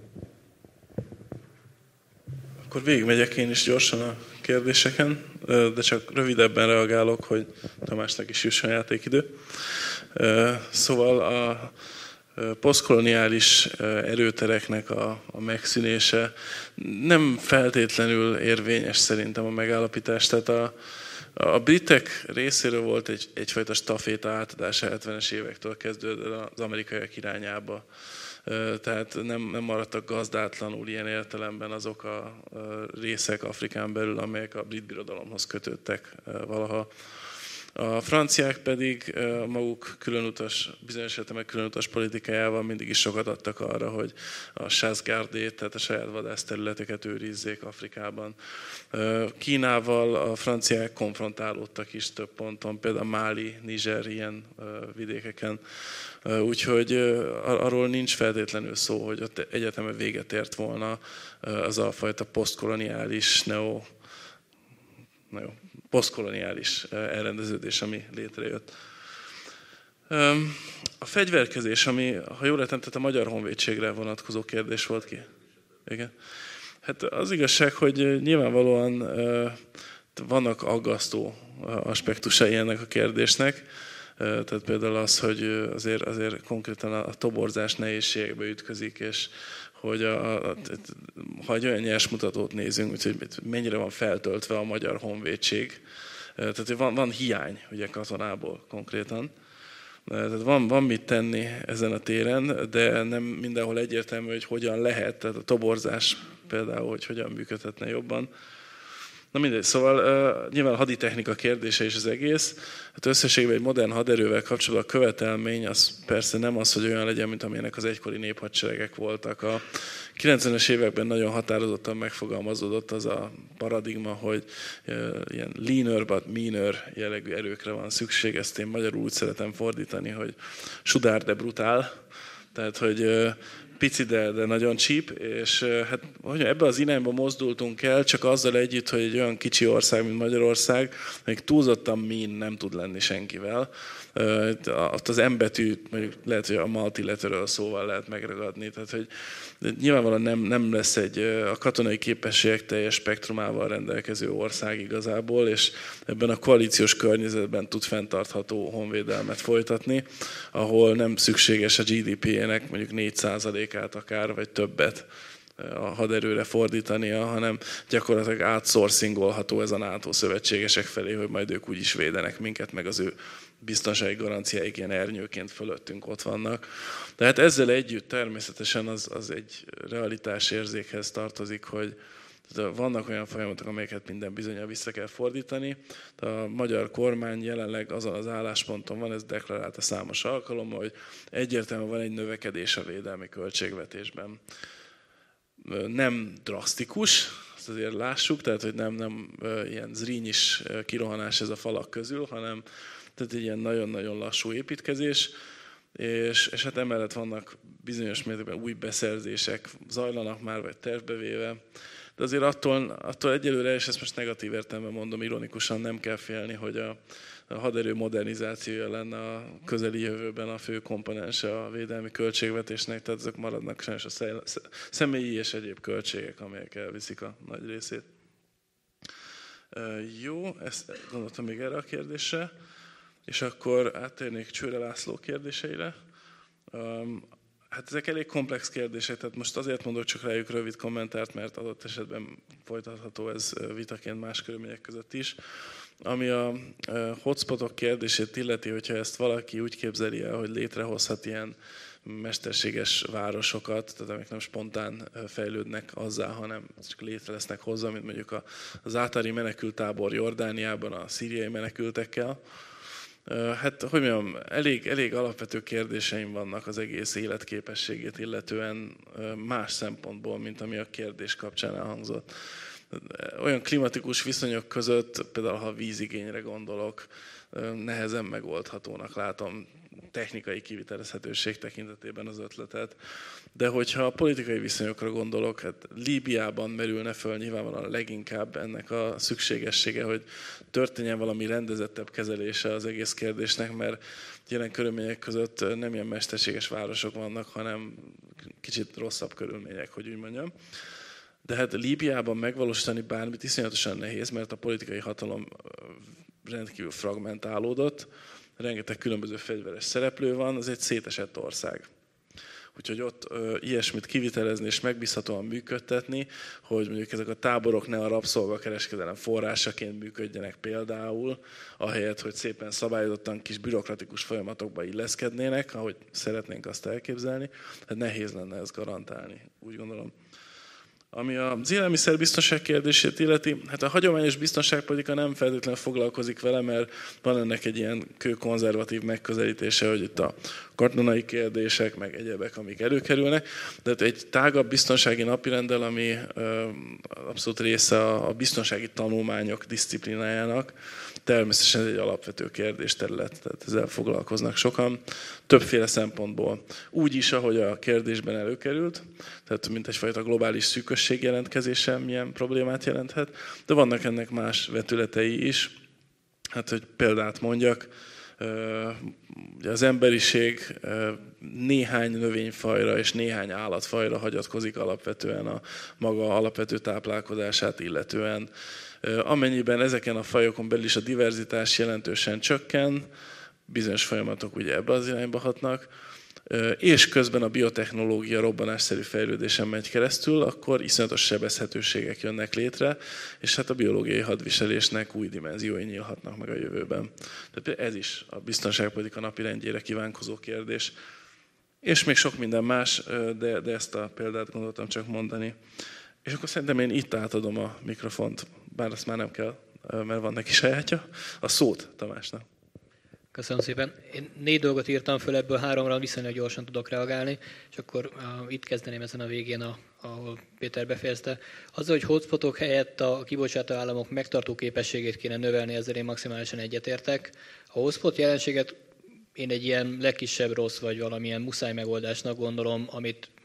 Akkor végigmegyek én is gyorsan a kérdéseken, de csak rövidebben reagálok, hogy Tamásnak is jusson játékidő. Szóval a posztkoloniális erőtereknek a, a megszűnése nem feltétlenül érvényes szerintem a megállapítás. Tehát a, a britek részéről volt egy, egyfajta staféta átadás a hetvenes évektől kezdődően az amerikaiak irányába. Tehát nem, nem maradtak gazdátlanul ilyen értelemben azok a részek Afrikán belül, amelyek a brit birodalomhoz kötődtek valaha. A franciák pedig maguk különutas, bizonyos értelemben különutas politikájával mindig is sokat adtak arra, hogy a chasse gardée, tehát a saját vadászterületeket őrizzék Afrikában. Kínával a franciák konfrontálódtak is több ponton, például Mali, Niger ilyen vidékeken. Úgyhogy arról nincs feltétlenül szó, hogy ott egyetemen véget ért volna az a fajta posztkoloniális, neo, na jó, posztkoloniális elrendeződés, ami létrejött. A fegyverkezés, ami, ha jól értem, tehát a Magyar Honvédségre vonatkozó kérdés volt ki. Igen. Hát az igazság, hogy nyilvánvalóan vannak aggasztó aspektusai ennek a kérdésnek. Tehát például az, hogy azért, azért konkrétan a toborzás nehézségekbe ütközik, és hogy a, a, ha egy olyan nyersmutatót nézünk, úgyhogy mennyire van feltöltve a Magyar Honvédség, tehát van, van hiány ugye katonából konkrétan. Tehát van, van mit tenni ezen a téren, de nem mindenhol egyértelmű, hogy hogyan lehet, tehát a toborzás például, hogy hogyan működhetne jobban. Na mindegy, szóval uh, nyilván a haditechnika kérdése is az egész. Hát összességben egy modern haderővel kapcsolatban a követelmény az persze nem az, hogy olyan legyen, mint amilyenek az egykori néphadseregek voltak. A kilencvenes években nagyon határozottan megfogalmazódott az a paradigma, hogy uh, ilyen leaner but meaner jellegű erőkre van szükség. Ezt én magyarul úgy szeretem fordítani, hogy sudár de brutál. Tehát, hogy uh, pici, de, de nagyon cheap, és hát ebbe az irányba mozdultunk el, csak azzal együtt, hogy egy olyan kicsi ország, mint Magyarország, még túlzottan mean nem tud lenni senkivel. Ott az M betűt, mondjuk lehet, hogy a multilateral szóval lehet megragadni, tehát hogy nyilvánvalóan nem, nem lesz egy a katonai képességek teljes spektrumával rendelkező ország igazából, és ebben a koalíciós környezetben tud fenntartható honvédelmet folytatni, ahol nem szükséges a gé dé pé-nek mondjuk négy százalékát akár, vagy többet a haderőre fordítania, hanem gyakorlatilag outsourcingolható ez a NATO szövetségesek felé, hogy majd ők úgyis védenek minket, meg az ő biztonsági garanciáik ilyen ernyőként fölöttünk ott vannak. Tehát ezzel együtt természetesen az, az egy realitásérzékhez tartozik, hogy vannak olyan folyamatok, amelyeket minden bizonnyal vissza kell fordítani. A magyar kormány jelenleg azon az állásponton van, ez deklarálta számos alkalommal, hogy egyértelműen van egy növekedés a védelmi költségvetésben. Nem drasztikus, azt azért lássuk, tehát hogy nem, nem ilyen zrínyis kirohanás ez a falak közül, hanem tehát egy ilyen nagyon-nagyon lassú építkezés, és, és hát emellett vannak bizonyos mértékben új beszerzések, zajlanak már, vagy tervbevéve, de azért attól, attól egyelőre, és ezt most negatív értelemben mondom, ironikusan nem kell félni, hogy a, a haderő modernizációja lenne a közeli jövőben a fő komponense a védelmi költségvetésnek, tehát ezek maradnak sajnos a személyi és egyéb költségek, amelyek elviszik a nagy részét. Jó, ezt gondoltam még erre a kérdésre, és akkor áttérnék Csőre László kérdéseire. Hát ezek elég komplex kérdések, tehát most azért mondok csak rájuk rövid kommentárt, mert adott esetben folytatható ez vitaként más körülmények között is. Ami a hotspotok kérdését illeti, hogyha ezt valaki úgy képzeli el, hogy létrehozhat ilyen mesterséges városokat, tehát amik nem spontán fejlődnek azzá, hanem csak létre lesznek hozzá, mint mondjuk az átári menekülttábor Jordániában a szíriai menekültekkel. Hát, hogy mondjam, elég, elég alapvető kérdéseim vannak az egész életképességét illetően más szempontból, mint ami a kérdés kapcsán elhangzott. Olyan klimatikus viszonyok között, például ha vízigényre gondolok, nehezen megoldhatónak látom technikai kivitelezhetőség tekintetében az ötletet. De hogyha a politikai viszonyokra gondolok, hát Líbiában merülne föl nyilvánvalóan leginkább ennek a szükségessége, hogy történjen valami rendezettebb kezelése az egész kérdésnek, mert jelen körülmények között nem ilyen mesterséges városok vannak, hanem kicsit rosszabb körülmények, hogy úgy mondjam. De hát Líbiában megvalósítani bármit iszonyatosan nehéz, mert a politikai hatalom rendkívül fragmentálódott, rengeteg különböző fegyveres szereplő van, az egy szétesett ország. Úgyhogy ott ö, ilyesmit kivitelezni és megbízhatóan működtetni, hogy mondjuk ezek a táborok ne a rabszolgakereskedelem forrásaként működjenek például, ahelyett, hogy szépen szabályozottan kis bürokratikus folyamatokba illeszkednének, ahogy szeretnénk azt elképzelni, hát nehéz lenne ezt garantálni, úgy gondolom. Ami az élelmiszerbiztonság kérdését illeti, hát a hagyományos biztonságpolitika nem feltétlenül foglalkozik vele, mert van ennek egy ilyen kőkonzervatív megközelítése, hogy itt a katonai kérdések, meg egyebek, amik előkerülnek, de egy tágabb biztonsági napirenddel, ami abszolút része a biztonsági tanulmányok diszciplinájának, természetesen egy alapvető kérdésterület, tehát ezzel foglalkoznak sokan, többféle szempontból. Úgy is, ahogy a kérdésben előkerült, tehát mint egyfajta globális szűkösség jelentkezése milyen problémát jelenthet, de vannak ennek más vetületei is. Hát, hogy példát mondjak, az emberiség néhány növényfajra és néhány állatfajra hagyatkozik alapvetően a maga alapvető táplálkozását illetően. Amennyiben ezeken a fajokon belül is a diverzitás jelentősen csökken, bizonyos folyamatok ugye ebbe az irányba hatnak, és közben a biotechnológia robbanásszerű fejlődésen megy keresztül, akkor iszonyatos sebezhetőségek jönnek létre, és hát a biológiai hadviselésnek új dimenziói nyílhatnak meg a jövőben. Tehát ez is a biztonságpolitika napirendjére kívánkozó kérdés. És még sok minden más, de, de ezt a példát gondoltam csak mondani. És akkor szerintem én itt átadom a mikrofont, bár azt már nem kell, mert van neki sajátja, a szót Tamásnak. Köszönöm szépen. Én négy dolgot írtam föl, ebből háromra viszonylag gyorsan tudok reagálni, és akkor uh, itt kezdeném ezen a végén, a, ahol Péter befejezte. Azzal, hogy hotspotok helyett a kibocsátó államok megtartó képességét kéne növelni, ezzel én maximálisan egyetértek. A hotspot jelenséget én egy ilyen legkisebb rossz, vagy valamilyen muszáj megoldásnak gondolom, amit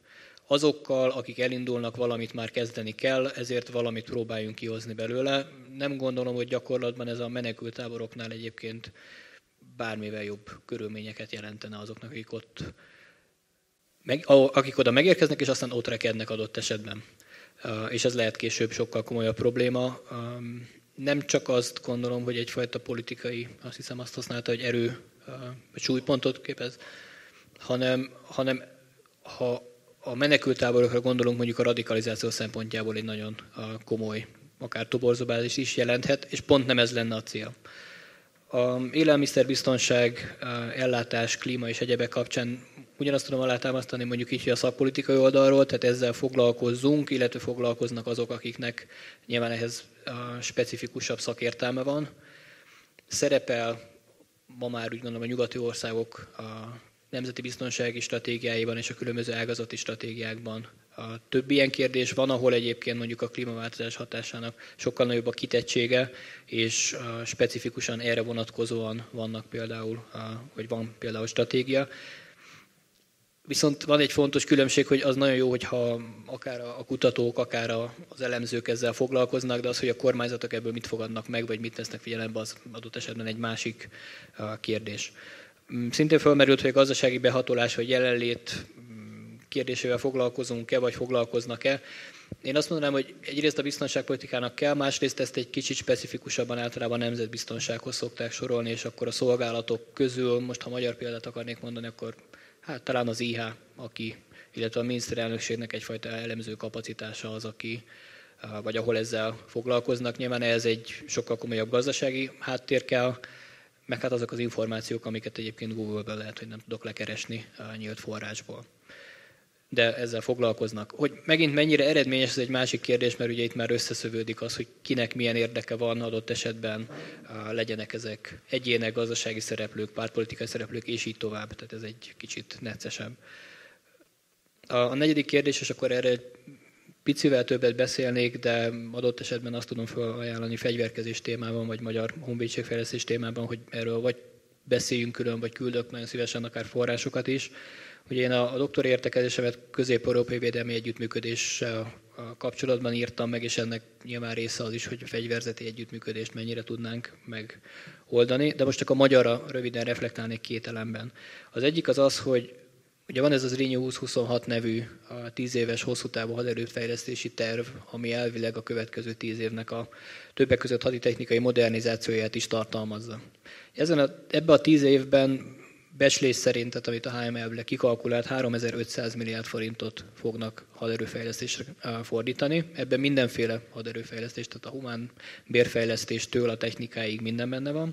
azokkal, akik elindulnak, valamit már kezdeni kell, ezért valamit próbáljunk kihozni belőle. Nem gondolom, hogy gyakorlatban ez a menekülttáboroknál egyébként bármivel jobb körülményeket jelentene azoknak, akik ott meg, akik oda megérkeznek, és aztán ott rekednek adott esetben. És ez lehet később sokkal komolyabb probléma. Nem csak azt gondolom, hogy egyfajta politikai, azt hiszem azt használta, hogy erő, vagy súlypontot képez, hanem, hanem ha a menekülttáborokra gondolunk, mondjuk a radikalizáció szempontjából egy nagyon komoly, akár toborzóbázis is jelenthet, és pont nem ez lenne a cél. A élelmiszerbiztonság, ellátás, klíma és egyebek kapcsán ugyanazt tudom alátámasztani mondjuk így, hogy a szakpolitikai oldalról, tehát ezzel foglalkozzunk, illetve foglalkoznak azok, akiknek nyilván ehhez specifikusabb szakértelme van. Szerepel ma már úgy gondolom a nyugati országok a nemzeti biztonsági stratégiáiban és a különböző ágazati stratégiákban. A több ilyen kérdés van, ahol egyébként mondjuk a klímaváltozás hatásának sokkal nagyobb a kitettsége, és specifikusan erre vonatkozóan vannak például, vagy van például stratégia. Viszont van egy fontos különbség, hogy az nagyon jó, hogyha akár a kutatók, akár az elemzők ezzel foglalkoznak, de az, hogy a kormányzatok ebből mit fogadnak meg, vagy mit tesznek figyelembe, az adott esetben egy másik kérdés. Szintén felmerült, hogy a gazdasági behatolás vagy jelenlét kérdésével foglalkozunk-e, vagy foglalkoznak-e. Én azt mondanám, hogy egyrészt a biztonságpolitikának kell, másrészt ezt egy kicsit specifikusabban általában nemzetbiztonsághoz szokták sorolni, és akkor a szolgálatok közül, most ha magyar példát akarnék mondani, akkor hát talán az i há, aki, illetve a miniszterelnökségnek egyfajta elemző kapacitása az, aki, vagy ahol ezzel foglalkoznak. Nyilván ez egy sokkal komolyabb gazdasági háttér kell, meg hát azok az információk, amiket egyébként Google-ből lehet, hogy nem tudok lekeresni a nyílt forrásból. De ezzel foglalkoznak. Hogy megint mennyire eredményes, ez egy másik kérdés, mert ugye itt már összeszövődik az, hogy kinek milyen érdeke van adott esetben, legyenek ezek egyének, gazdasági szereplők, pártpolitikai szereplők, és így tovább. Tehát ez egy kicsit neccesebb. A negyedik kérdés, és akkor erre picivel többet beszélnék, de adott esetben azt tudom felajánlani fegyverkezés témában, vagy magyar honvédségfejlesztés témában, hogy erről vagy beszéljünk külön, vagy küldök nagyon szívesen akár forrásokat is. Ugye én a, a doktori értekezésemet közép-európai védelmi együttműködéssel kapcsolatban írtam meg, és ennek nyilván része az is, hogy a fegyverzeti együttműködést mennyire tudnánk megoldani. De most csak a magyarra röviden reflektálnék két elemben. Az egyik az az, hogy ugye van ez az Renew húsz-huszonhat nevű a tíz éves hosszú távú haderőfejlesztési terv, ami elvileg a következő tíz évnek a többek között haditechnikai modernizációját is tartalmazza. Ezen a, ebben a tíz évben becslés szerint, tehát amit a há em elvileg kikalkulált, háromezer-ötszáz milliárd forintot fognak haderőfejlesztésre fordítani. Ebben mindenféle haderőfejlesztés, tehát a humán bérfejlesztéstől a technikáig minden benne van.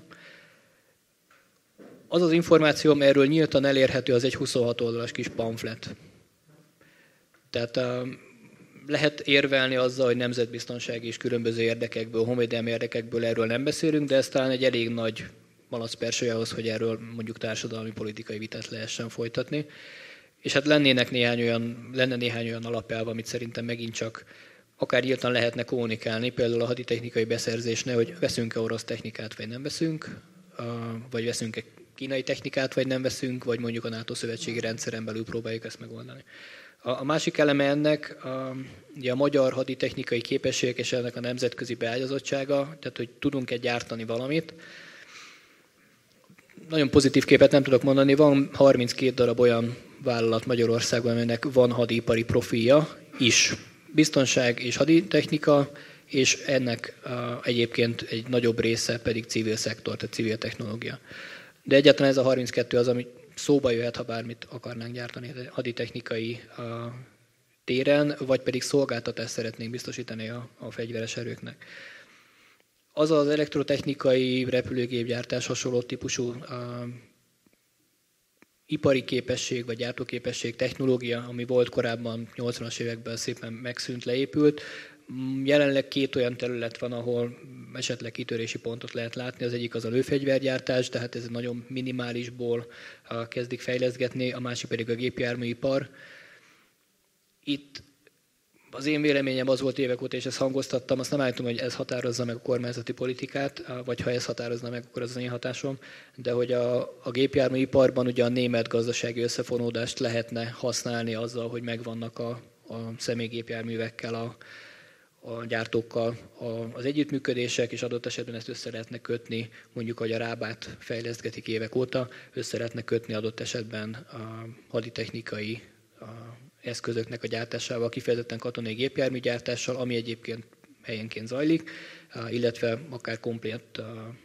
Az az információm erről nyíltan elérhető, az egy huszonhat oldalas kis pamflet. Tehát uh, lehet érvelni azzal, hogy nemzetbiztonsági és különböző érdekekből, honvédelmi érdekekből erről nem beszélünk, de ez talán egy elég nagy malacpersője ahhoz, hogy erről mondjuk társadalmi politikai vitát lehessen folytatni. És hát lennének néhány olyan, lenne néhány olyan alapelv, amit szerintem megint csak akár nyíltan lehetne kommunikálni, például a haditechnikai beszerzésnél, hogy veszünk-e orosz technikát, vagy nem veszünk, vagy veszünk-e kínai technikát, vagy nem veszünk, vagy mondjuk a NATO szövetségi rendszeren belül próbáljuk ezt megoldani. A, a másik eleme ennek a, a magyar haditechnikai képességek és ennek a nemzetközi beágyazottsága, tehát hogy tudunk-e gyártani valamit. Nagyon pozitív képet nem tudok mondani, van harminckét darab olyan vállalat Magyarországon, aminek van hadipari profilja is. Biztonság és haditechnika, és ennek uh, egyébként egy nagyobb része pedig civil szektor, tehát civil technológia. De egyáltalán ez a harminckettő az, ami szóba jöhet, ha bármit akarnánk gyártani haditechnikai uh, téren, vagy pedig szolgáltatást szeretnénk biztosítani a, a fegyveres erőknek. Az az elektrotechnikai repülőgépgyártás hasonló típusú uh, ipari képesség vagy gyártóképesség, technológia, ami volt korábban nyolcvanas években szépen megszűnt, leépült. Jelenleg két olyan terület van, ahol esetleg kitörési pontot lehet látni. Az egyik az a lőfegyvergyártás, tehát ez nagyon minimálisból kezdik fejleszgetni, a másik pedig a gépjárműipar. Itt az én véleményem az volt évek óta, és ezt hangoztattam, azt nem állítom, hogy ez határozza meg a kormányzati politikát, vagy ha ez határozna meg, akkor az az én hatásom, de hogy a, a gépjárműiparban ugye a német gazdasági összefonódást lehetne használni azzal, hogy megvannak a, a személygépjárművekkel, a, a gyártókkal az együttműködések, és adott esetben ezt össze lehetne kötni, mondjuk, hogy a Rábát fejlesztgetik évek óta, össze lehetne kötni adott esetben a haditechnikai a eszközöknek a gyártásával, kifejezetten katonai gépjárműgyártással, ami egyébként helyenként zajlik, illetve akár komplett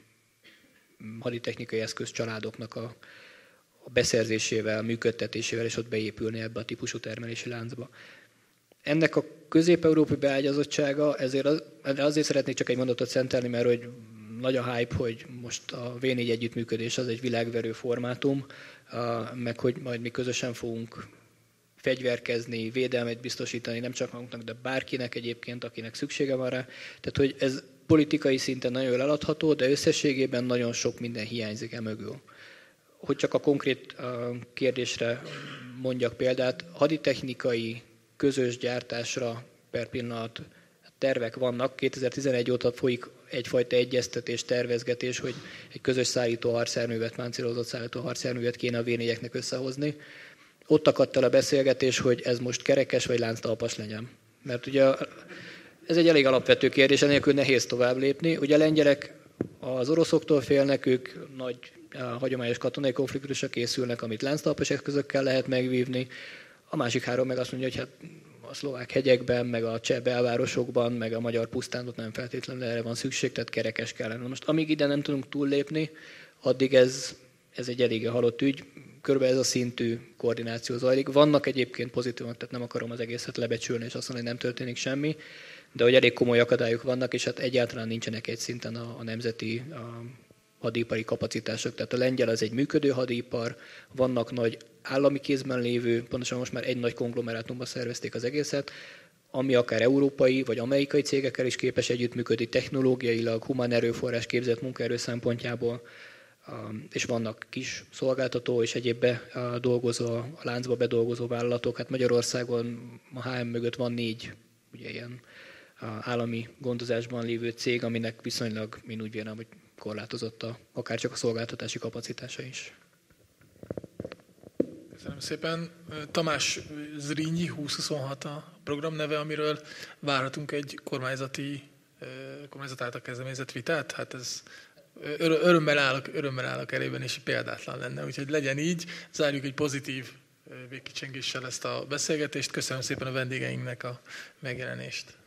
haditechnikai eszközcsaládoknak a, a beszerzésével, működtetésével, és ott beépülni ebbe a típusú termelési láncba. Ennek a közép-európai beágyazottsága, ezért az, azért szeretnék csak egy mondatot szentelni, mert hogy nagy a hype, hogy most a vé négy együttműködés az egy világverő formátum, meg hogy majd mi közösen fogunk fegyverkezni, védelmet biztosítani, nem csak magunknak, de bárkinek egyébként, akinek szüksége van rá. Tehát, hogy ez politikai szinten nagyon jól eladható, de összességében nagyon sok minden hiányzik emögül. Hogy csak a konkrét kérdésre mondjak példát, haditechnikai közös gyártásra per pillanat tervek vannak. kétezer-tizenegy óta folyik egyfajta egyeztetés, tervezgetés, hogy egy közös szállító harcjárművet, páncélozott szállító harcjárművet kéne a vé négyeknek összehozni. Ott akadt el a beszélgetés, hogy ez most kerekes vagy lánctalpas legyen. Mert ugye ez egy elég alapvető kérdés, enélkül nehéz tovább lépni. Ugye a lengyelek az oroszoktól félnek, ők nagy hagyományos katonai konfliktusra készülnek, amit lánctalpas eszközökkel lehet megvívni. A másik három meg azt mondja, hogy hát a szlovák hegyekben, meg a cseh belvárosokban, meg a magyar pusztán ott nem feltétlenül erre van szükség, tehát kerekes kellene. Most amíg ide nem tudunk túllépni, addig ez, ez egy eléggé halott ügy. Körülbelül ez a szintű koordináció zajlik. Vannak egyébként pozitívak, tehát nem akarom az egészet lebecsülni, és azt mondani, hogy nem történik semmi, de hogy elég komoly akadályok vannak, és hát egyáltalán nincsenek egy szinten a, a nemzeti a hadipari kapacitások. Tehát a lengyel az egy működő hadipar, vannak nagy állami kézben lévő, pontosan most már egy nagy konglomerátumban szervezték az egészet, ami akár európai vagy amerikai cégekkel is képes együttműködni technológiailag, humán erőforrás, képzett munkaerő szempontjából, és vannak kis szolgáltató és egyéb dolgozó, a láncba bedolgozó vállalatok. Hát Magyarországon a há em mögött van négy ugye, ilyen állami gondozásban lévő cég, aminek viszonylag, én úgy vélem, hogy korlátozott a, akár csak a szolgáltatási kapacitása is. Köszönöm szépen. Tamás Zrínyi húsz-huszonhat a program neve, amiről várhatunk egy kormányzati, kormányzat által kezdeményezett vitát. Hát ez örömmel állok, örömmel állok elében, és példátlan lenne. Úgyhogy legyen így. Zárjuk egy pozitív végkicsengéssel ezt a beszélgetést. Köszönöm szépen a vendégeinknek a megjelenést.